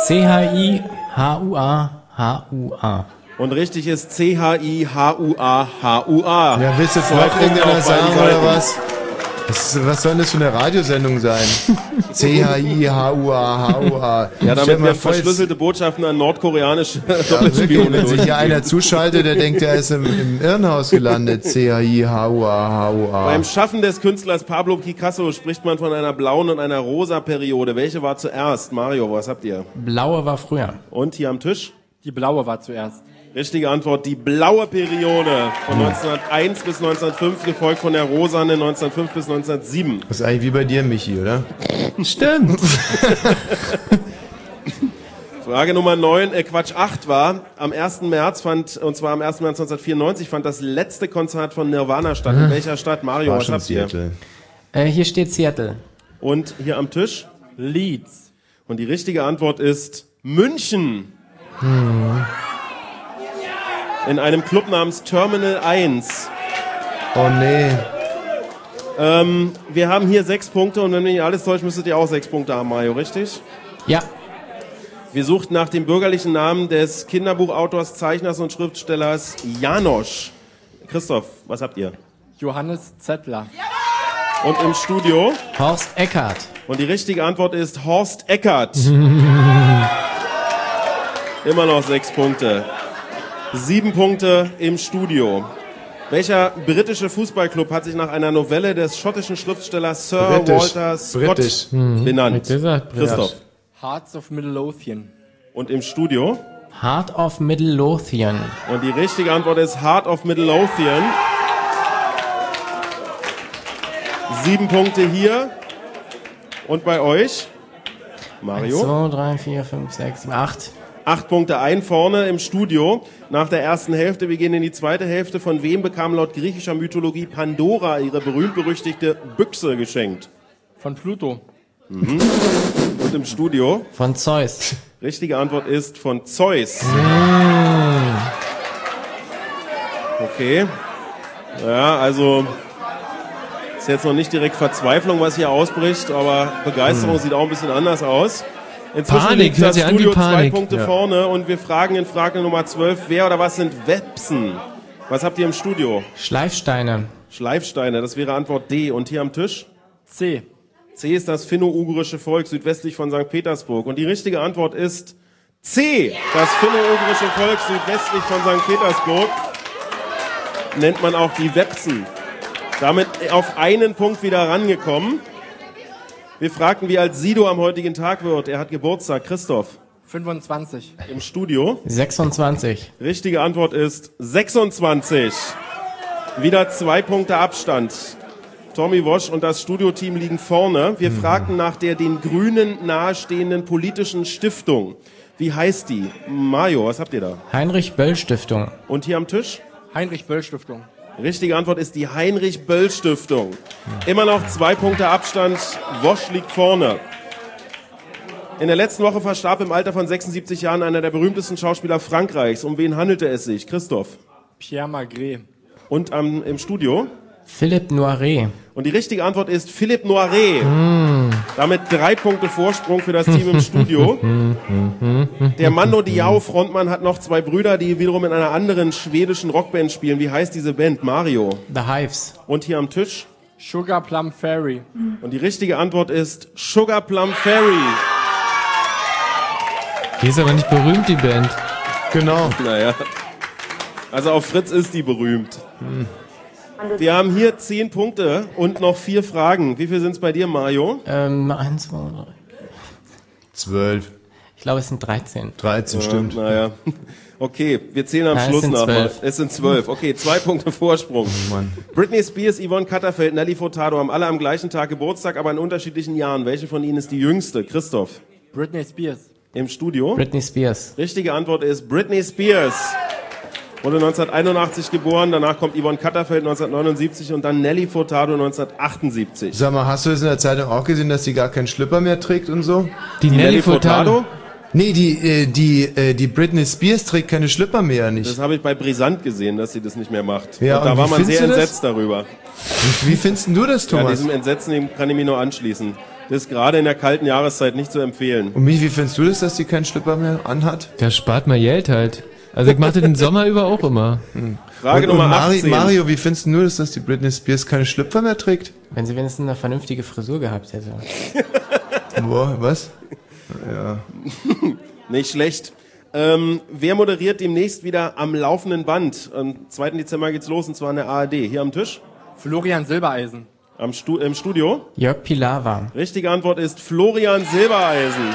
C-H-I-H-U-A-H-U-A. Und richtig ist C-H-I-H-U-A-H-U-A. Ja, willst du jetzt noch irgendeiner sagen oder was? Was soll das für eine Radiosendung sein? C-H-I-H-U-A-H-U-A. Ja, damit wir verschlüsselte Botschaften an nordkoreanische Doppelspione. Wenn sich hier einer zuschaltet, der denkt, er ist im Irrenhaus gelandet. C-H-I-H-U-A-H-U-A. Beim Schaffen des Künstlers Pablo Picasso spricht man von einer blauen und einer rosa Periode. Welche war zuerst? Mario, was habt ihr? Blaue war früher. Und hier am Tisch? Die blaue war zuerst. Richtige Antwort, die blaue Periode von 1901 bis 1905, gefolgt von der rosane 1905 bis 1907. Das ist eigentlich wie bei dir, Michi, oder? Stimmt. Frage Nummer 8 war, am 1. März und zwar am 1. März 1994 fand das letzte Konzert von Nirvana statt. In welcher Stadt? Mario, was habt ihr? Hier steht Seattle. Und hier am Tisch? Leeds. Und die richtige Antwort ist München. In einem Club namens Terminal 1. Oh nee. Wir haben hier 6 Punkte und wenn mich nicht alles täuscht, müsstet ihr auch 6 Punkte haben, Mario, richtig? Ja. Wir suchten nach dem bürgerlichen Namen des Kinderbuchautors, Zeichners und Schriftstellers Janosch. Christoph, was habt ihr? Johannes Zettler. Und im Studio? Horst Eckert. Und die richtige Antwort ist Horst Eckert. Immer noch 6 Punkte. 7 Punkte im Studio. Welcher britische Fußballclub hat sich nach einer Novelle des schottischen Schriftstellers Sir Walter Scott benannt? Christoph. Hearts of Midlothian. Und im Studio? Heart of Midlothian. Und die richtige Antwort ist Heart of Midlothian. 7 Punkte hier. Und bei euch? Mario? 1, 2, 3, 4, 5, 6, 7, 8. 8 Punkte ein vorne im Studio. Nach der ersten Hälfte, wir gehen in die zweite Hälfte. Von wem bekam laut griechischer Mythologie Pandora ihre berühmt-berüchtigte Büchse geschenkt? Von Pluto. Und im Studio? Von Zeus. Richtige Antwort ist von Zeus. Okay. Ja, also ist jetzt noch nicht direkt Verzweiflung, was hier ausbricht, aber Begeisterung sieht auch ein bisschen anders aus. Inzwischen Panik, liegt das hört sich an Studio wie Panik. 2 Punkte vorne und wir fragen in Frage Nummer 12, wer oder was sind Websen? Was habt ihr im Studio? Schleifsteine. Schleifsteine, das wäre Antwort D. Und hier am Tisch? C. C ist das finno-ugurische Volk südwestlich von St. Petersburg. Und die richtige Antwort ist C. Das finno-ugurische Volk südwestlich von St. Petersburg nennt man auch die Wepsen. Damit auf einen Punkt wieder rangekommen. Wir fragten, wie alt Sido am heutigen Tag wird. Er hat Geburtstag. Christoph. 25. Im Studio. 26. Richtige Antwort ist 26. Wieder 2 Punkte Abstand. Tommy Wosch und das Studioteam liegen vorne. Wir fragten nach der den Grünen nahestehenden politischen Stiftung. Wie heißt die? Mario, was habt ihr da? Heinrich-Böll-Stiftung. Und hier am Tisch? Heinrich-Böll-Stiftung. Richtige Antwort ist die Heinrich-Böll-Stiftung. Immer noch 2 Punkte Abstand. Wosch liegt vorne. In der letzten Woche verstarb im Alter von 76 Jahren einer der berühmtesten Schauspieler Frankreichs. Um wen handelte es sich? Christoph. Pierre Magret. Und im Studio? Philippe Noiret. Und die richtige Antwort ist Philippe Noiret. Damit 3 Punkte Vorsprung für das Team im Studio. Der Mando Diao Frontmann hat noch 2 Brüder, die wiederum in einer anderen schwedischen Rockband spielen. Wie heißt diese Band? Mario. The Hives. Und hier am Tisch? Sugar Plum Fairy. Und die richtige Antwort ist Sugar Plum Fairy. Die ist aber nicht berühmt, die Band. Genau. Naja. Also auf Fritz ist die berühmt. Wir haben hier 10 Punkte und noch 4 Fragen. Wie viel sind es bei dir, Mario? 1, 2, 3. 12. Ich glaube, es sind 13. 13, stimmt. Naja. Okay, wir zählen am Schluss nach. Es sind 12. Okay, 2 Punkte Vorsprung. Oh Mann. Britney Spears, Yvonne Katterfeld, Nelly Furtado haben alle am gleichen Tag Geburtstag, aber in unterschiedlichen Jahren. Welche von ihnen ist die jüngste? Christoph. Britney Spears. Im Studio? Britney Spears. Richtige Antwort ist Britney Spears. Wurde 1981 geboren, danach kommt Yvonne Katterfeld 1979 und dann Nelly Furtado 1978. Sag mal, hast du es in der Zeitung auch gesehen, dass sie gar keinen Schlüpper mehr trägt und so? Die Nelly Furtado? Nee, die Britney Spears trägt keine Schlüpper mehr, nicht. Das habe ich bei Brisant gesehen, dass sie das nicht mehr macht. Ja, und da war man sehr entsetzt darüber. Wie findest du das, Thomas? Ja, diesem Entsetzen kann ich mich nur anschließen. Das ist gerade in der kalten Jahreszeit nicht zu empfehlen. Und wie findest du das, dass sie keinen Schlüpper mehr anhat? Der spart mal Geld halt. Also ich mache das den Sommer über auch immer. Frage Nummer 18. Mario, wie findest du das, dass die Britney Spears keine Schlüpfer mehr trägt? Wenn sie wenigstens eine vernünftige Frisur gehabt hätte. Boah, was? Ja. Nicht schlecht. Wer moderiert demnächst wieder am laufenden Band? Am 2. Dezember geht's los und zwar an der ARD. Hier am Tisch? Florian Silbereisen. Im Studio? Jörg Pilawa. Richtige Antwort ist Florian Silbereisen.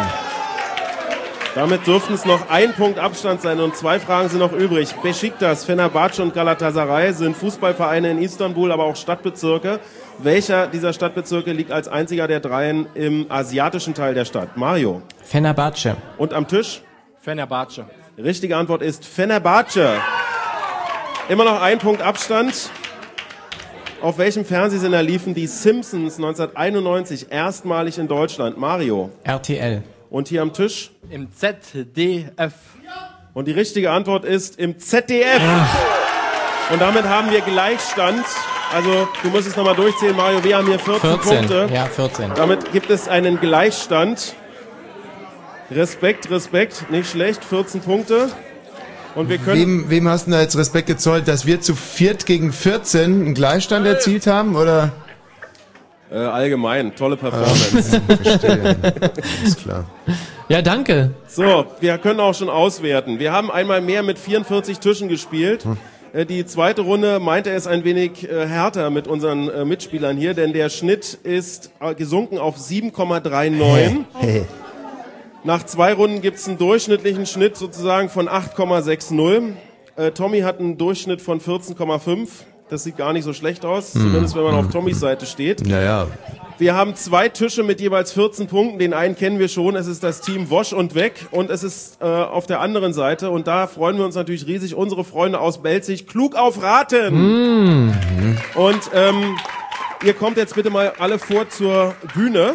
Damit dürften es noch 1 Punkt Abstand sein und 2 Fragen sind noch übrig. Beşiktaş, Fenerbahçe und Galatasaray sind Fußballvereine in Istanbul, aber auch Stadtbezirke. Welcher dieser Stadtbezirke liegt als einziger der 3 im asiatischen Teil der Stadt? Mario. Fenerbahçe. Und am Tisch? Fenerbahçe. Richtige Antwort ist Fenerbahçe. Immer noch 1 Punkt Abstand. Auf welchem Fernsehsender liefen die Simpsons 1991 erstmalig in Deutschland? Mario. RTL. Und hier am Tisch? Im ZDF. Und die richtige Antwort ist im ZDF. Und damit haben wir Gleichstand. Also, du musst es nochmal durchzählen, Mario. Wir haben hier 14 Punkte. Ja, 14. Damit gibt es einen Gleichstand. Respekt, nicht schlecht. 14 Punkte. Und wir können. Wem hast du da jetzt Respekt gezollt, dass wir zu 4 gegen 14 einen Gleichstand erzielt haben, oder? Allgemein, tolle Performance. Verstehe. Ist klar. Ja, danke. So, wir können auch schon auswerten. Wir haben einmal mehr mit 44 Tischen gespielt. Die zweite Runde meinte es ein wenig härter mit unseren Mitspielern hier, denn der Schnitt ist gesunken auf 7,39. Nach 2 Runden gibt es einen durchschnittlichen Schnitt sozusagen von 8,60. Tommy hat einen Durchschnitt von 14,5. Das sieht gar nicht so schlecht aus, zumindest wenn man auf Tommys Seite steht. Ja. Wir haben 2 Tische mit jeweils 14 Punkten. Den einen kennen wir schon. Es ist das Team Wosch und Weg. Und es ist auf der anderen Seite. Und da freuen wir uns natürlich riesig. Unsere Freunde aus Belzig. Klug auf Raten. Und ihr kommt jetzt bitte mal alle vor zur Bühne.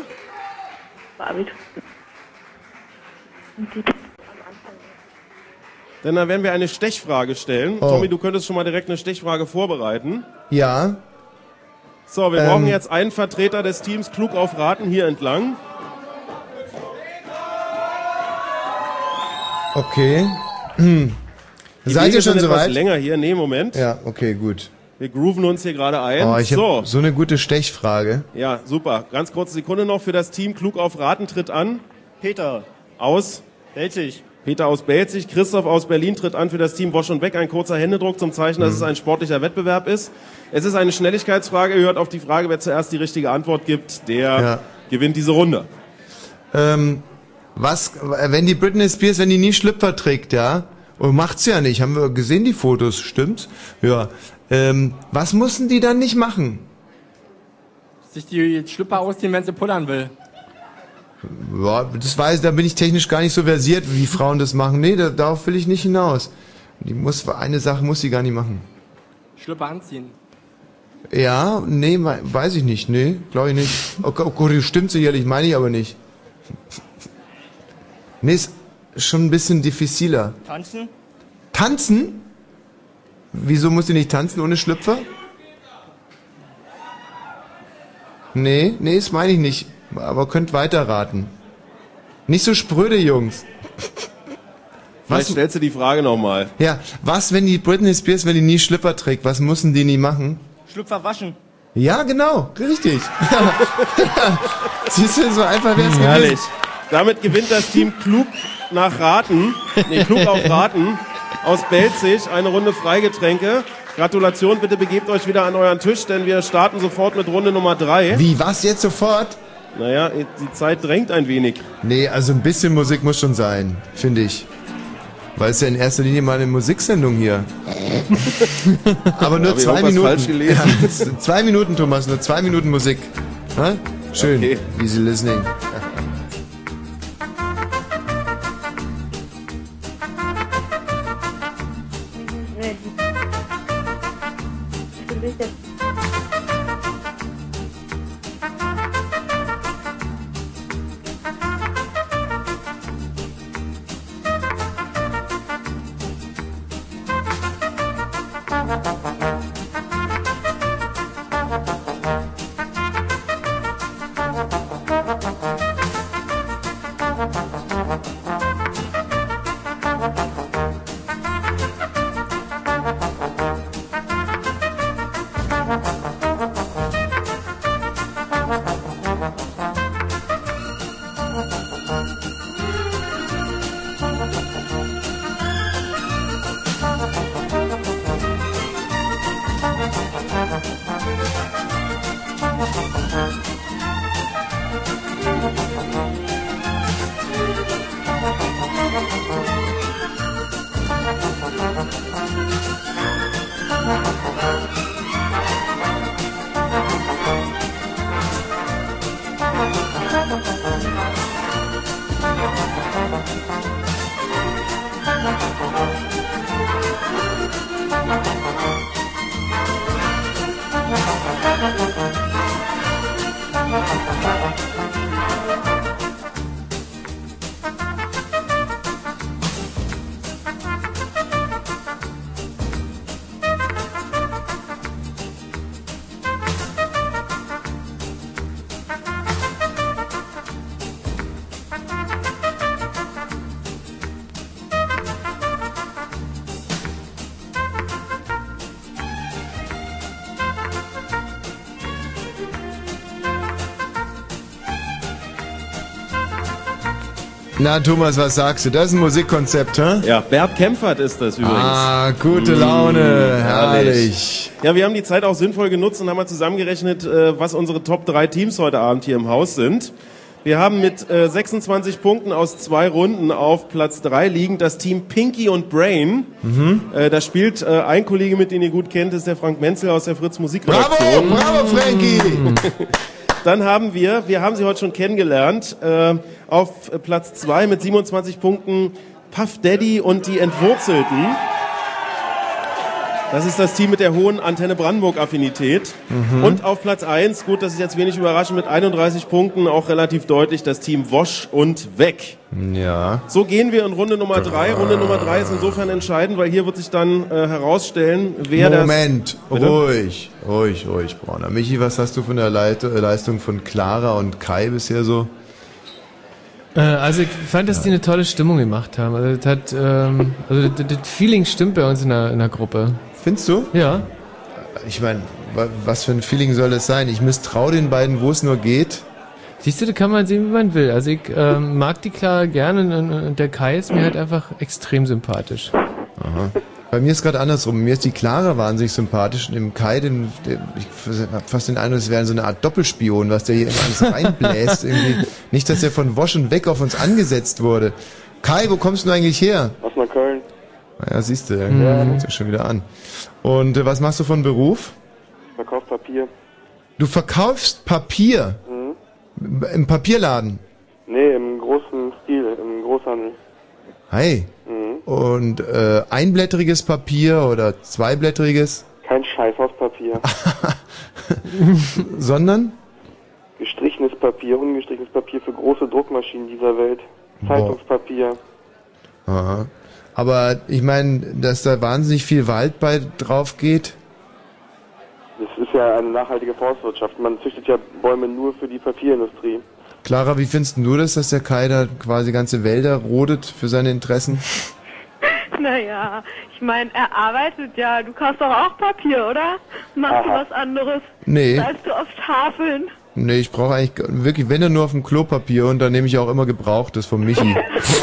Denn dann werden wir eine Stechfrage stellen. Oh. Tommy, du könntest schon mal direkt eine Stechfrage vorbereiten. Ja. So, wir brauchen jetzt einen Vertreter des Teams Klug auf Raten hier entlang. Okay. Die Seid Wege ihr schon sind etwas soweit? länger hier. Nee, Moment. Ja, okay, gut. Wir grooven uns hier gerade ein. Oh, ich hab so eine gute Stechfrage. Ja, super. Ganz kurze Sekunde noch für das Team Klug auf Raten tritt an. Peter. Aus? Belzig. Peter aus Belzig. Christoph aus Berlin tritt an für das Team Wosch und Weg. Ein kurzer Händedruck zum Zeichen, dass es ein sportlicher Wettbewerb ist. Es ist eine Schnelligkeitsfrage. Ihr hört auf die Frage, wer zuerst die richtige Antwort gibt, der gewinnt diese Runde. Wenn die Britney Spears, wenn die nie Schlüpfer trägt, ja? Und macht's ja nicht. Haben wir gesehen, die Fotos, stimmt's? Ja. Was mussten die dann nicht machen? Sich die Schlüpper ausziehen, wenn sie pullern will. Ja, da bin ich technisch gar nicht so versiert, wie Frauen das machen. Nee, darauf will ich nicht hinaus. Eine Sache muss sie gar nicht machen. Schlüpper anziehen. Ja, nee, weiß ich nicht. Nee, glaube ich nicht. Okay, stimmt sicherlich, meine ich aber nicht. Nee, ist schon ein bisschen diffiziler. Tanzen? Tanzen? Wieso muss sie nicht tanzen ohne Schlüpfer? Nee, das meine ich nicht. Aber könnt weiterraten. Nicht so spröde, Jungs. Vielleicht stellst du die Frage nochmal. Ja, was, wenn die Britney Spears, wenn die nie Schlüpfer trägt, was müssen die nie machen? Schlüpfer waschen. Ja, genau, richtig. Siehst du, so einfach wäre es herrlich. Damit gewinnt das Team Klug nach Raten, Klug auf Raten aus Belzig, eine Runde Freigetränke. Gratulation, bitte begebt euch wieder an euren Tisch, denn wir starten sofort mit Runde Nummer 3. Wie, was, jetzt sofort? Naja, die Zeit drängt ein wenig. Nee, also ein bisschen Musik muss schon sein, finde ich. Weil es ja in erster Linie mal eine Musiksendung hier. Aber nur 2 Minuten. Falsch gelesen. Ja, 2 Minuten, Thomas, nur 2 Minuten Musik. Ha? Schön, okay. Easy listening. Na, Thomas, was sagst du? Das ist ein Musikkonzept, hä? Ja, Bert Kempfert ist das übrigens. Ah, gute Laune, herrlich. Ja, wir haben die Zeit auch sinnvoll genutzt und haben mal zusammengerechnet, was unsere Top 3 Teams heute Abend hier im Haus sind. Wir haben mit 26 Punkten aus 2 Runden auf Platz 3 liegend das Team Pinky und Brain. Da spielt ein Kollege mit, den ihr gut kennt, ist der Frank Menzel aus der Fritz Musikredaktion. Bravo, Frankie! Dann haben wir haben sie heute schon kennengelernt, auf Platz 2 mit 27 Punkten Puff Daddy und die Entwurzelten. Das ist das Team mit der hohen Antenne Brandenburg-Affinität. Und auf Platz 1, gut, das ist jetzt wenig überraschend, mit 31 Punkten, auch relativ deutlich, das Team Wosch und Weg. Ja. So gehen wir in Runde Nummer 3. Runde Nummer 3 ist insofern entscheidend, weil hier wird sich dann herausstellen, wer Moment, ruhig, Brauner. Michi, was hast du von der Leistung von Clara und Kai bisher so? Also ich fand, dass die eine tolle Stimmung gemacht haben. Also das Feeling stimmt bei uns in der Gruppe. Findest du? Ja. Ich meine, was für ein Feeling soll das sein? Ich misstraue den beiden, wo es nur geht. Siehst du, da kann man sehen, wie man will. Also ich mag die Clara gerne und der Kai ist mir halt einfach extrem sympathisch. Aha. Bei mir ist gerade andersrum. Mir ist die Clara wahnsinnig sympathisch und dem Kai, ich habe fast den Eindruck, es wäre so eine Art Doppelspion, was der hier immer alles reinbläst. Irgendwie. Nicht, dass der von Wosch und weg auf uns angesetzt wurde. Kai, wo kommst du eigentlich her? Aus Neukölln. Naja, siehst du, fängt ja schon wieder an. Und was machst du von Beruf? Ich verkaufe Papier. Du verkaufst Papier? Mhm. Im Papierladen? Nee, im großen Stil, im Großhandel. Hey. Mhm. Und einblättriges Papier oder zweiblättriges? Kein Scheißhauspapier. Sondern? Gestrichenes Papier, ungestrichenes Papier für große Druckmaschinen dieser Welt. Zeitungspapier. Aha. Aber ich meine, dass da wahnsinnig viel Wald bei drauf geht? Das ist ja eine nachhaltige Forstwirtschaft. Man züchtet ja Bäume nur für die Papierindustrie. Clara, wie findest du das, dass der Kai da quasi ganze Wälder rodet für seine Interessen? Naja, ich meine, er arbeitet ja. Du kaufst doch auch Papier, oder? Machst du was anderes? Nee. Bleibst du auf Tafeln? Nee, ich brauche eigentlich wirklich, wenn dann nur auf dem Klopapier und dann nehme ich auch immer Gebrauchtes von Michi.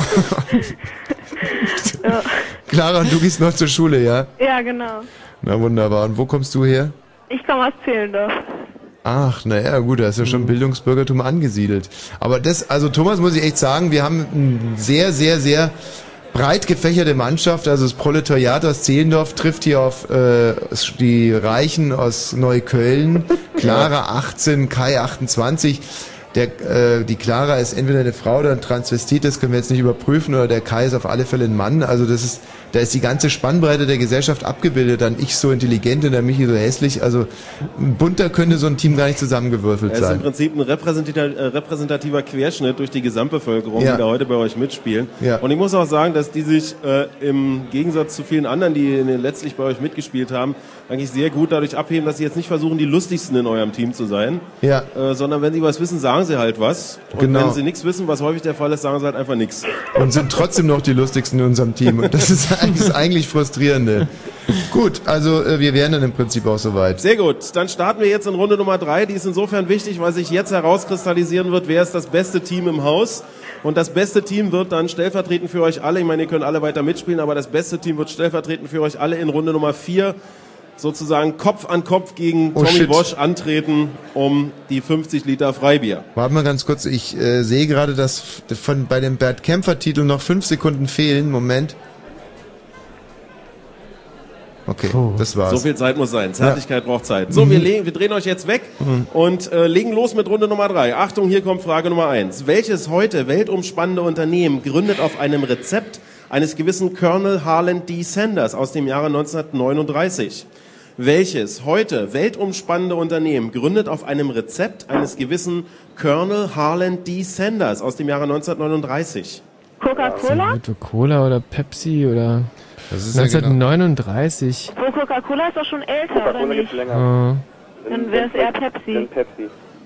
Ja. Clara, und du gehst noch zur Schule, ja? Ja, genau. Na wunderbar. Und wo kommst du her? Ich komme aus Zehlendorf. Ach, naja, gut, da ist ja schon Bildungsbürgertum angesiedelt. Aber also Thomas, muss ich echt sagen, wir haben ein sehr, sehr, sehr breit gefächerte Mannschaft. Also das Proletariat aus Zehlendorf trifft hier auf die Reichen aus Neukölln. Clara 18, Kai 28. Die Clara ist entweder eine Frau oder ein Transvestit, das können wir jetzt nicht überprüfen, oder der Kai ist auf alle Fälle ein Mann. Also da ist die ganze Spannbreite der Gesellschaft abgebildet. Dann ich so intelligent und der Michi so hässlich. Also bunter könnte so ein Team gar nicht zusammengewürfelt sein. Es ist im Prinzip ein repräsentativer Querschnitt durch die Gesamtbevölkerung, die da heute bei euch mitspielen. Ja. Und ich muss auch sagen, dass die sich im Gegensatz zu vielen anderen, die letztlich bei euch mitgespielt haben, eigentlich sehr gut dadurch abheben, dass sie jetzt nicht versuchen, die lustigsten in eurem Team zu sein, sondern wenn sie was wissen, sagen sie halt was. Und wenn sie nichts wissen, was häufig der Fall ist, sagen sie halt einfach nichts. Und sind trotzdem noch die lustigsten in unserem Team. Und das ist das eigentlich Frustrierende. Gut, also wir wären dann im Prinzip auch soweit. Sehr gut, dann starten wir jetzt in Runde Nummer 3. Die ist insofern wichtig, weil sich jetzt herauskristallisieren wird, wer ist das beste Team im Haus. Und das beste Team wird dann stellvertretend für euch alle, ich meine, ihr könnt alle weiter mitspielen, aber das beste Team wird stellvertretend für euch alle in Runde Nummer 4 sozusagen Kopf an Kopf gegen Tommy Wosch antreten um die 50 Liter Freibier. Warte mal ganz kurz, ich sehe gerade, dass bei dem Bert Kämpfer-Titel noch 5 Sekunden fehlen. Moment. Okay, das war's. So viel Zeit muss sein. Zärtlichkeit braucht Zeit. So, wir drehen euch jetzt weg und legen los mit Runde Nummer 3. Achtung, hier kommt Frage Nummer 1. Welches heute weltumspannende Unternehmen gründet auf einem Rezept eines gewissen Colonel Harland D. Sanders aus dem Jahre 1939? Welches heute weltumspannende Unternehmen gründet auf einem Rezept eines gewissen Colonel Harland D. Sanders aus dem Jahre 1939? Coca-Cola? Coca-Cola oder Pepsi oder... Das ist 1939. So, Coca-Cola ist doch schon älter, Coca-Cola oder nicht? gibt's länger. Dann wäre es eher Pepsi. Pepsi.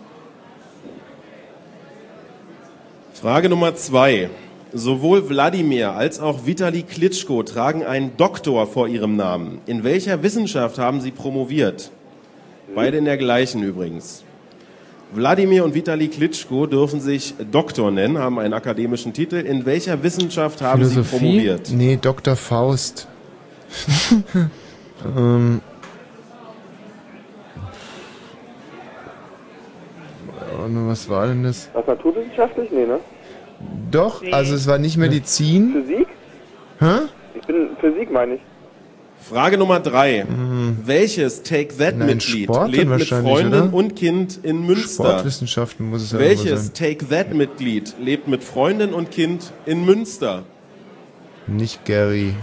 Frage Nummer 2. Sowohl Wladimir als auch Vitali Klitschko tragen einen Doktor vor ihrem Namen. In welcher Wissenschaft haben sie promoviert? Beide in der gleichen übrigens. Wladimir und Vitali Klitschko dürfen sich Doktor nennen, haben einen akademischen Titel. In welcher Wissenschaft haben sie promoviert? Nee, Dr. Faust. Was war denn das? Was, naturwissenschaftlich? Nee, ne? Doch, also es war nicht Medizin. Physik? Hä? Physik meine ich. Frage Nummer 3. Welches Take That-Mitglied lebt mit Freundin und Kind in Münster? Sportwissenschaften muss es ja Welches sein. Take That-Mitglied lebt mit Freundin und Kind in Münster? Nicht Gary.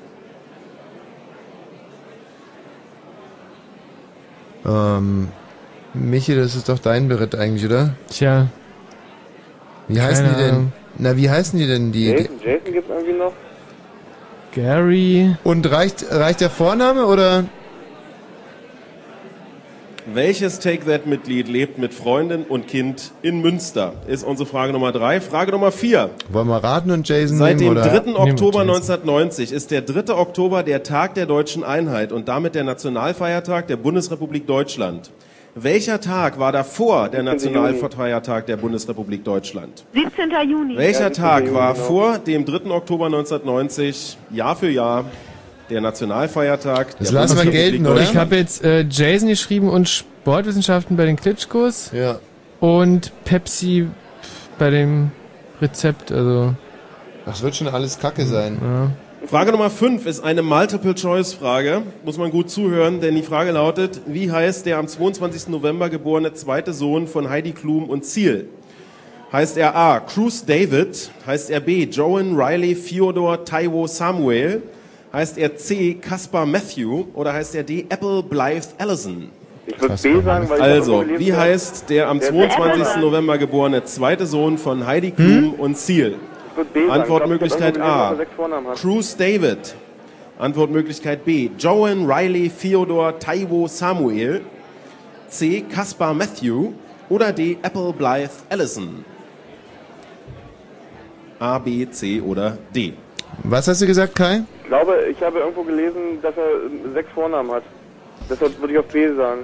Michi, das ist doch dein Beritt eigentlich, oder? Tja. Wie heißen die denn? Na, wie heißen die denn? Jason gibt's irgendwie noch? Gary. Und reicht der Vorname oder? Welches Take That-Mitglied lebt mit Freundin und Kind in Münster? Ist unsere Frage Nummer 3. Frage Nummer 4. Wollen wir raten und Jason Seit nehmen, dem oder? 3. Oktober 1990 ist der 3. Oktober der Tag der deutschen Einheit und damit der Nationalfeiertag der Bundesrepublik Deutschland. Welcher Tag war davor der Nationalfeiertag der Bundesrepublik Deutschland? 17. Juni. Welcher Tag war vor dem 3. Oktober 1990 Jahr für Jahr der Nationalfeiertag der Bundesrepublik Deutschland? Ich habe jetzt Jason geschrieben und Sportwissenschaften bei den Klitschkos. Ja. Und Pepsi bei dem Rezept, also. Das wird schon alles Kacke sein. Ja. Frage Nummer 5 ist eine Multiple-Choice-Frage. Muss man gut zuhören, denn die Frage lautet, wie heißt der am 22. November geborene zweite Sohn von Heidi Klum und Ziel? Heißt er A. Cruz David? Heißt er B. Joan Riley Theodore Taiwo Samuel? Heißt er C. Caspar Matthew? Oder heißt er D. Apple Blythe Allison? Ich würde B sagen, weil also, wie heißt der am 22. November geborene zweite Sohn von Heidi Klum und Ziel? Antwortmöglichkeit A. Cruz David. Antwortmöglichkeit B. Joan Riley Theodore Taiwo Samuel. C. Caspar Matthew. Oder D. Apple Blythe Allison. A, B, C oder D. Was hast du gesagt, Kai? Ich glaube, ich habe irgendwo gelesen, dass er 6 Vornamen hat. Deshalb würde ich auf B sagen.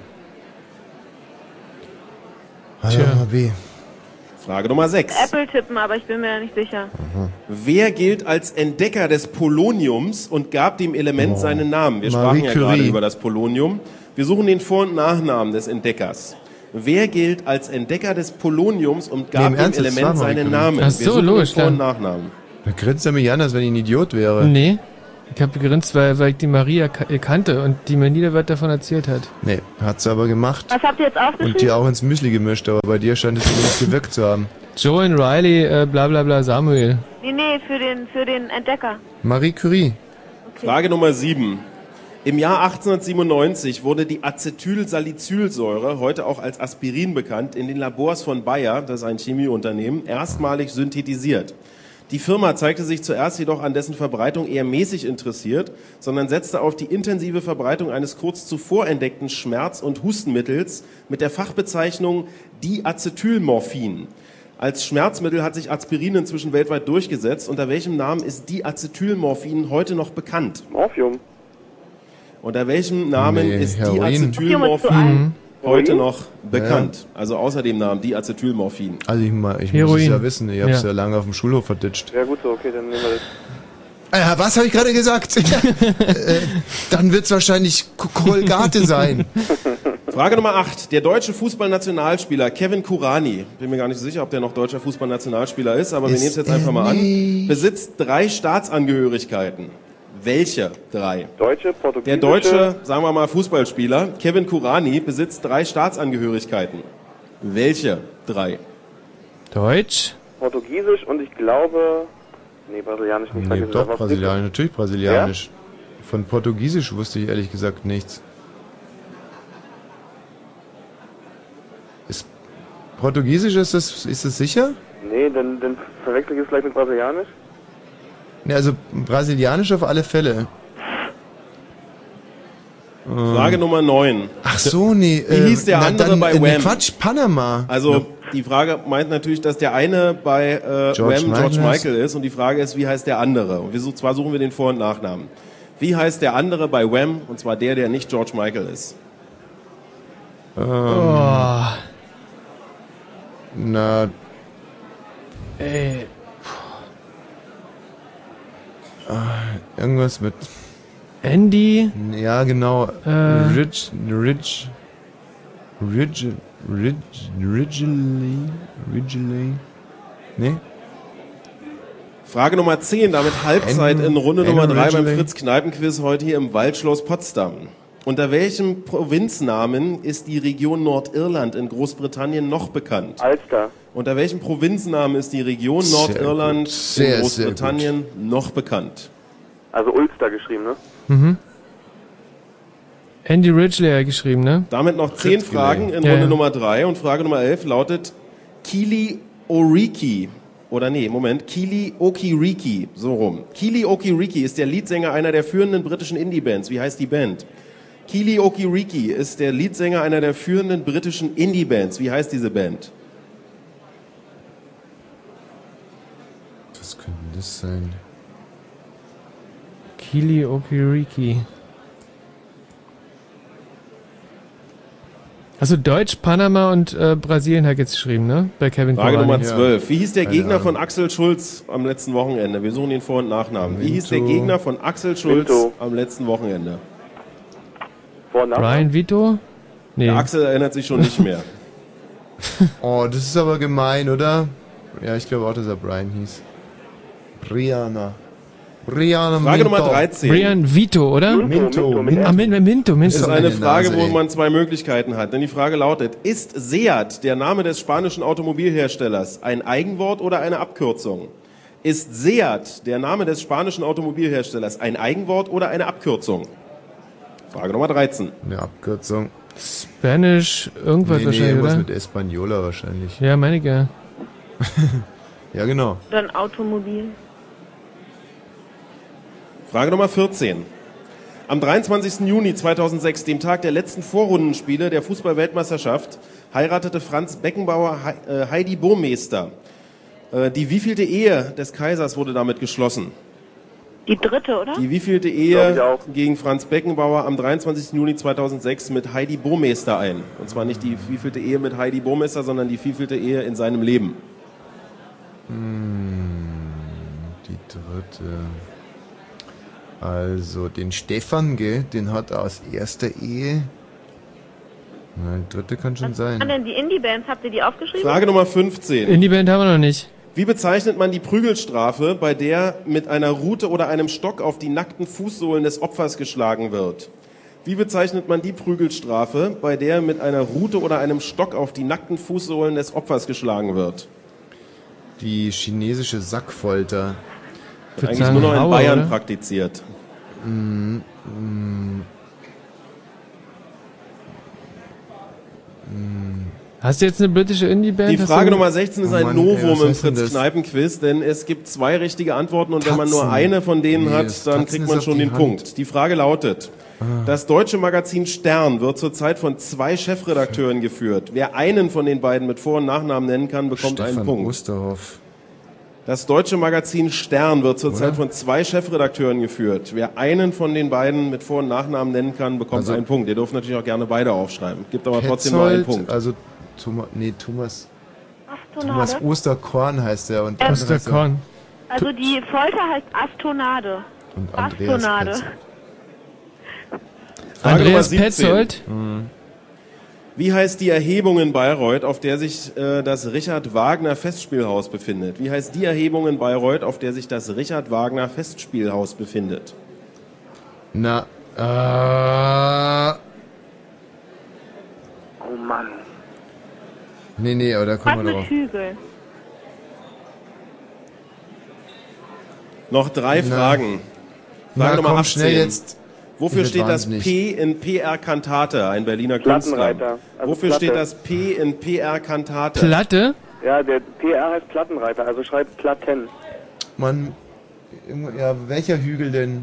Tja, B. Frage Nummer 6. Apple tippen, aber ich bin mir ja nicht sicher. Wer gilt als Entdecker des Poloniums und gab dem Element seinen Namen? Wir sprachen ja gerade über das Polonium. Wir suchen den Vor- und Nachnamen des Entdeckers. Wer gilt als Entdecker des Poloniums und gab dem Element seinen Namen? Ach so, logisch, Vor- und Nachnamen. Da grinst er mich an, als wenn ich ein Idiot wäre. Nee, ich habe gegrinst, weil ich die Maria kannte und die mir nie was davon erzählt hat. Nee, hat sie aber gemacht. Was habt ihr jetzt aufgeschrieben? Und die auch ins Müsli gemischt, aber bei dir scheint es nicht gewirkt zu haben. Joan Riley, bla bla bla, Samuel. Nee, für den Entdecker. Marie Curie. Okay. Frage Nummer 7. Im Jahr 1897 wurde die Acetylsalicylsäure, heute auch als Aspirin bekannt, in den Labors von Bayer, das ist ein Chemieunternehmen, erstmalig synthetisiert. Die Firma zeigte sich zuerst jedoch an dessen Verbreitung eher mäßig interessiert, sondern setzte auf die intensive Verbreitung eines kurz zuvor entdeckten Schmerz- und Hustenmittels mit der Fachbezeichnung Diacetylmorphin. Als Schmerzmittel hat sich Aspirin inzwischen weltweit durchgesetzt. Unter welchem Namen ist Diacetylmorphin heute noch bekannt? Morphium. Unter welchem Namen ist Heroin. Diacetylmorphin heute noch bekannt? Also außer dem Namen Diacetylmorphin. Also ich muss es ja wissen, ich habe es ja lange auf dem Schulhof verditscht. Ja gut so, okay, dann nehmen wir das. Was habe ich gerade gesagt? Dann wird es wahrscheinlich Colgate sein. Frage Nummer 8. Der deutsche Fußballnationalspieler Kevin Kurani, bin mir gar nicht so sicher, ob der noch deutscher Fußballnationalspieler ist, aber wir nehmen es jetzt einfach mal an, besitzt 3 Staatsangehörigkeiten. Welche 3? Deutsche, portugiesische... Der deutsche, sagen wir mal, Fußballspieler Kevin Kurani besitzt 3 Staatsangehörigkeiten. Welche 3? Deutsch? Portugiesisch und ich glaube... Nee, brasilianisch nicht. Nee, doch, brasilianisch, natürlich brasilianisch. Ja? Von Portugiesisch wusste ich ehrlich gesagt nichts. Portugiesisch ist das sicher? Nee, dann verwechsel ich es gleich mit brasilianisch. Ne, also brasilianisch auf alle Fälle. Frage Nummer 9. Ach so, nee. Wie hieß der andere bei Wham? Quatsch, Panama. Also die Frage meint natürlich, dass der eine bei Wham George Michael ist und die Frage ist, wie heißt der andere? Und zwar suchen wir den Vor- und Nachnamen. Wie heißt der andere bei Wham? Und zwar der nicht George Michael ist. Na. Irgendwas mit Andy? Ja, genau. Ridgely? Nee? Frage Nummer 10, damit Halbzeit in Runde Nummer 3 beim Fritz-Kneipen-Quiz heute hier im Waldschloss Potsdam. Unter welchem Provinznamen ist die Region Nordirland in Großbritannien noch bekannt? Ulster. Unter welchem Provinznamen ist die Region Nordirland in Großbritannien noch bekannt? Also Ulster geschrieben, ne? Mhm. Andy Ridgely geschrieben, ne? Damit noch 10 Fragen in Runde Nummer 3 und Frage Nummer 11 lautet Kili Oriki. Oder nee, Moment, Kili Okiriki, so rum. Kili Okiriki ist der Leadsänger einer der führenden britischen Indie-Bands. Wie heißt die Band? Kili Okiriki ist der Leadsänger einer der führenden britischen Indie-Bands. Wie heißt diese Band? Was könnte das sein? Kili Okiriki. Also Deutsch, Panama und Brasilien hat jetzt geschrieben, ne? Bei Kevin Frage Korani. Nummer 12. Wie hieß der Gegner von Axel Schulz am letzten Wochenende? Wir suchen den Vor- und Nachnamen. Wie hieß der Gegner von Axel Schulz am letzten Wochenende? Brian Vito? Nee. Der Axel erinnert sich schon nicht mehr. Oh, das ist aber gemein, oder? Ja, ich glaube auch, dass er Brian hieß. Brianna Frage Minto. Nummer 13. Brian Vito, oder? Minto. Minto. Das ist eine Frage, wo man zwei Möglichkeiten hat. Denn die Frage lautet, ist Seat, der Name des spanischen Automobilherstellers, ein Eigenwort oder eine Abkürzung? Ist Seat, der Name des spanischen Automobilherstellers, ein Eigenwort oder eine Abkürzung? Frage Nummer 13. Eine Abkürzung. Spanish, irgendwas wahrscheinlich, irgendwas oder? mit Española wahrscheinlich. Ja, meine ich ja. Ja, genau. Dann Automobil. Frage Nummer 14. Am 23. Juni 2006, dem Tag der letzten Vorrundenspiele der Fußball-Weltmeisterschaft, heiratete Franz Beckenbauer Heidi Burmester. Die wievielte Ehe des Kaisers wurde damit geschlossen? Die dritte, oder? Die wievielte Ehe gegen Franz Beckenbauer am 23. Juni 2006 mit Heidi Burmester ein? Und zwar nicht die wievielte Ehe mit Heidi Burmester, sondern die wievielte Ehe in seinem Leben? Die dritte. Also den Stefan, gell, den hat er aus erster Ehe. Na, die dritte kann schon sein. Was waren denn die Indie-Bands? Habt ihr die aufgeschrieben? Frage Nummer 15. Indie-Band haben wir noch nicht. Wie bezeichnet man die Prügelstrafe, bei der mit einer Rute oder einem Stock auf die nackten Fußsohlen des Opfers geschlagen wird? Wie bezeichnet man die Prügelstrafe, bei der mit einer Rute oder einem Stock auf die nackten Fußsohlen des Opfers geschlagen wird? Die chinesische Sackfolter. Wird eigentlich nur noch in Bayern praktiziert. Hast du jetzt eine britische Indie-Band? Die Frage Nummer 16 ist ein Novum im Fritz-Kneipen-Quiz, denn es gibt zwei richtige Antworten und wenn man nur eine von denen hat, dann kriegt man schon den Punkt. Die Frage lautet, das deutsche Magazin Stern wird zurzeit von zwei Chefredakteuren geführt. Wer einen von den beiden mit Vor- und Nachnamen nennen kann, bekommt einen Punkt. Osterhoff. Das deutsche Magazin Stern wird zurzeit von zwei Chefredakteuren geführt. Wer einen von den beiden mit Vor- und Nachnamen nennen kann, bekommt einen Punkt. Ihr dürft natürlich auch gerne beide aufschreiben. Gibt aber trotzdem nur einen Punkt. Also Thomas Osterkorn heißt er. Und Osterkorn. Also die Folter heißt Astonade. Und Andreas Astonade. Andreas Petzold. Wie heißt die Erhebung in Bayreuth, auf der sich das Richard Wagner Festspielhaus befindet? Wie heißt die Erhebung in Bayreuth, auf der sich das Richard Wagner Festspielhaus befindet? Na, Oh Mann. Nee, aber da kommen wir drauf. Hügel. Noch drei Fragen. Frage Nummer 18. Schnell jetzt. Wofür steht das P in PR Kantate, ein Berliner Künstler? Also Wofür Platte. steht das P in PR Kantate? Platte? Ja, der PR heißt Plattenreiter, also schreibt Platten. Mann, ja, welcher Hügel denn?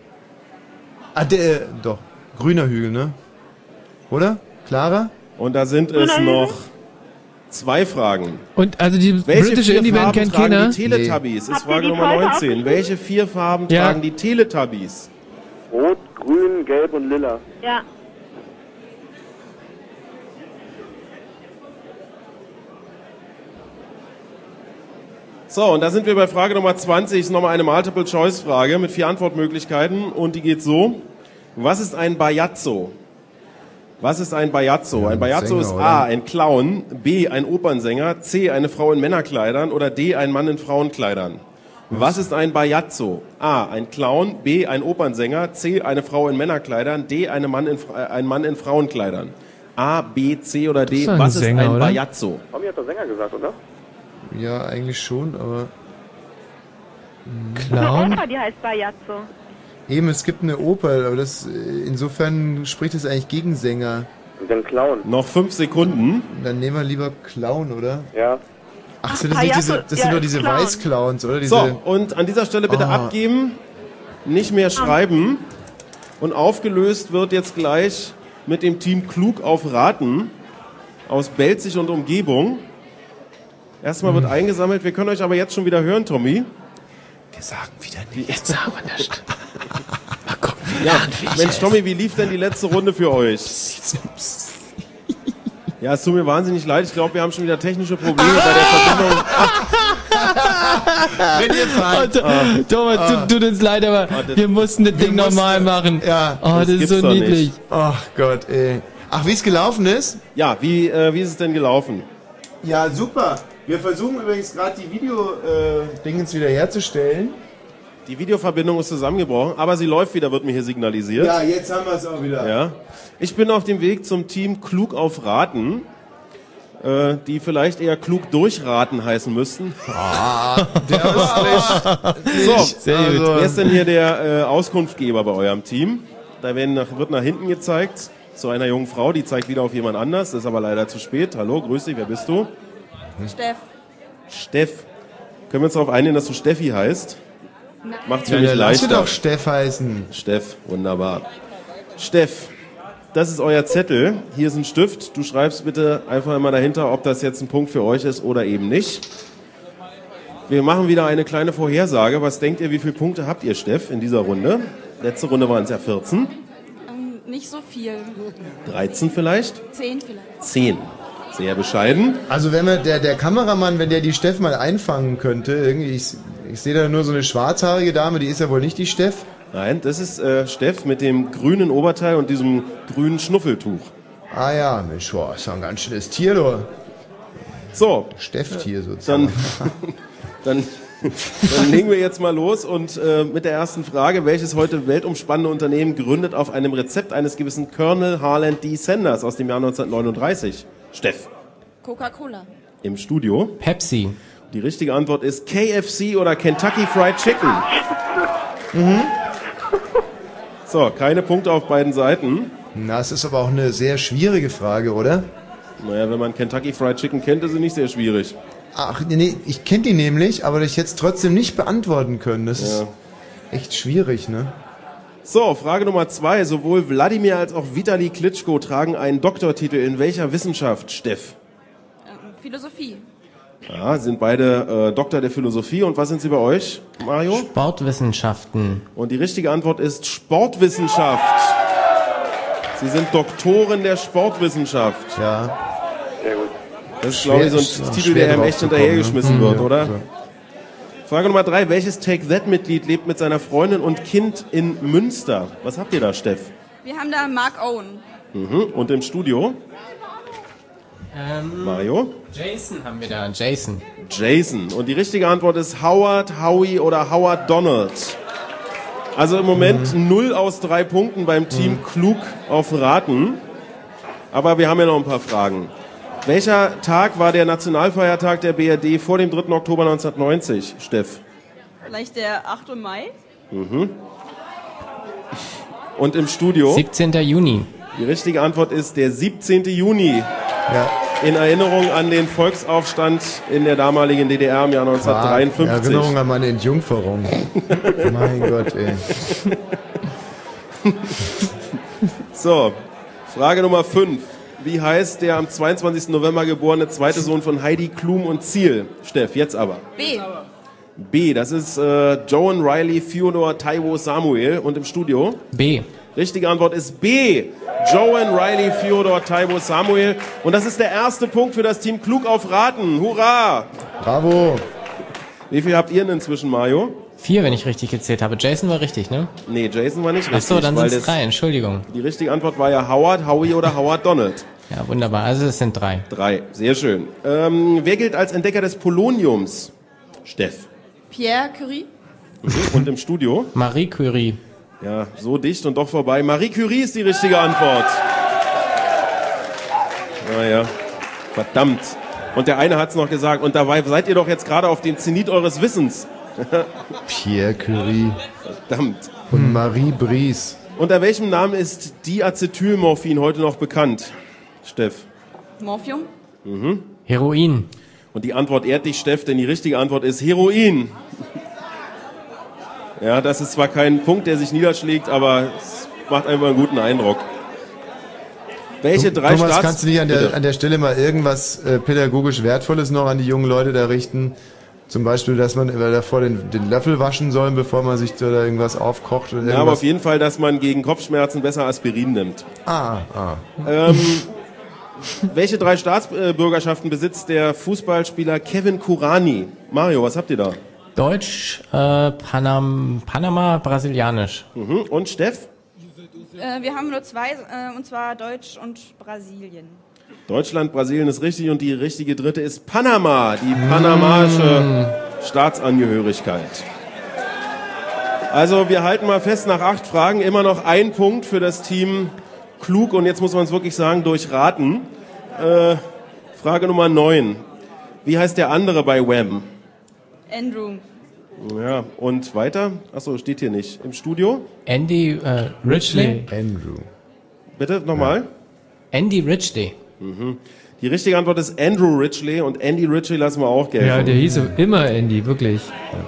Doch, grüner Hügel, ne? Oder? Klarer? Und da sind es noch zwei Fragen. Und also die Welche britische vier Indie-Band Farben kennt tragen keiner? die Teletubbies? Ist Habt ihr Frage die Nummer Farbe 19. aufgeschrieben? Welche vier Farben Ja. tragen die Teletubbies? Rot, Grün, Gelb und Lila. Ja. So, und da sind wir bei Frage Nummer 20. Ist nochmal eine Multiple-Choice-Frage mit 4 Antwortmöglichkeiten. Und die geht so. Was ist ein Bajazzo? Was ist ein Bajazzo? Ein Bajazzo Sänger, ist oder? A, ein Clown, B, ein Opernsänger, C, eine Frau in Männerkleidern oder D, ein Mann in Frauenkleidern. Was ist ein Bajazzo? A, ein Clown, B, ein Opernsänger, C, eine Frau in Männerkleidern, D, ein Mann in Frauenkleidern. A, B, C oder D. Das ist Was ein Sänger, ist ein oder? Bajazzo? Tommy hat der Sänger gesagt, oder? Ja, eigentlich schon, aber... Eine Clown? Oper, die heißt Bajazzo. Eben, es gibt eine Oper, aber das insofern spricht es eigentlich gegen Sänger. Und dann Clown. Noch 5 Sekunden. Dann nehmen wir lieber Clown, oder? Ja. Ach, sind das nicht diese, das sind doch diese Clown. Weißclowns, oder? Diese, So, und an dieser Stelle bitte abgeben, nicht mehr schreiben. Und aufgelöst wird jetzt gleich mit dem Team Klug auf Raten aus Belzig und Umgebung. Erstmal wird eingesammelt. Wir können euch aber jetzt schon wieder hören, Tommy. Wir sagen wieder nicht. Jetzt sagen wir nicht. Mal gucken, Mensch, Tommy, wie lief denn die letzte Runde für euch? Ja, es tut mir wahnsinnig leid. Ich glaube, wir haben schon wieder technische Probleme bei der Verbindung. Wenn ihr fallt. Thomas, tut uns leid, aber wir mussten das Ding normal machen. Ja. Das ist so niedlich. Ach Gott, ey. Ach, wie es gelaufen ist? Ja, wie ist es denn gelaufen? Ja, super. Wir versuchen übrigens gerade die Video-Dingens wieder herzustellen. Die Videoverbindung ist zusammengebrochen, aber sie läuft wieder, wird mir hier signalisiert. Ja, jetzt haben wir es auch wieder. Ja. Ich bin auf dem Weg zum Team Klug auf Raten, die vielleicht eher klug durchraten heißen müssten. Der ist So, sehr gut. Wer ist denn hier der Auskunftgeber bei eurem Team? Da wird nach hinten gezeigt zu einer jungen Frau, die zeigt wieder auf jemand anders, das ist aber leider zu spät. Hallo, grüß dich, wer bist du? Steff. Können wir uns darauf einigen, dass du Steffi heißt? Macht's für mich leichter. Lass doch Steff heißen. Steff, wunderbar. Steff, das ist euer Zettel. Hier ist ein Stift. Du schreibst bitte einfach immer dahinter, ob das jetzt ein Punkt für euch ist oder eben nicht. Wir machen wieder eine kleine Vorhersage. Was denkt ihr, wie viele Punkte habt ihr, Steff, in dieser Runde? Letzte Runde waren es ja 14. Nicht so viel. 13 vielleicht? 10 vielleicht. 10. Sehr bescheiden. Also wenn wir der Kameramann, wenn der die Steff mal einfangen könnte, irgendwie, ich sehe da nur so eine schwarzhaarige Dame, die ist ja wohl nicht die Steff. Nein, das ist Steff mit dem grünen Oberteil und diesem grünen Schnuffeltuch. Ah ja, Mensch, boah, ist ja ein ganz schönes Tier, du. So. Stefftier sozusagen. Dann legen wir jetzt mal los und mit der ersten Frage. Welches heute weltumspannende Unternehmen gründet auf einem Rezept eines gewissen Colonel Harland D. Sanders aus dem Jahr 1939? Steff. Coca-Cola. Im Studio. Pepsi. Die richtige Antwort ist KFC oder Kentucky Fried Chicken. So, keine Punkte auf beiden Seiten. Na, es ist aber auch eine sehr schwierige Frage, oder? Naja, wenn man Kentucky Fried Chicken kennt, ist sie nicht sehr schwierig. Ach, nee, ich kenne die nämlich, aber ich hätte es trotzdem nicht beantworten können. Das ist echt schwierig, ne? So, Frage Nummer 2. Sowohl Wladimir als auch Vitali Klitschko tragen einen Doktortitel in welcher Wissenschaft, Steff? Philosophie. Ja, sind beide Doktor der Philosophie. Und was sind sie bei euch, Mario? Sportwissenschaften. Und die richtige Antwort ist Sportwissenschaft. Sie sind Doktoren der Sportwissenschaft. Ja. Sehr gut. Das ist, glaube ich, so ein Titel, der ihm echt hinterhergeschmissen wird, oder? Ja. Frage Nummer 3. Welches Take-That-Mitglied lebt mit seiner Freundin und Kind in Münster? Was habt ihr da, Steff? Wir haben da Mark Owen. Und im Studio? Mario? Jason haben wir da. Jason. Und die richtige Antwort ist Howard, Howie oder Howard Donald. Also im Moment 0 aus 3 Punkten beim Team Klug auf Raten. Aber wir haben ja noch ein paar Fragen. Welcher Tag war der Nationalfeiertag der BRD vor dem 3. Oktober 1990, Steff? Vielleicht der 8. Mai? Und im Studio? 17. Juni. Die richtige Antwort ist der 17. Juni. Ja. In Erinnerung an den Volksaufstand in der damaligen DDR im Jahr 1953. In Erinnerung an meine Entjungferung. Mein Gott, ey. So, Frage Nummer 5. Wie heißt der am 22. November geborene zweite Sohn von Heidi Klum und Ziel? Steff, jetzt aber. B, das ist Joan Riley Theodore Taiwo Samuel. Und im Studio? B. Richtige Antwort ist B. Joan Riley Theodore Taiwo Samuel. Und das ist der erste Punkt für das Team Klug auf Raten. Hurra! Bravo! Wie viel habt ihr denn inzwischen, Mario? 4, wenn ich richtig gezählt habe. Jason war richtig, ne? Nee, Jason war nicht richtig. Achso, dann sind es 3, Entschuldigung. Die richtige Antwort war ja Howard, Howie oder Howard Donald. Ja, wunderbar. Also es sind 3. 3, sehr schön. Wer gilt als Entdecker des Poloniums? Steff. Pierre Curie. Und im Studio? Marie Curie. Ja, so dicht und doch vorbei. Marie Curie ist die richtige Antwort. Naja, verdammt. Und der eine hat's noch gesagt. Und dabei seid ihr doch jetzt gerade auf dem Zenit eures Wissens. Pierre Curie. Verdammt. Und Marie Bries. Unter welchem Namen ist Diacetylmorphin heute noch bekannt? Steff. Morphium. Heroin. Und die Antwort ehrt dich, Steff, denn die richtige Antwort ist Heroin. Ja, das ist zwar kein Punkt, der sich niederschlägt, aber es macht einfach einen guten Eindruck. Welche drei Thomas, kannst du nicht an der Stelle mal irgendwas pädagogisch Wertvolles noch an die jungen Leute da richten? Zum Beispiel, dass man davor den Löffel waschen soll, bevor man sich da irgendwas aufkocht. Oder ja, aber auf jeden Fall, dass man gegen Kopfschmerzen besser Aspirin nimmt. Welche 3 Staatsbürgerschaften besitzt der Fußballspieler Kevin Kurani? Mario, was habt ihr da? Deutsch, Panama, Brasilianisch. Und Steff? Wir haben nur 2, und zwar Deutsch und Brasilien. Deutschland, Brasilien ist richtig und die richtige dritte ist Panama, die panamaische Staatsangehörigkeit. Also wir halten mal fest, nach 8 Fragen immer noch 1 Punkt für das Team Klug und jetzt muss man es wirklich sagen, durchraten. Frage Nummer 9. Wie heißt der andere bei Wham? Andrew. Ja, und weiter? Achso, steht hier nicht. Im Studio? Andy Ridgely. Andrew. Bitte, nochmal? Andy Ridgely. Die richtige Antwort ist Andrew Ridgely und Andy Ridgely lassen wir auch gelten. Ja, der hieß immer Andy, wirklich.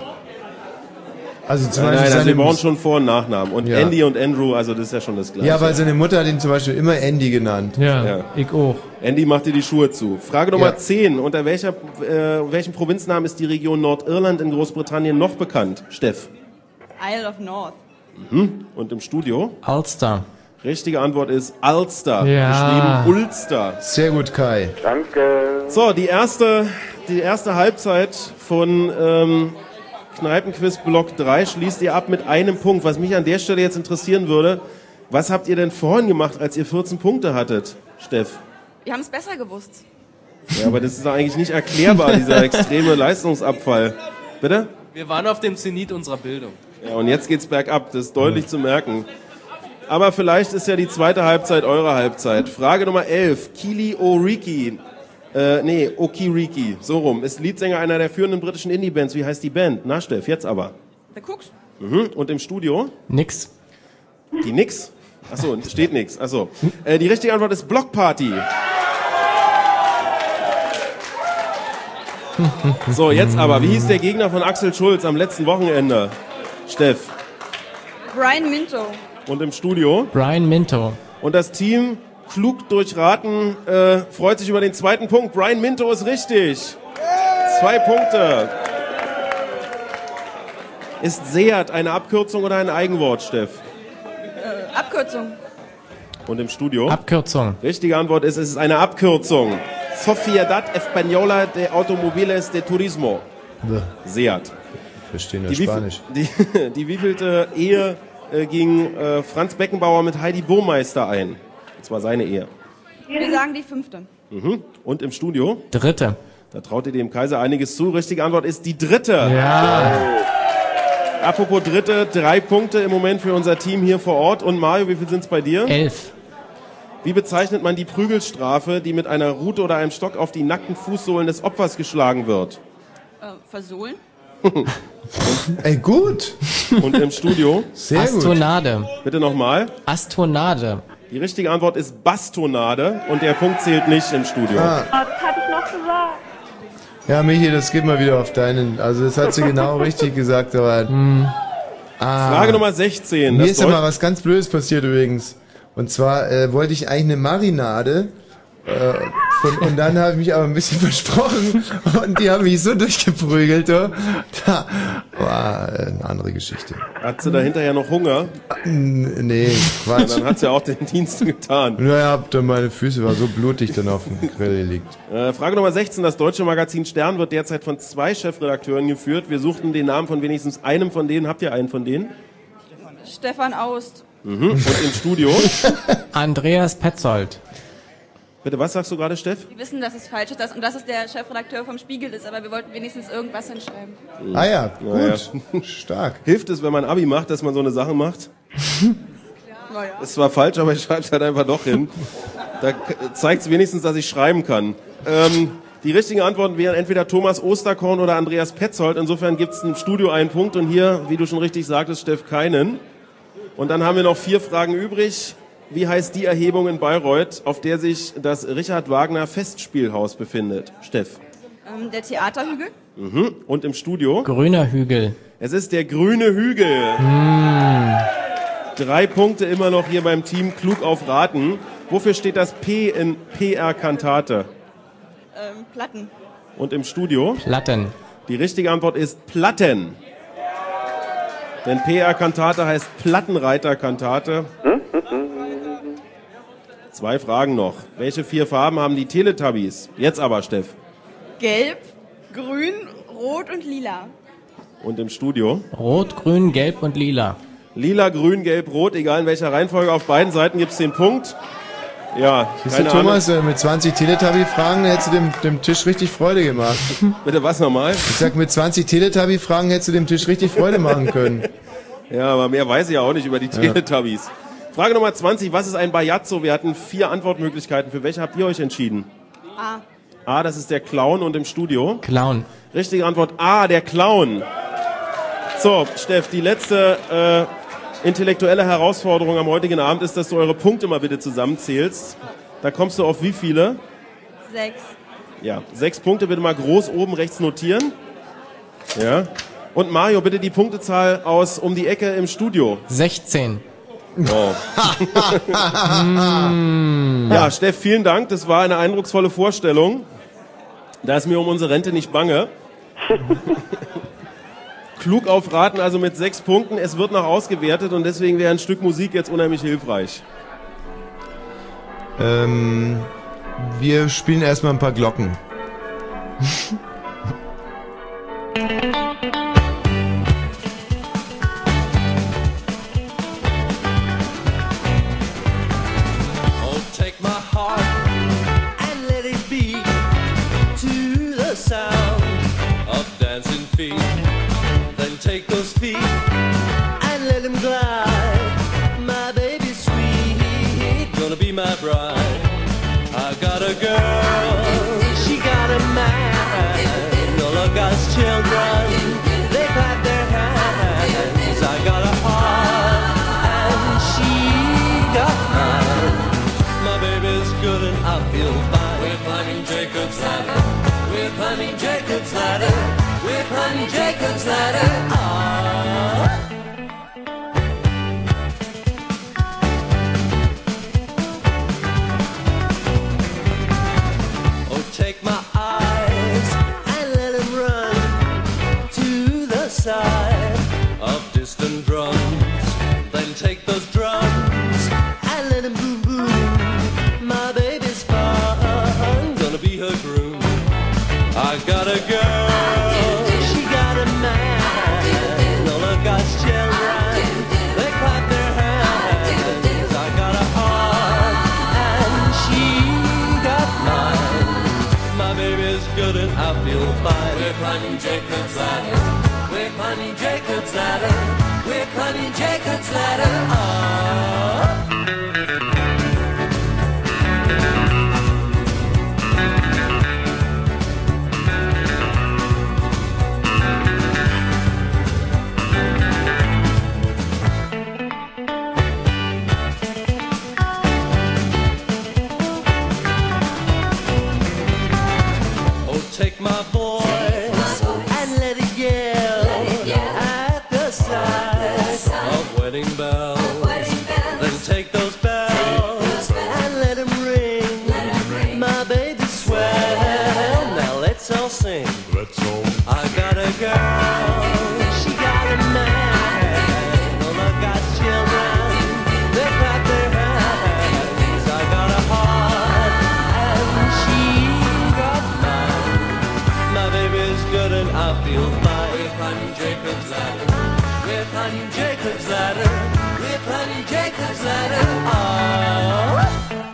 Also zum Beispiel also wir brauchen schon Vor- und Nachnamen. Und Andy und Andrew, also das ist ja schon das Gleiche. Ja, weil seine Mutter hat ihn zum Beispiel immer Andy genannt. Ja. Ich auch. Andy macht dir die Schuhe zu. Frage Nummer 10. Unter welchem Provinznamen ist die Region Nordirland in Großbritannien noch bekannt? Steff. Isle of North. Und im Studio? Ulster. Richtige Antwort ist Ulster. Ja. Geschrieben Ulster. Sehr gut, Kai. Danke. So, die erste Halbzeit von Kneipenquiz Block 3 schließt ihr ab mit 1 Punkt. Was mich an der Stelle jetzt interessieren würde, was habt ihr denn vorhin gemacht, als ihr 14 Punkte hattet, Steff? Wir haben es besser gewusst. Ja, aber das ist doch eigentlich nicht erklärbar, dieser extreme Leistungsabfall. Bitte? Wir waren auf dem Zenit unserer Bildung. Ja, und jetzt geht's bergab, das ist deutlich zu merken. Aber vielleicht ist ja die zweite Halbzeit eure Halbzeit. Frage Nummer 11. Kili O'Reilly, Okiriki, so rum, ist Leadsänger einer der führenden britischen Indie-Bands. Wie heißt die Band? Na, Steff, jetzt aber. The Cooks. Und im Studio? Nix. Die Nix? Achso, steht nix. Achso. Die richtige Antwort ist Block Party. So, jetzt aber. Wie hieß der Gegner von Axel Schulz am letzten Wochenende? Steff. Brian Minto. Und im Studio? Brian Minto. Und das Team klug durchraten freut sich über den 2. Punkt. Brian Minto ist richtig. 2 Punkte. Ist Seat eine Abkürzung oder ein Eigenwort, Steff? Abkürzung. Und im Studio? Abkürzung. Richtige Antwort ist, es ist eine Abkürzung. Sociedad Española de Automobiles de Turismo. Seat. Verstehe nur Spanisch. Die wievielte Ehe ging Franz Beckenbauer mit Heidi Burmeister ein? Das war seine Ehe. Wir sagen die 5. Und im Studio? 3. Da traut ihr dem Kaiser einiges zu. Richtige Antwort ist die 3. Ja. Apropos 3, 3 Punkte im Moment für unser Team hier vor Ort. Und Mario, wie viel sind es bei dir? 11. Wie bezeichnet man die Prügelstrafe, die mit einer Rute oder einem Stock auf die nackten Fußsohlen des Opfers geschlagen wird? Versohlen. Ey, gut. Und im Studio? Sehr Astonade. gut. Bitte nochmal. Astonade. Die richtige Antwort ist Bastonade und der Punkt zählt nicht im Studio. Das hatte ich noch gesagt. Ja, Michi, das geht mal wieder auf deinen. Also das hat sie genau richtig gesagt, aber. Frage Nummer 16. Mir ist ja mal was ganz Blödes passiert übrigens. Und zwar wollte ich eigentlich eine Marinade. Und dann habe ich mich aber ein bisschen versprochen und die haben mich so durchgeprügelt. Da war eine andere Geschichte. Hat sie da hinterher noch Hunger? Nee, Quatsch. Ja, dann hat sie auch den Dienst getan. Naja, dann meine Füße waren so blutig dann auf dem Grill liegt. Frage Nummer 16. Das deutsche Magazin Stern wird derzeit von 2 Chefredakteuren geführt. Wir suchten den Namen von wenigstens einem von denen. Habt ihr einen von denen? Stefan Aust. Und im Studio? Andreas Petzold. Bitte, was sagst du gerade, Steff? Wir wissen, dass es falsch ist und dass es der Chefredakteur vom Spiegel ist, aber wir wollten wenigstens irgendwas hinschreiben. Ah ja, gut. Ja. Stark. Hilft es, wenn man Abi macht, dass man so eine Sache macht? Naja. Ist zwar falsch, aber ich schreibe es halt einfach doch hin. Da zeigt es wenigstens, dass ich schreiben kann. Die richtigen Antworten wären entweder Thomas Osterkorn oder Andreas Petzold. Insofern gibt es im Studio einen Punkt und hier, wie du schon richtig sagtest, Steff, keinen. Und dann haben wir noch 4 Fragen übrig. Wie heißt die Erhebung in Bayreuth, auf der sich das Richard Wagner Festspielhaus befindet? Steff. Der Theaterhügel. Und im Studio? Grüner Hügel. Es ist der grüne Hügel. 3 Punkte immer noch hier beim Team Klug auf Raten. Wofür steht das P in PR Kantate? Platten. Und im Studio? Platten. Die richtige Antwort ist Platten. Denn PR Kantate heißt Plattenreiter Kantate. 2 Fragen noch. Welche 4 Farben haben die Teletubbies? Jetzt aber, Steff. Gelb, grün, rot und lila. Und im Studio? Rot, grün, gelb und lila. Lila, grün, gelb, rot, egal in welcher Reihenfolge. Auf beiden Seiten gibt es den Punkt. Ja, keine Thomas, mit 20 Teletubby-Fragen hättest du dem Tisch richtig Freude gemacht. Bitte, was nochmal? Ich sag, mit 20 Teletubby-Fragen hättest du dem Tisch richtig Freude machen können. Ja, aber mehr weiß ich ja auch nicht über die Teletubbies. Frage Nummer 20, was ist ein Bajazzo? Wir hatten 4 Antwortmöglichkeiten. Für welche habt ihr euch entschieden? A. A, das ist der Clown und im Studio? Clown. Richtige Antwort A, der Clown. So, Steff, die letzte intellektuelle Herausforderung am heutigen Abend ist, dass du eure Punkte mal bitte zusammenzählst. Da kommst du auf wie viele? 6. Ja, 6 Punkte bitte mal groß oben rechts notieren. Ja. Und Mario, bitte die Punktezahl aus um die Ecke im Studio. 16. Wow. Ja, Steff, vielen Dank. Das war eine eindrucksvolle Vorstellung. Da ist mir um unsere Rente nicht bange. Klug auf Raten, also mit 6 Punkten. Es wird noch ausgewertet und deswegen wäre ein Stück Musik jetzt unheimlich hilfreich. Wir spielen erstmal ein paar Glocken. Take those feet and let them glide. My baby's sweet, gonna be my bride. I got a girl, she got a man. All of God's children, they clap their hands. I got a heart and she got mine. My baby's good and I feel fine. We're climbing Jacob's ladder. We're climbing Jacob's ladder. We're climbing Jacob's ladder. Oh, take my eyes and let them run to the side of distant drums. Then take those drums and let them boom boom. My baby's fun, gonna be her groom. I got a girl. I feel fine. We're climbing Jacob's ladder. We're climbing Jacob's ladder. We're climbing Jacob's ladder. Take my voice and let it yell at the sight of wedding bells. Then take those bells and let them ring. My baby swell. Now let's all sing. I got a girl, she got a man. All of God's children, they clap their hands. I got a heart and she got mine. My baby's good and I feel fine. We're climbing Jacob's ladder. We're climbing Jacob's ladder. We're climbing Jacob's ladder.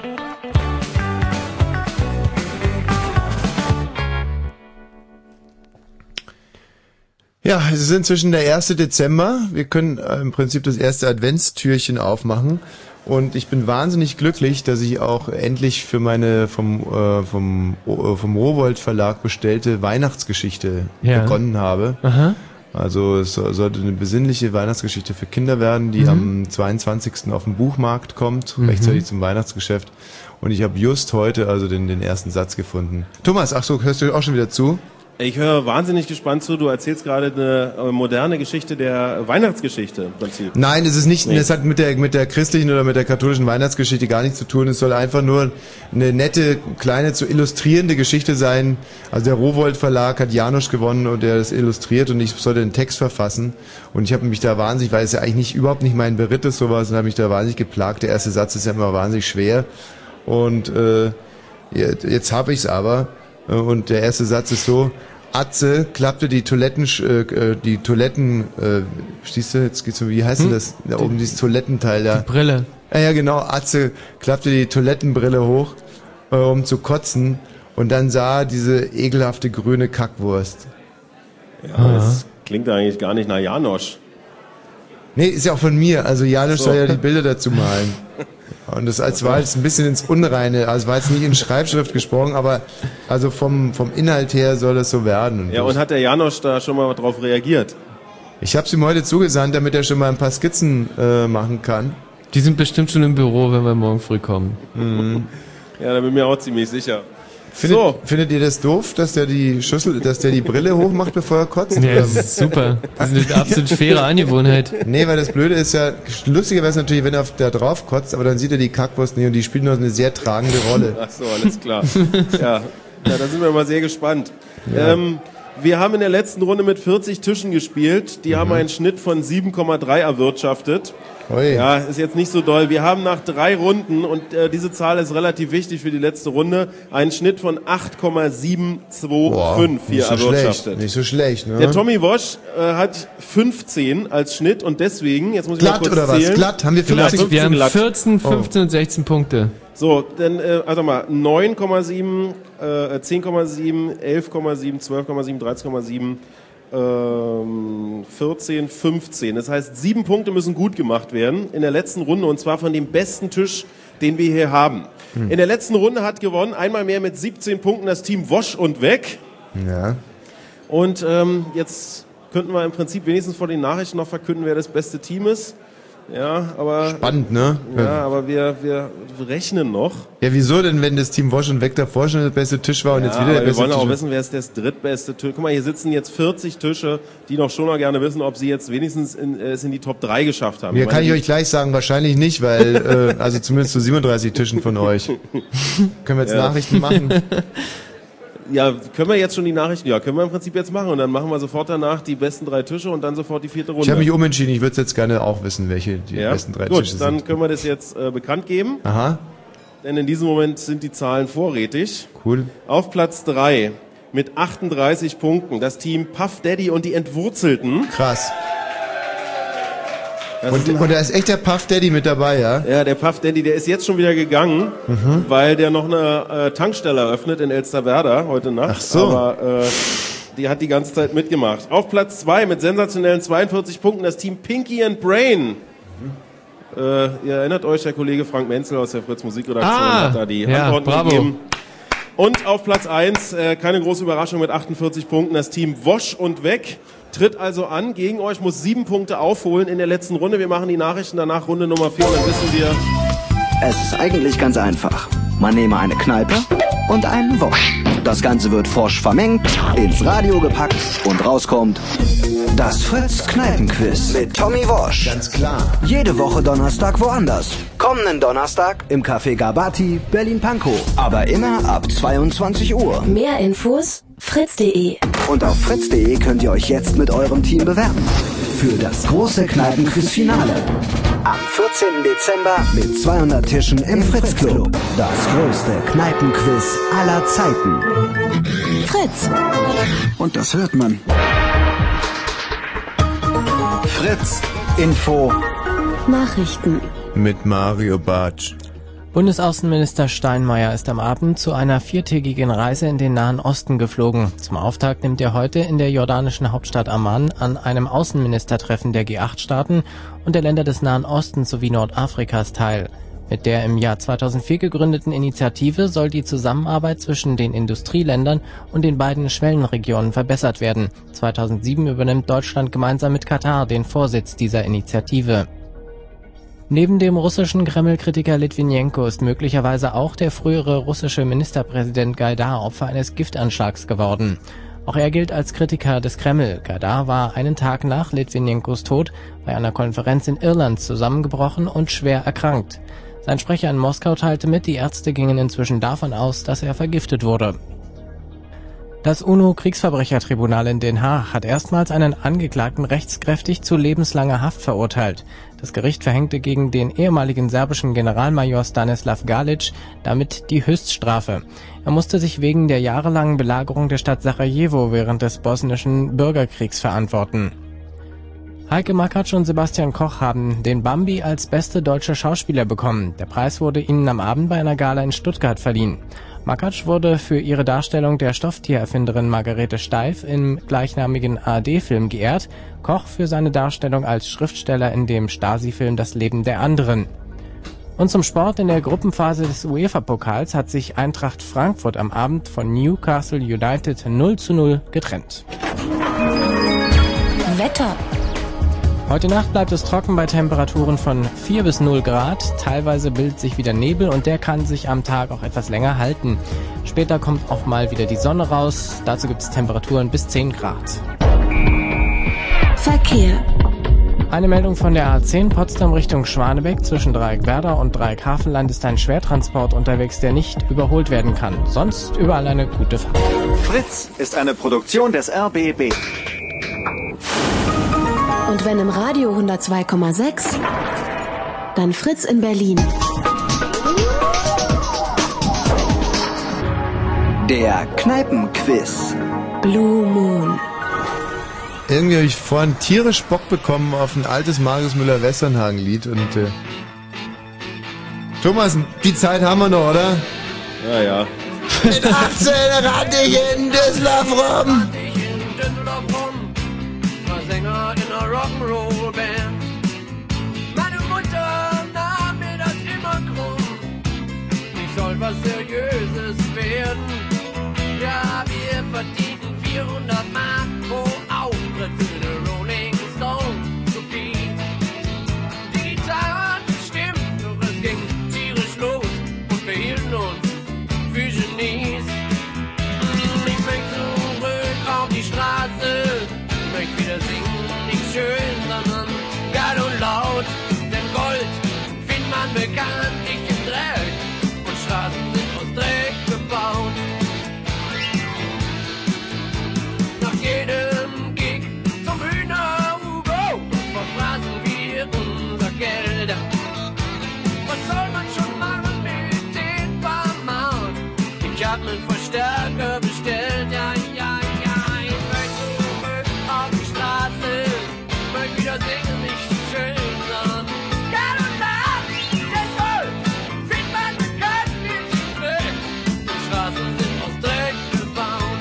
Ja, es ist inzwischen der 1. Dezember. Wir können im Prinzip das erste Adventstürchen aufmachen. Und ich bin wahnsinnig glücklich, dass ich auch endlich für meine vom Rowohlt Verlag bestellte Weihnachtsgeschichte begonnen habe. Aha. Also es sollte eine besinnliche Weihnachtsgeschichte für Kinder werden, die am 22. auf den Buchmarkt kommt, rechtzeitig zum Weihnachtsgeschäft. Und ich habe just heute also den ersten Satz gefunden. Thomas, ach so, hörst du auch schon wieder zu? Ich höre wahnsinnig gespannt zu. Du erzählst gerade eine moderne Geschichte der Weihnachtsgeschichte im Prinzip. Nein, es ist nicht. Nee. Das hat mit der christlichen oder mit der katholischen Weihnachtsgeschichte gar nichts zu tun. Es soll einfach nur eine nette, kleine, zu illustrierende Geschichte sein. Also der Rowohlt Verlag hat Janosch gewonnen und der das illustriert und ich sollte den Text verfassen. Und ich habe mich da wahnsinnig, weil es ja eigentlich überhaupt nicht mein Beritt ist sowas, und habe mich da wahnsinnig geplagt. Der erste Satz ist ja immer wahnsinnig schwer. Und jetzt habe ich es aber. Und der erste Satz ist so: Atze klappte die Toiletten, siehst du, jetzt geht's so, wie heißt denn das? Da oben dieses Toilettenteil da. Die Brille. Ja, genau, Atze klappte die Toilettenbrille hoch, um zu kotzen, und dann sah diese ekelhafte grüne Kackwurst. Ja, das klingt eigentlich gar nicht nach Janosch. Nee, ist ja auch von mir, also Janosch soll ja die Bilder dazu malen. Und das war jetzt ein bisschen ins Unreine, also war jetzt nicht in Schreibschrift gesprochen, aber also vom Inhalt her soll das so werden. Ja, und hat der Janosch da schon mal drauf reagiert? Ich habe es ihm heute zugesandt, damit er schon mal ein paar Skizzen machen kann. Die sind bestimmt schon im Büro, wenn wir morgen früh kommen. Mhm. Ja, da bin ich mir auch ziemlich sicher. Findet ihr das doof, dass der die Brille hochmacht, bevor er kotzt? Ja, das ist super. Das ist eine absolut faire Angewohnheit. Nee, weil das Blöde ist ja, lustiger wäre es natürlich, wenn er da drauf kotzt, aber dann sieht er die Kackwurst nicht und die spielt noch eine sehr tragende Rolle. Ach so, alles klar. Ja, da sind wir mal sehr gespannt. Ja. Wir haben in der letzten Runde mit 40 Tischen gespielt. Die haben einen Schnitt von 7,3 erwirtschaftet. Oi. Ja, ist jetzt nicht so doll. Wir haben nach 3 Runden, und diese Zahl ist relativ wichtig für die letzte Runde, einen Schnitt von 8,725 hier erwirtschaftet. Nicht so schlecht, ne? Der Tommy Wosch hat 15 als Schnitt und deswegen, jetzt muss ich mal kurz oder zählen. Was? Glatt? Haben wir 15? Wir haben 14, 15 und 16 Punkte. So, dann, also mal, 9,7, 10,7, 11,7, 12,7, 13,7, 14, 15. Das heißt, 7 Punkte müssen gut gemacht werden in der letzten Runde, und zwar von dem besten Tisch, den wir hier haben. In der letzten Runde hat gewonnen, einmal mehr mit 17 Punkten, das Team Wosch und Weg. Ja. Und jetzt könnten wir im Prinzip wenigstens vor den Nachrichten noch verkünden, wer das beste Team ist. Ja, aber... Spannend, ne? Ja, aber wir rechnen noch. Ja, wieso denn, wenn das Team Wosch und Weg davor schon der beste Tisch war und jetzt wieder der beste Tisch? Wir wollen auch wissen, wer ist das drittbeste Tisch. Guck mal, hier sitzen jetzt 40 Tische, die noch schon mal gerne wissen, ob sie jetzt wenigstens in die Top 3 geschafft haben. Mir kann ich euch gleich sagen, wahrscheinlich nicht, weil, also zumindest zu 37 Tischen von euch. Können wir jetzt Nachrichten machen? Ja, können wir jetzt schon die Nachrichten? Ja, können wir im Prinzip jetzt machen. Und dann machen wir sofort danach die besten 3 Tische und dann sofort die 4. Runde. Ich habe mich umentschieden. Ich würde jetzt gerne auch wissen, welche die besten 3 Tische sind. Gut, dann können wir das jetzt bekannt geben. Aha. Denn in diesem Moment sind die Zahlen vorrätig. Cool. Auf Platz 3 mit 38 Punkten das Team Puff Daddy und die Entwurzelten. Krass. Und da ist echt der Puff Daddy mit dabei, ja? Ja, der Puff Daddy, der ist jetzt schon wieder gegangen, weil der noch eine Tankstelle eröffnet in Elsterwerda heute Nacht. Ach so. Aber die hat die ganze Zeit mitgemacht. Auf Platz 2 mit sensationellen 42 Punkten das Team Pinky and Brain. Ihr erinnert euch, der Kollege Frank Menzel aus der Fritz Musikredaktion hat da die Antworten gegeben. Und auf Platz 1, keine große Überraschung, mit 48 Punkten das Team Wosch und Weg. Tritt also an gegen euch, muss 7 Punkte aufholen in der letzten Runde. Wir machen die Nachrichten danach, Runde Nummer 4, und dann wissen wir... Es ist eigentlich ganz einfach. Man nehme eine Kneipe und einen Wosch. Das Ganze wird forsch vermengt, ins Radio gepackt und rauskommt das Fritz-Kneipen-Quiz mit Tommy Wosch. Ganz klar. Jede Woche Donnerstag woanders. Kommenden Donnerstag im Café Gabati, Berlin-Pankow. Aber immer ab 22 Uhr. Mehr Infos fritz.de. Und auf fritz.de könnt ihr euch jetzt mit eurem Team bewerben. Für das große Kneipenquiz-Finale. Am 14. Dezember mit 200 Tischen im Fritz-Club. Das größte Kneipenquiz aller Zeiten. Fritz. Und das hört man. Fritz Info. Nachrichten. Mit Mario Bartsch. Bundesaußenminister Steinmeier ist am Abend zu einer 4-tägigen Reise in den Nahen Osten geflogen. Zum Auftakt nimmt er heute in der jordanischen Hauptstadt Amman an einem Außenministertreffen der G8-Staaten und der Länder des Nahen Ostens sowie Nordafrikas teil. Mit der im Jahr 2004 gegründeten Initiative soll die Zusammenarbeit zwischen den Industrieländern und den beiden Schwellenregionen verbessert werden. 2007 übernimmt Deutschland gemeinsam mit Katar den Vorsitz dieser Initiative. Neben dem russischen Kreml-Kritiker Litwinenko ist möglicherweise auch der frühere russische Ministerpräsident Gaidar Opfer eines Giftanschlags geworden. Auch er gilt als Kritiker des Kreml. Gaidar war einen Tag nach Litvinenkos Tod bei einer Konferenz in Irland zusammengebrochen und schwer erkrankt. Sein Sprecher in Moskau teilte mit, die Ärzte gingen inzwischen davon aus, dass er vergiftet wurde. Das UNO-Kriegsverbrechertribunal in Den Haag hat erstmals einen Angeklagten rechtskräftig zu lebenslanger Haft verurteilt. Das Gericht verhängte gegen den ehemaligen serbischen Generalmajor Stanislav Galic damit die Höchststrafe. Er musste sich wegen der jahrelangen Belagerung der Stadt Sarajevo während des bosnischen Bürgerkriegs verantworten. Heike Makatsch und Sebastian Koch haben den Bambi als beste deutsche Schauspieler bekommen. Der Preis wurde ihnen am Abend bei einer Gala in Stuttgart verliehen. Makatsch wurde für ihre Darstellung der Stofftiererfinderin Margarete Steif im gleichnamigen ARD-Film geehrt, Koch für seine Darstellung als Schriftsteller in dem Stasi-Film Das Leben der anderen. Und zum Sport: in der Gruppenphase des UEFA-Pokals hat sich Eintracht Frankfurt am Abend von Newcastle United 0:0 getrennt. Wetter. Heute Nacht bleibt es trocken bei Temperaturen von 4 bis 0 Grad. Teilweise bildet sich wieder Nebel und der kann sich am Tag auch etwas länger halten. Später kommt auch mal wieder die Sonne raus. Dazu gibt es Temperaturen bis 10 Grad. Verkehr. Eine Meldung von der A10 Potsdam Richtung Schwanebeck. Zwischen Dreieck-Werder und Dreieck-Hafenland ist ein Schwertransport unterwegs, der nicht überholt werden kann. Sonst überall eine gute Fahrt. Fritz ist eine Produktion des RBB. Und wenn im Radio 102,6, dann Fritz in Berlin. Der Kneipenquiz. Blue Moon. Irgendwie habe ich vorhin tierisch Bock bekommen auf ein altes Marius Müller-Westernhagen-Lied und Thomas, die Zeit haben wir noch, oder? Ja, ja. Mit 18 rannte ich in Düsseldorf rum. Sänger in einer Rock'n'Roll-Band. Meine Mutter nahm mir das immer krumm. Ich soll was Seriöses werden. Ja, wir verdienten 400 Mark pro Auftritt für die Rolling Stones zu gehen. Die Gitarre hat gestimmt, doch es ging tierisch los und wir hielten uns für Genies. Ich möchte zurück auf die Straße. Möchte wieder singen, nicht schön, sondern geil und laut. Denn Gold findet man bekanntlich im Dreck und Straßen sind aus Dreck gebaut. Nach jedem Gig zum Hühner-Hugo verfraßen wir unser Geld. Was soll man schon machen mit den paar Mark? Ich hab nen Verstärker bestellt, ja, ja, ja. Möchte wieder singen, nicht schön, sondern geil und laut. Denn Gold findet man bekanntlich im Dreck. Die Straßen sind aus Dreck gebaut.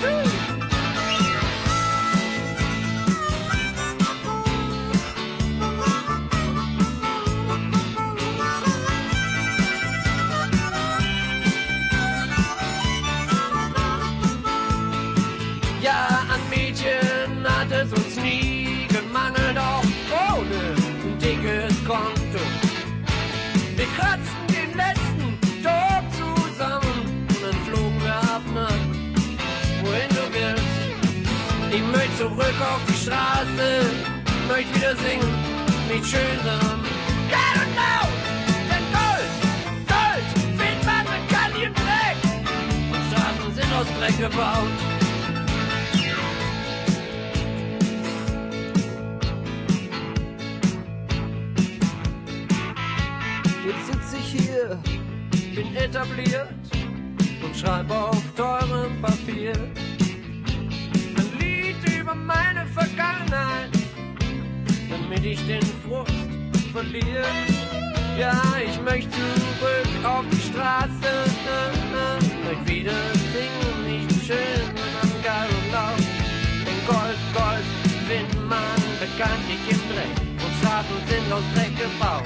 Ja, an Mädchen hat es uns nie gemangelt, auch ohne ein dickes Konto. Wir kratzten den letzten Job zusammen und dann flogen wir ab nach wohin du willst. Ich möchte zurück auf die Straße, möchte wieder singen, nicht schön, sondern geil und laut. Denn Gold, Gold findet man bekannt im Dreck und Straßen sind aus Dreck gebaut. Bin etabliert und schreibe auf teurem Papier ein Lied über meine Vergangenheit, damit ich den Frust verliere. Ja, ich möchte zurück auf die Straße, möchte wieder singen, nicht schön, sondern geil und laut. Denn Gold, Gold findet man bekanntlich im Dreck und Straßen sind aus Dreck gebaut.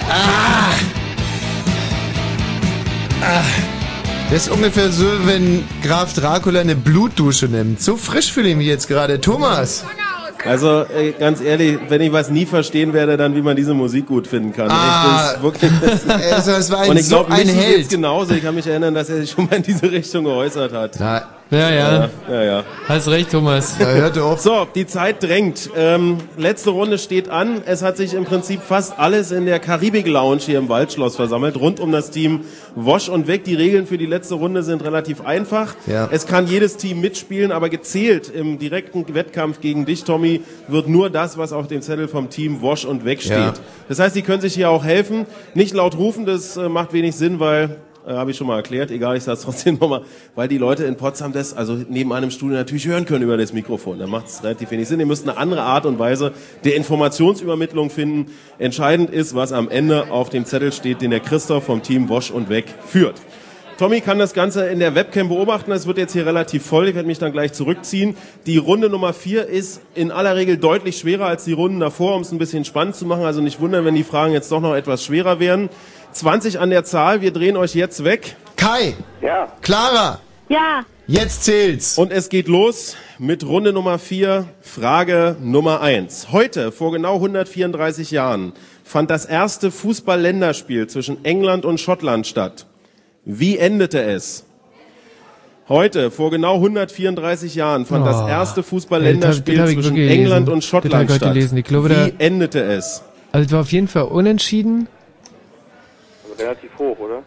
Das ist ungefähr so, wenn Graf Dracula eine Blutdusche nimmt. So frisch fühle ich mich jetzt gerade. Thomas! Also ganz ehrlich, wenn ich was nie verstehen werde, dann wie man diese Musik gut finden kann. Das ist wirklich, es war und ich glaube, ein Held. Jetzt genauso. Ich kann mich erinnern, dass er sich schon mal in diese Richtung geäußert hat. Ja. Ja. Hast recht, Thomas. Ja, hörte auf. So, die Zeit drängt. Letzte Runde steht an. Es hat sich im Prinzip fast alles in der Karibik-Lounge hier im Waldschloss versammelt, rund um das Team Wosch und Weg. Die Regeln für die letzte Runde sind relativ einfach. Ja. Es kann jedes Team mitspielen, aber gezählt im direkten Wettkampf gegen dich, Tommy, wird nur das, was auf dem Zettel vom Team Wosch und Weg steht. Ja. Das heißt, die können sich hier auch helfen. Nicht laut rufen, das macht wenig Sinn, weil... habe ich schon mal erklärt, egal, ich sage es trotzdem nochmal, weil die Leute in Potsdam das, also neben einem Studio natürlich hören können über das Mikrofon. Da macht es relativ wenig Sinn. Ihr müsst eine andere Art und Weise der Informationsübermittlung finden. Entscheidend ist, was am Ende auf dem Zettel steht, den der Christoph vom Team Wosch und Weg führt. Tommy kann das Ganze in der Webcam beobachten. Es wird jetzt hier relativ voll. Ich werde mich dann gleich zurückziehen. Die Runde Nummer 4 ist in aller Regel deutlich schwerer als die Runden davor, um es ein bisschen spannend zu machen. Also nicht wundern, wenn die Fragen jetzt doch noch etwas schwerer werden. 20 an der Zahl. Wir drehen euch jetzt weg. Kai. Ja. Clara. Ja. Jetzt zählt's. Und es geht los mit Runde Nummer 4, Frage Nummer 1. Heute, vor genau 134 Jahren, fand das erste Fußball-Länderspiel zwischen England und Schottland statt. Wie endete es? Heute, vor genau 134 Jahren, fand das erste Fußball-Länderspiel zwischen England und Schottland statt. Wie endete es? Also es war auf jeden Fall unentschieden. Also relativ hoch, oder?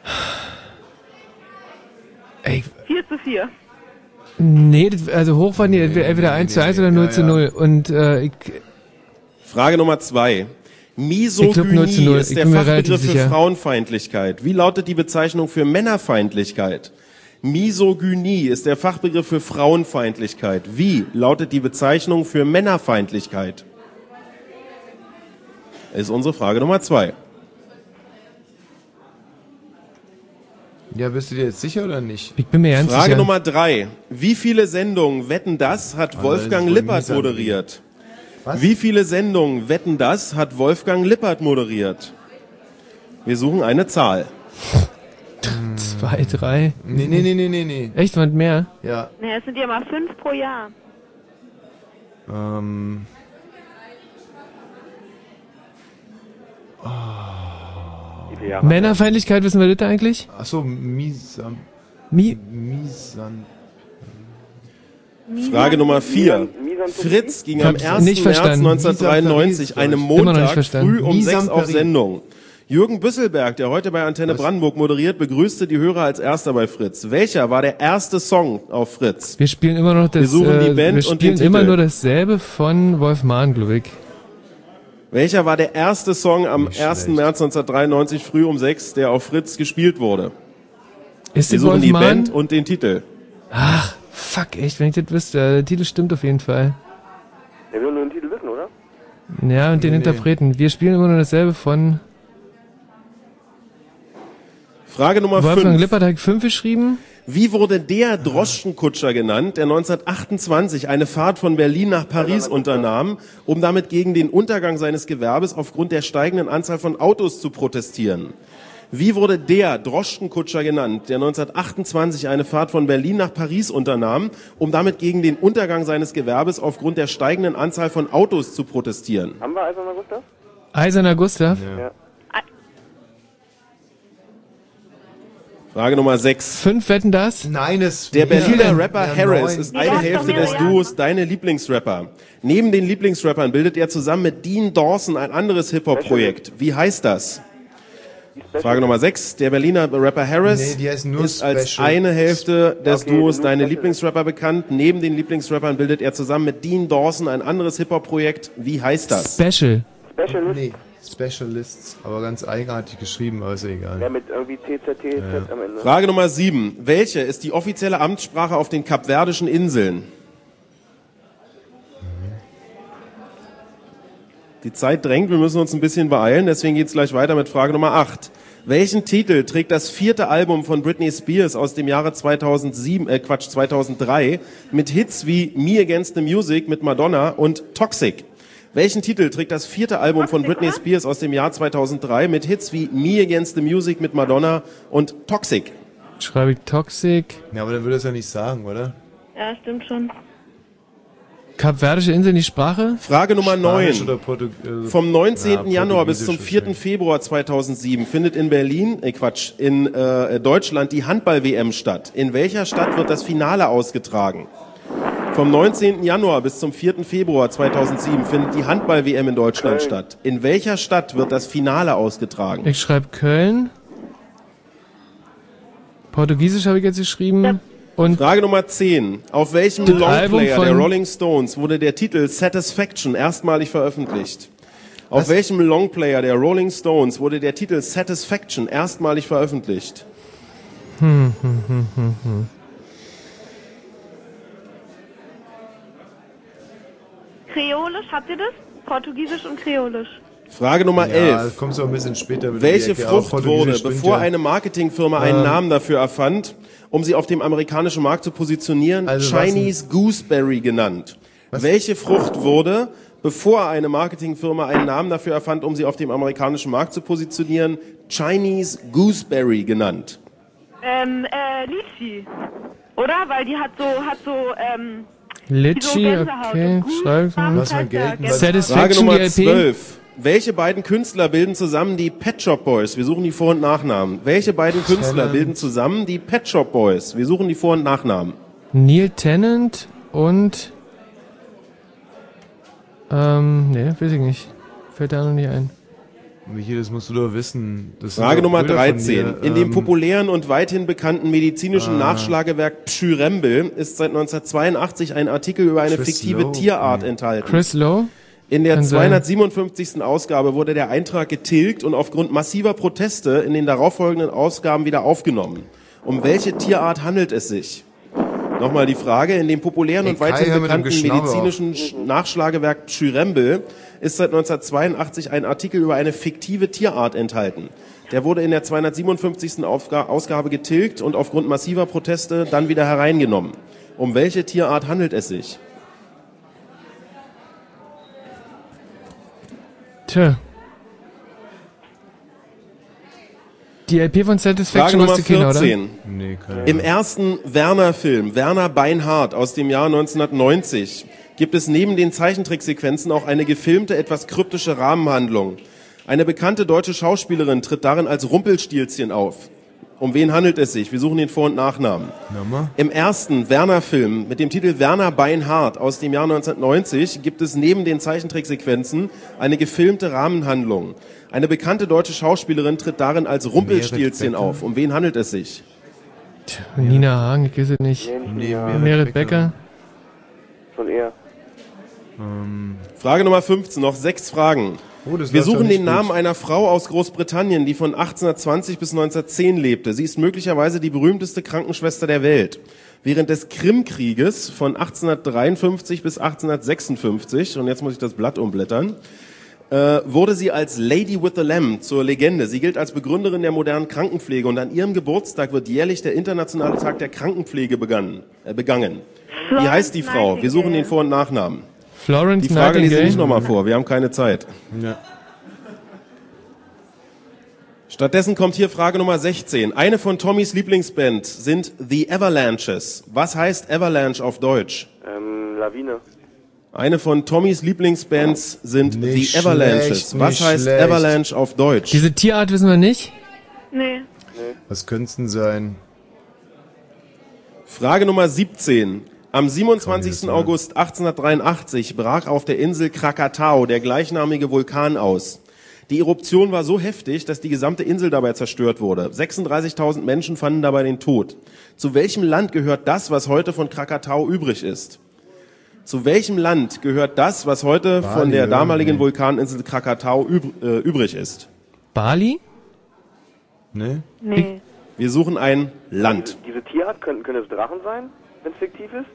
Ey. 4:4. Nee, also hoch waren die entweder 1:1 oder 0:0. Und Frage Nummer 2. Misogynie ist der Fachbegriff für Frauenfeindlichkeit. Wie lautet die Bezeichnung für Männerfeindlichkeit? Misogynie ist der Fachbegriff für Frauenfeindlichkeit. Wie lautet die Bezeichnung für Männerfeindlichkeit? Ist unsere Frage Nummer 2. Ja, bist du dir jetzt sicher oder nicht? Ich bin mir ganz sicher. Frage Nummer 3. Wie viele Sendungen Wetten, das hat Wolfgang Lippert moderiert? Was? Wie viele Sendungen Wetten, das hat Wolfgang Lippert moderiert? Wir suchen eine Zahl. 2, 3. Nee. Echt, was mehr? Ja. Naja, es sind ja mal 5 pro Jahr. Männerfeindlichkeit, wissen wir das eigentlich? Achso, Frage Nummer 4. Fritz ging am 1. März 1993, einem Montag, früh um 6 auf Sendung. Jürgen Büsselberg, der heute bei Antenne Brandenburg moderiert, begrüßte die Hörer als erster bei Fritz. Welcher war der erste Song auf Fritz? Wir spielen immer noch das, wir suchen die Band wir spielen immer nur dasselbe von Wolf Mahn, glaube ich. Welcher war der erste Song am 1. März 1993 früh um 6, der auf Fritz gespielt wurde? Ist wir suchen die Band und den Titel. Ach, fuck, echt, wenn ich das wüsste. Der Titel stimmt auf jeden Fall. Ja, wir wollen nur den Titel wissen, oder? Ja, und den Interpreten. Wir spielen immer nur dasselbe von... Frage Nummer 5. Wolfgang Lippert hat 5 geschrieben. Wie wurde der Droschkenkutscher genannt, der 1928 eine Fahrt von Berlin nach Paris unternahm, um damit gegen den Untergang seines Gewerbes aufgrund der steigenden Anzahl von Autos zu protestieren? Wie wurde der Droschkenkutscher genannt, der 1928 eine Fahrt von Berlin nach Paris unternahm, um damit gegen den Untergang seines Gewerbes aufgrund der steigenden Anzahl von Autos zu protestieren? Haben wir Eiserner Gustav? Eiserner Gustav? Ja. Frage Nummer 6. 5 Wetten, das? Nein, es... Der Berliner Rapper Harris ist eine Hälfte des Duos Deine Lieblingsrapper. Neben den Lieblingsrappern bildet er zusammen mit Dean Dawson ein anderes Hip-Hop-Projekt. Wie heißt das? Frage Nummer 6. Der Berliner Rapper Harris ist als eine Hälfte des Duos Deine Lieblingsrapper bekannt. Neben den Lieblingsrappern bildet er zusammen mit Dean Dawson ein anderes Hip-Hop-Projekt. Wie heißt das? Special. Nee. Specialists, aber ganz eigenartig geschrieben, aber ist egal. Ja, mit irgendwie CZT am Ende. Frage Nummer 7. Welche ist die offizielle Amtssprache auf den Kapverdischen Inseln? Die Zeit drängt, wir müssen uns ein bisschen beeilen, deswegen geht's gleich weiter mit Frage Nummer 8. Welchen Titel trägt das 4. Album von Britney Spears aus dem Jahre 2003 mit Hits wie Me Against the Music mit Madonna und Toxic? Welchen Titel trägt das 4. Album von Britney Spears aus dem Jahr 2003 mit Hits wie Me Against the Music mit Madonna und Toxic? Schreibe ich Toxic. Ja, aber dann würde er es ja nicht sagen, oder? Ja, stimmt schon. Kapverdische Inseln, die Sprache? Frage Nummer 9. Oder Vom 19. Januar bis zum 4. Februar 2007 findet in in Deutschland die Handball-WM statt. In welcher Stadt wird das Finale ausgetragen? Vom 19. Januar bis zum 4. Februar 2007 findet die Handball-WM in Deutschland statt. In welcher Stadt wird das Finale ausgetragen? Ich schreibe Köln. Portugiesisch habe ich jetzt geschrieben. Und Frage Nummer 10. Auf welchem Longplayer der Rolling Stones wurde der Titel Satisfaction erstmalig veröffentlicht? Auf welchem Longplayer der Rolling Stones wurde der Titel Satisfaction erstmalig veröffentlicht? Kreolisch, habt ihr das? Portugiesisch und Kreolisch. Frage Nummer 11. Ja, kommst du ein bisschen später. Welche Frucht wurde, bevor eine Marketingfirma einen Namen dafür erfand, um sie auf dem amerikanischen Markt zu positionieren, Chinese Gooseberry genannt? Welche Frucht wurde, bevor eine Marketingfirma einen Namen dafür erfand, um sie auf dem amerikanischen Markt zu positionieren, Chinese Gooseberry genannt? Litchi. Oder? Weil die hat so Litchi, okay, schreib mal. Frage Nummer 12. Welche beiden Künstler bilden zusammen die Pet Shop Boys? Wir suchen die Vor- und Nachnamen. Welche beiden Künstler bilden zusammen die Pet Shop Boys? Wir suchen die Vor- und Nachnamen. Neil Tennant und nee, weiß ich nicht. Fällt da noch nicht ein. Michi, das musst du doch wissen. Frage Nummer 13. In dem populären und weithin bekannten medizinischen Nachschlagewerk Pschyrembel ist seit 1982 ein Artikel über eine fiktive Tierart enthalten. Chris Lowe? In der 257. Ausgabe wurde der Eintrag getilgt und aufgrund massiver Proteste in den darauffolgenden Ausgaben wieder aufgenommen. Um welche Tierart handelt es sich? Nochmal die Frage, in dem populären und weithin bekannten medizinischen Nachschlagewerk Pschyrembel ist seit 1982 ein Artikel über eine fiktive Tierart enthalten. Der wurde in der 257. Ausgabe getilgt und aufgrund massiver Proteste dann wieder hereingenommen. Um welche Tierart handelt es sich? Tja. Die LP von Satisfaction Frage Nummer 14. Oder? Nee, im ersten Werner-Film, Werner Beinhardt aus dem Jahr 1990, gibt es neben den Zeichentricksequenzen auch eine gefilmte, etwas kryptische Rahmenhandlung. Eine bekannte deutsche Schauspielerin tritt darin als Rumpelstilzchen auf. Um wen handelt es sich? Wir suchen den Vor- und Nachnamen. Im ersten Werner-Film mit dem Titel Werner Beinhardt aus dem Jahr 1990 gibt es neben den Zeichentricksequenzen eine gefilmte Rahmenhandlung. Eine bekannte deutsche Schauspielerin tritt darin als Rumpelstilzchen auf. Um wen handelt es sich? Nina Hagen, ich weiß es nicht. Merit Becker. Von er. Frage Nummer 15, noch 6 Fragen. Wir suchen den Namen einer Frau aus Großbritannien, die von 1820 bis 1910 lebte. Sie ist möglicherweise die berühmteste Krankenschwester der Welt. Während des Krimkrieges von 1853 bis 1856, und jetzt muss ich das Blatt umblättern, wurde sie als Lady with the Lamb zur Legende. Sie gilt als Begründerin der modernen Krankenpflege und an ihrem Geburtstag wird jährlich der Internationale Tag der Krankenpflege begangen. Wie heißt die Frau? Wir suchen den Vor- und Nachnamen. Florence Die Frage lese ich Nightingale. nicht nochmal vor, wir haben keine Zeit. Ja. Stattdessen kommt hier Frage Nummer 16. Eine von Tommys Lieblingsband sind The Avalanches. Was heißt Avalanche auf Deutsch? Lawine. Eine von Tommys Lieblingsbands sind Nicht The Avalanches. schlecht, Was nicht heißt schlecht. Avalanche auf Deutsch? Diese Tierart wissen wir nicht. Nee. Was könnte es denn sein? Frage Nummer 17. Am 27. August 1883 brach auf der Insel Krakatau der gleichnamige Vulkan aus. Die Eruption war so heftig, dass die gesamte Insel dabei zerstört wurde. 36.000 Menschen fanden dabei den Tod. Zu welchem Land gehört das, was heute von Krakatau übrig ist? Zu welchem Land gehört das, was heute von der damaligen Vulkaninsel Krakatau übrig ist? Bali? Nee. Nee. Wir suchen ein Land. Diese Tierart, können es Drachen sein, wenn es fiktiv ist?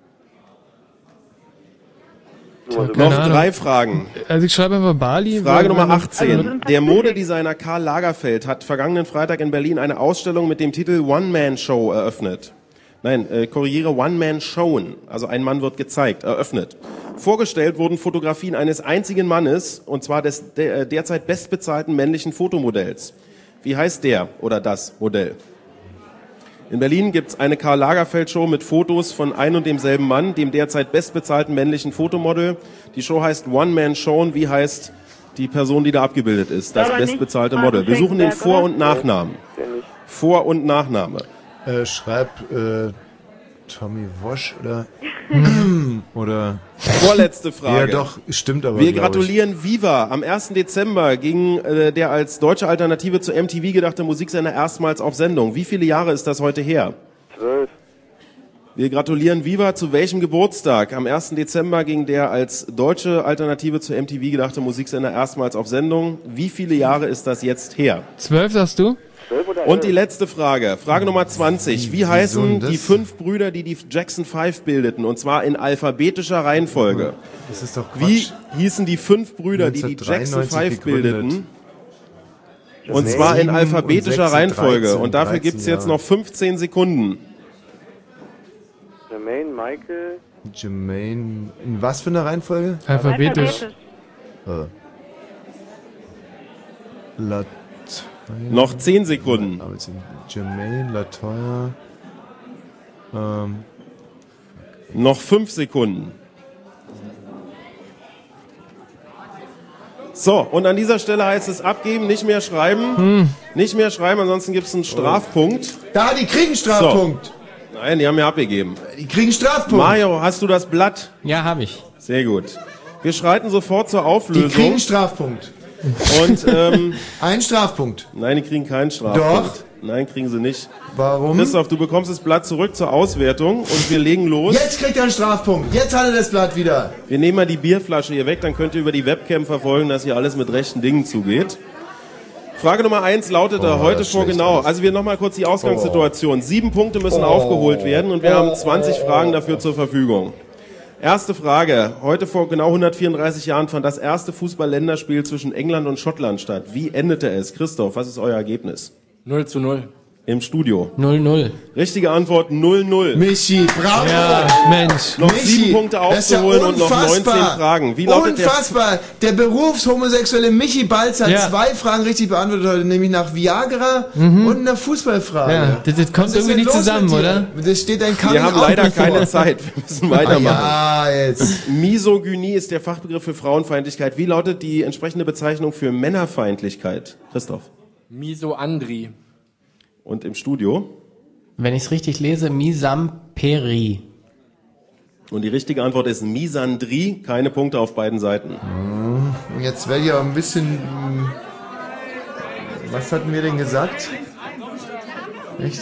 Noch 3 Fragen. Also ich schreibe einfach Bali. Frage Nummer 18. Der Modedesigner Karl Lagerfeld hat vergangenen Freitag in Berlin eine Ausstellung mit dem Titel One Man Show eröffnet. Nein, korrigiere, One-Man-Shown. Also ein Mann wird gezeigt, eröffnet. Vorgestellt wurden Fotografien eines einzigen Mannes, und zwar des derzeit bestbezahlten männlichen Fotomodells. Wie heißt der oder das Modell? In Berlin gibt's eine Karl Lagerfeld-Show mit Fotos von ein und demselben Mann, dem derzeit bestbezahlten männlichen Fotomodel. Die Show heißt One-Man-Shown. Wie heißt die Person, die da abgebildet ist? Das bestbezahlte Model. Wir suchen den Vor- und Nachnamen. Vor- und Nachname. Schreib Tommy Walsh oder Vorletzte Frage. Ja doch, stimmt aber. Wir gratulieren Viva. Am 1. Dezember ging der als deutsche Alternative zu MTV gedachte Musiksender erstmals auf Sendung. Wie viele Jahre ist das heute her? 12. Wir gratulieren Viva. Zu welchem Geburtstag? Am 1. Dezember ging der als deutsche Alternative zu MTV gedachte Musiksender erstmals auf Sendung. Wie viele Jahre ist das jetzt her? 12, sagst du? Und die letzte Frage, Frage Nummer 20. Wie heißen die 5 Brüder, die die Jackson 5 bildeten? Und zwar in alphabetischer Reihenfolge. Das ist doch Quatsch. Wie hießen die 5 Brüder, die die Jackson 5 bildeten? Und zwar in alphabetischer Reihenfolge. Und dafür gibt's jetzt noch 15 Sekunden. Jermaine, Michael. Jermaine, in was für eine Reihenfolge? Alphabetisch. Noch 10 Sekunden. Jermaine, Latoya. Noch 5 Sekunden. So, und an dieser Stelle heißt es abgeben, nicht mehr schreiben. Nicht mehr schreiben, ansonsten gibt es einen Strafpunkt. Da, die kriegen einen Strafpunkt. So. Nein, die haben ja abgegeben. Die kriegen einen Strafpunkt. Mario, hast du das Blatt? Ja, habe ich. Sehr gut. Wir schreiten sofort zur Auflösung. Die kriegen einen Strafpunkt. Und, ein Strafpunkt. Nein, die kriegen keinen Strafpunkt. Doch. Nein, kriegen sie nicht. Warum? Christoph, du bekommst das Blatt zurück zur Auswertung und wir legen los. Jetzt kriegt er einen Strafpunkt. Jetzt hat er das Blatt wieder. Wir nehmen mal die Bierflasche hier weg, dann könnt ihr über die Webcam verfolgen, dass hier alles mit rechten Dingen zugeht. Frage Nummer 1 lautete heute vor genau. Also wir nochmal kurz die Ausgangssituation. 7 Punkte müssen aufgeholt werden und wir haben 20 Fragen dafür zur Verfügung. Erste Frage. Heute vor genau 134 Jahren fand das erste Fußball-Länderspiel zwischen England und Schottland statt. Wie endete es? Christoph, was ist euer Ergebnis? 0:0. Im Studio. 0:0. Richtige Antwort 0:0. Michi, bravo! Ja, Mensch. Noch Michi, 7 Punkte aufzuholen und noch 19 Fragen. Wie lautet unfassbar! Der berufshomosexuelle Michi Balz hat 2 Fragen richtig beantwortet heute, nämlich nach Viagra und einer Fußballfrage. Ja, das kommt irgendwie nicht zusammen, oder? Das steht ein Wir haben leider keine Zeit. Wir müssen weitermachen. Ja, jetzt. Misogynie ist der Fachbegriff für Frauenfeindlichkeit. Wie lautet die entsprechende Bezeichnung für Männerfeindlichkeit? Christoph. Misoandrie. Und im Studio? Wenn ich es richtig lese, Misamperi. Und die richtige Antwort ist Misandrie. Keine Punkte auf beiden Seiten. Jetzt werde ich aber ein bisschen... Was hatten wir denn gesagt? Echt?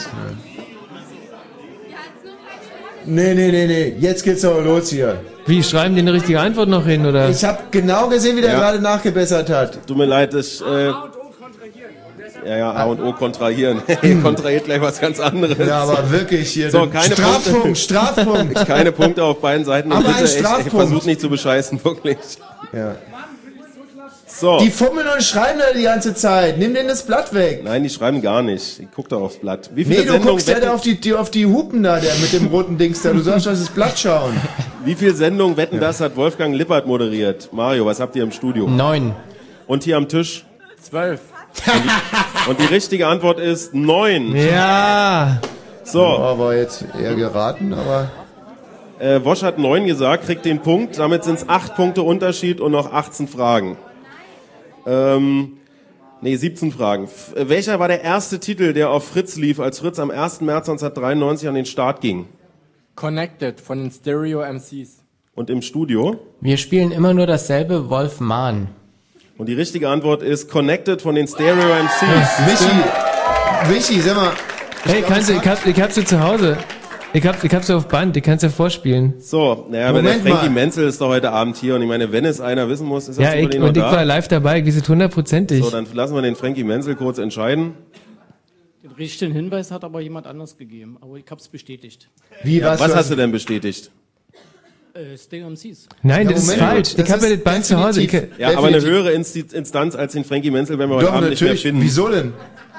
Nee. Jetzt geht's aber los hier. Wie, schreiben die eine richtige Antwort noch hin, oder? Ich habe genau gesehen, wie der gerade nachgebessert hat. Tut mir leid, das... Ja, A und O kontrahieren. Kontrahiert gleich was ganz anderes. Ja, aber wirklich hier. So, keine Strafpunkt. Keine Punkte auf beiden Seiten. Aber bitte, ein Strafpunkt. Ich versuche nicht zu bescheißen, wirklich. Ja. So. Die fummeln und schreiben da die ganze Zeit. Nimm denen das Blatt weg. Nein, die schreiben gar nicht. Ich guck doch aufs Blatt. Wie viele Sendungen guckst ja da auf die Hupen da, der mit dem roten Dings da. Du sollst das Blatt schauen. Wie viele Sendungen Wetten, das hat Wolfgang Lippert moderiert? Mario, was habt ihr im Studio? 9. Und hier am Tisch? 12. Und die richtige Antwort ist 9. Ja. So. Ja, war jetzt eher geraten, aber... Wosch hat 9 gesagt, kriegt den Punkt. Damit sind es 8 Punkte Unterschied und noch 18 Fragen. 17 Fragen. Welcher war der erste Titel, der auf Fritz lief, als Fritz am 1. März 1993 an den Start ging? Connected von den Stereo MCs. Und im Studio? Wir spielen immer nur dasselbe, Wolf Mahn. Und die richtige Antwort ist Connected von den Stereo MCs. Michi, sag mal. Hey, ich hab sie zu Hause. Ich hab sie auf Band, ich kann's ja vorspielen. So, naja, aber der Frankie Menzel ist doch heute Abend hier und ich meine, wenn es einer wissen muss, ist das ich war live dabei, ich weiß es 100%. So, dann lassen wir den Frankie Menzel kurz entscheiden. Den richtigen Hinweis hat aber jemand anders gegeben, aber ich hab's bestätigt. Was hast du denn bestätigt? Stereo MCs. Nein, das ist falsch. Ich habe ja das Band zu Hause. Ja, aber eine höhere Instanz als den Frankie Menzel werden wir heute Abend nicht mehr finden. Wieso denn?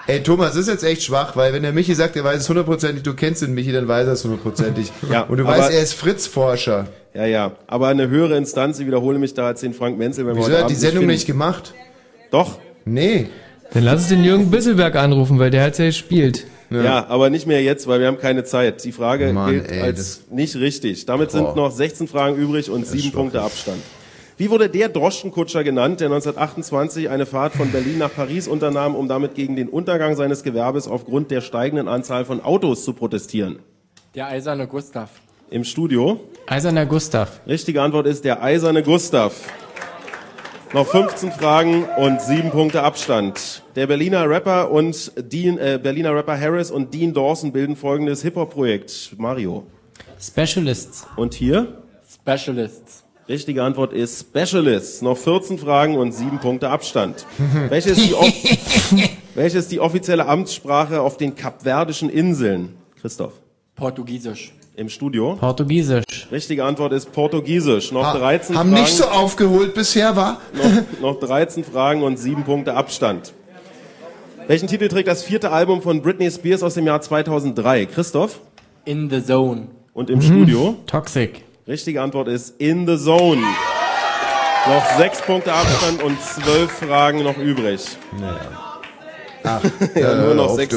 Ey, Thomas, das ist jetzt echt schwach, weil wenn der Michi sagt, er weiß es 100%, du kennst den Michi, dann weiß er es 100%. Ja, und du weißt, er ist Fritz-Forscher. Ja, aber eine höhere Instanz, ich wiederhole mich da als den Frank Menzel. Wenn Wieso wir hat die Sendung nicht gemacht? Doch. Nee. Dann lass es den Jürgen Bisselberg anrufen, weil der hat's ja gespielt. Ja, aber nicht mehr jetzt, weil wir haben keine Zeit. Die Frage gilt als nicht richtig. Damit sind noch 16 Fragen übrig und 7 Punkte Abstand. Wie wurde der Droschkenkutscher genannt, der 1928 eine Fahrt von Berlin nach Paris unternahm, um damit gegen den Untergang seines Gewerbes aufgrund der steigenden Anzahl von Autos zu protestieren? Der Eiserne Gustav. Im Studio? Eiserner Gustav. Richtige Antwort ist der Eiserne Gustav. Noch 15 Fragen und 7 Punkte Abstand. Der Berliner Rapper Harris und Dean Dawson bilden folgendes Hip-Hop-Projekt. Mario. Specialists. Und hier? Specialists. Richtige Antwort ist Specialists. Noch 14 Fragen und 7 Punkte Abstand. Welche ist die offizielle Amtssprache auf den Kapverdischen Inseln? Christoph. Portugiesisch. Im Studio? Portugiesisch. Richtige Antwort ist Portugiesisch. Noch 13 Haben Fragen. nicht so aufgeholt bisher, war? Noch 13 Fragen und 7 Punkte Abstand. Welchen Titel trägt das 4. Album von Britney Spears aus dem Jahr 2003? Christoph? In the Zone. Und im Studio? Toxic. Richtige Antwort ist In the Zone. Noch 6 Punkte Abstand und 12 Fragen noch übrig. Naja. Ach, nur noch 6.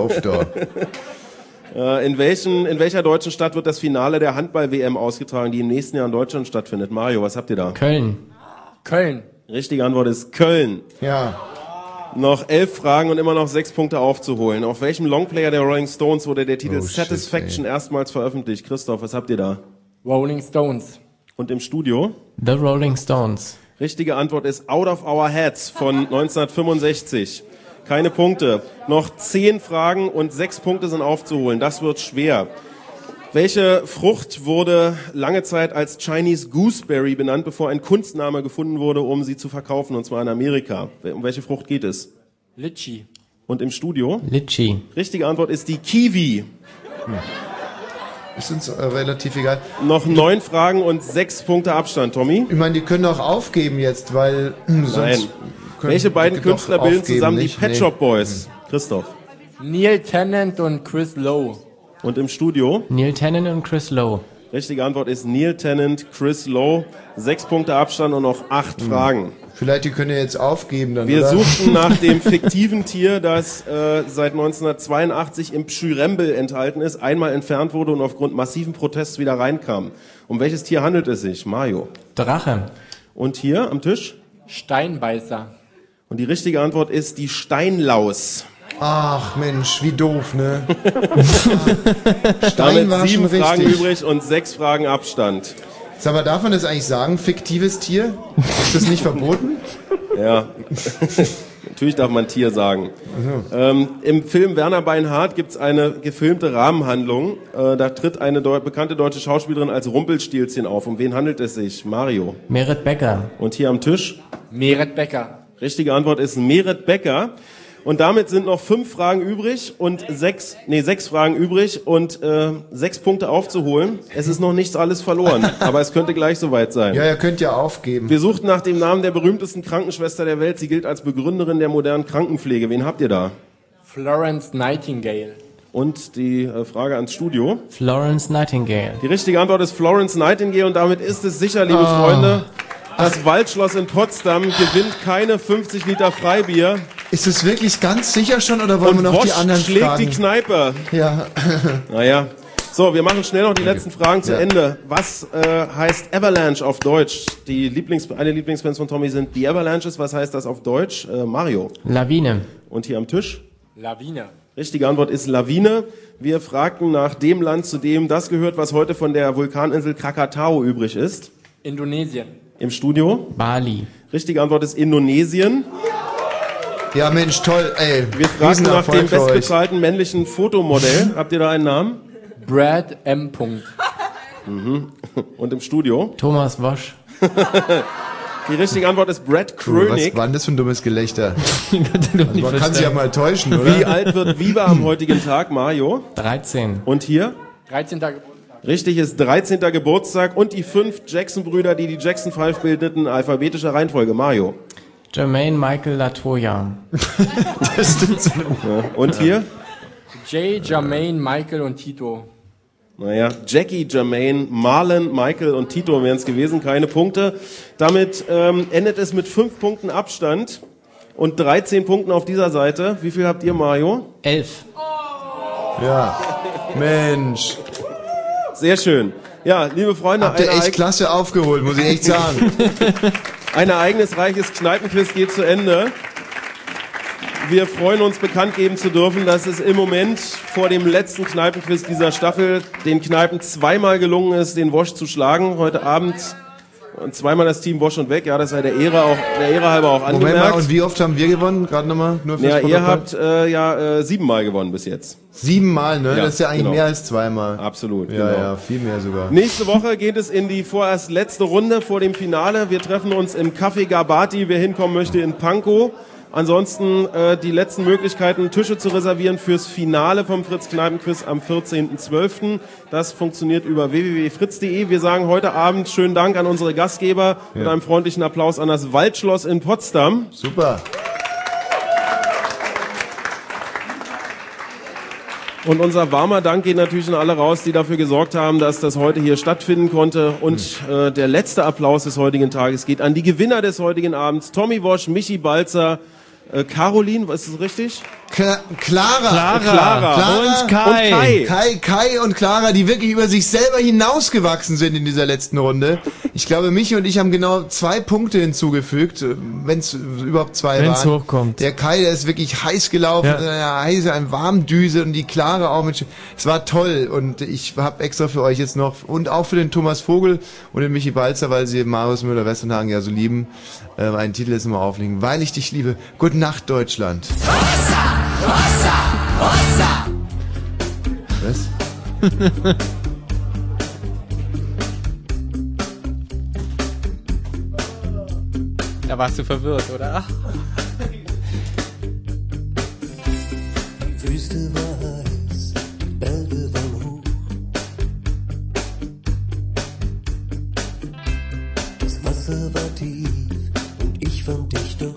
In welcher deutschen Stadt wird das Finale der Handball-WM ausgetragen, die im nächsten Jahr in Deutschland stattfindet? Mario, was habt ihr da? Köln. Köln. Richtige Antwort ist Köln. Ja. Noch 11 Fragen und immer noch 6 Punkte aufzuholen. Auf welchem Longplayer der Rolling Stones wurde der Titel Satisfaction erstmals veröffentlicht? Christoph, was habt ihr da? Rolling Stones. Und im Studio? The Rolling Stones. Richtige Antwort ist Out of Our Heads von 1965. Keine Punkte. Noch 10 Fragen und 6 Punkte sind aufzuholen. Das wird schwer. Welche Frucht wurde lange Zeit als Chinese Gooseberry benannt, bevor ein Kunstname gefunden wurde, um sie zu verkaufen, und zwar in Amerika? Um welche Frucht geht es? Litchi. Und im Studio? Litchi. Richtige Antwort ist die Kiwi. Ist uns relativ egal. Noch 9 Fragen und 6 Punkte Abstand, Tommy. Ich meine, die können auch aufgeben jetzt, weil sonst... Nein. Welche beiden Künstler bilden zusammen die Pet Shop Boys? Christoph. Neil Tennant und Chris Lowe. Und im Studio? Neil Tennant und Chris Lowe. Richtige Antwort ist Neil Tennant, Chris Lowe. 6 Punkte Abstand und noch 8 Fragen. Vielleicht die können ja jetzt aufgeben dann, Wir oder? suchten nach dem fiktiven Tier, das seit 1982 im Pschyrembel enthalten ist, einmal entfernt wurde und aufgrund massiven Protests wieder reinkam. Um welches Tier handelt es sich? Mario. Drache. Und hier am Tisch? Steinbeißer. Und die richtige Antwort ist die Steinlaus. Ach Mensch, wie doof, ne? Damit war 7 schon Fragen richtig. übrig und 6 Fragen Abstand. Sag mal, darf man das eigentlich sagen, fiktives Tier? Ist das nicht verboten? Ja, natürlich darf man Tier sagen. Im Film Werner Beinhardt gibt's eine gefilmte Rahmenhandlung. Da tritt eine bekannte deutsche Schauspielerin als Rumpelstilzchen auf. Um wen handelt es sich? Mario. Meret Becker. Und hier am Tisch? Meret Becker. Richtige Antwort ist Meret Becker. Und damit sind noch 5 Fragen übrig und 6 Fragen übrig und 6 Punkte aufzuholen. Es ist noch nicht alles verloren, aber es könnte gleich soweit sein. Ja, ihr könnt ja aufgeben. Wir suchten nach dem Namen der berühmtesten Krankenschwester der Welt. Sie gilt als Begründerin der modernen Krankenpflege. Wen habt ihr da? Florence Nightingale. Und die Frage ans Studio? Florence Nightingale. Die richtige Antwort ist Florence Nightingale und damit ist es sicher, liebe Freunde, das Waldschloss in Potsdam gewinnt keine 50 Liter Freibier. Ist es wirklich ganz sicher schon oder wollen wir noch Wosch die anderen schlägt fragen? die Kneipe. Ja. Naja. So, wir machen schnell noch die letzten Fragen zu Ende. Was heißt Avalanche auf Deutsch? Eine Lieblingsband von Tommy sind die Avalanches. Was heißt das auf Deutsch? Mario. Lawine. Und hier am Tisch? Lawine. Richtige Antwort ist Lawine. Wir fragten nach dem Land, zu dem das gehört, was heute von der Vulkaninsel Krakatau übrig ist. Indonesien. Im Studio? Bali. Richtige Antwort ist Indonesien. Ja, Mensch, toll, ey. Wir fragen nach dem bestbezahlten männlichen Fotomodell. Habt ihr da einen Namen? Brad M. Und im Studio? Thomas Wosch. Die richtige Antwort ist Brad Krönig. Was war denn das für ein dummes Gelächter? Also man kann sich ja mal täuschen, oder? Wie alt wird Viva am heutigen Tag, Mario? 13. Und hier? 13. Geburtstag. Richtig, ist 13. Geburtstag und die 5 Jackson-Brüder, die die Jackson 5 bildeten, alphabetischer Reihenfolge. Mario. Jermaine Michael Latoya. Das stimmt so. Ja. Und hier? Jermaine, Michael und Tito. Naja, Jackie, Jermaine, Marlon, Michael und Tito wären es gewesen, keine Punkte. Damit endet es mit 5 Punkten Abstand und 13 Punkten auf dieser Seite. Wie viel habt ihr, Mario? 11. Ja, Mensch. Sehr schön. Ja, liebe Freunde. Habt ihr echt klasse aufgeholt, muss ich echt sagen. Ein ereignisreiches Kneipenquiz geht zu Ende. Wir freuen uns, bekannt geben zu dürfen, dass es im Moment vor dem letzten Kneipenquiz dieser Staffel den Kneipen zweimal gelungen ist, den Wosch zu schlagen. Heute Abend und zweimal das Team Wosch und Weg. Ja, das sei der Ehre halber auch angemerkt. Moment mal, und wie oft haben wir gewonnen? Gerade nochmal? Ja, ihr habt 7 Mal gewonnen bis jetzt. 7 Mal, ne? Ja, das ist ja eigentlich genau. mehr als 2 Mal. Absolut, ja, genau. Ja, viel mehr sogar. Nächste Woche geht es in die vorerst letzte Runde vor dem Finale. Wir treffen uns im Café Gabati. Wer hinkommen möchte, in Pankow. Ansonsten die letzten Möglichkeiten, Tische zu reservieren fürs Finale vom Fritz-Kneipen-Quiz am 14.12. Das funktioniert über www.fritz.de. Wir sagen heute Abend schönen Dank an unsere Gastgeber mit einem freundlichen Applaus an das Waldschloss in Potsdam. Super. Und unser warmer Dank geht natürlich an alle raus, die dafür gesorgt haben, dass das heute hier stattfinden konnte. Und der letzte Applaus des heutigen Tages geht an die Gewinner des heutigen Abends. Tommy Wosch, Michi Balzer, Caroline, ist das richtig? Clara und Kai. Kai und Clara, die wirklich über sich selber hinausgewachsen sind in dieser letzten Runde. Ich glaube, Michi und ich haben genau 2 Punkte hinzugefügt, wenn es überhaupt 2 waren. Wenn es hochkommt. Der Kai, der ist wirklich heiß gelaufen, ein Warmdüse und die Clara auch mit. Es war toll und ich habe extra für euch jetzt noch und auch für den Thomas Vogel und den Michi Balzer, weil sie Marius Müller-Westernhagen ja so lieben, einen Titel jetzt mal auflegen. Weil ich dich liebe. Gute Nacht, Deutschland. Hossa! Was? Da warst du verwirrt, oder? Die Wüste war heiß, die Berge waren hoch. Das Wasser war tief und ich fand dich doch.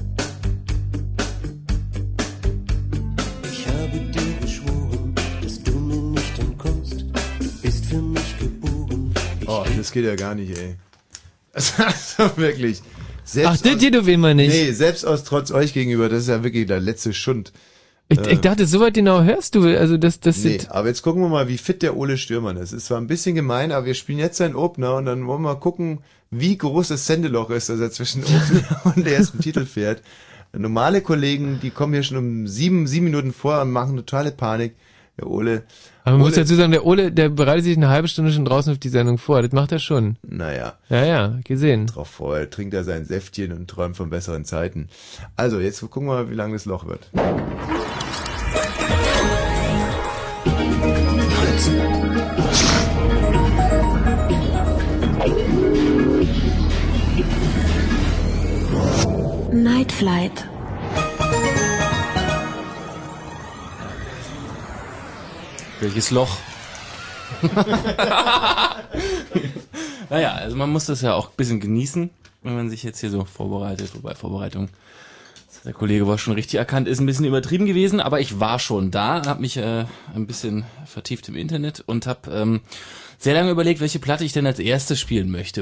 Ich habe dir geschworen, dass du mir nicht entkommst. Du bist für mich geboren. Das geht ja gar nicht, ey. Also wirklich. Ach, das geht auf immer nicht. Nee, selbst aus Trotz euch gegenüber, das ist ja wirklich der letzte Schund. Ich dachte, so weit genau hörst du, also das nee, aber jetzt gucken wir mal, wie fit der Ole Stürmann ist. Ist zwar ein bisschen gemein, aber wir spielen jetzt seinen Opener und dann wollen wir mal gucken, wie groß das Sendeloch ist, dass er zwischen Opener und der ersten Titel fährt. Normale Kollegen, die kommen hier schon um 7 Minuten vor und machen totale Panik. Der Ole. Aber man muss dazu sagen, der Ole, der bereitet sich eine halbe Stunde schon draußen auf die Sendung vor. Das macht er schon. Naja. Ja, gesehen. Drauf vorher trinkt er sein Säftchen und träumt von besseren Zeiten. Also, jetzt gucken wir mal, wie lang das Loch wird. Night Flight. Welches Loch? Naja, also man muss das ja auch ein bisschen genießen, wenn man sich jetzt hier so vorbereitet. Wobei Vorbereitung, das hat der Kollege war schon richtig erkannt, ist ein bisschen übertrieben gewesen, aber ich war schon da, habe mich ein bisschen vertieft im Internet und habe sehr lange überlegt, welche Platte ich denn als erstes spielen möchte.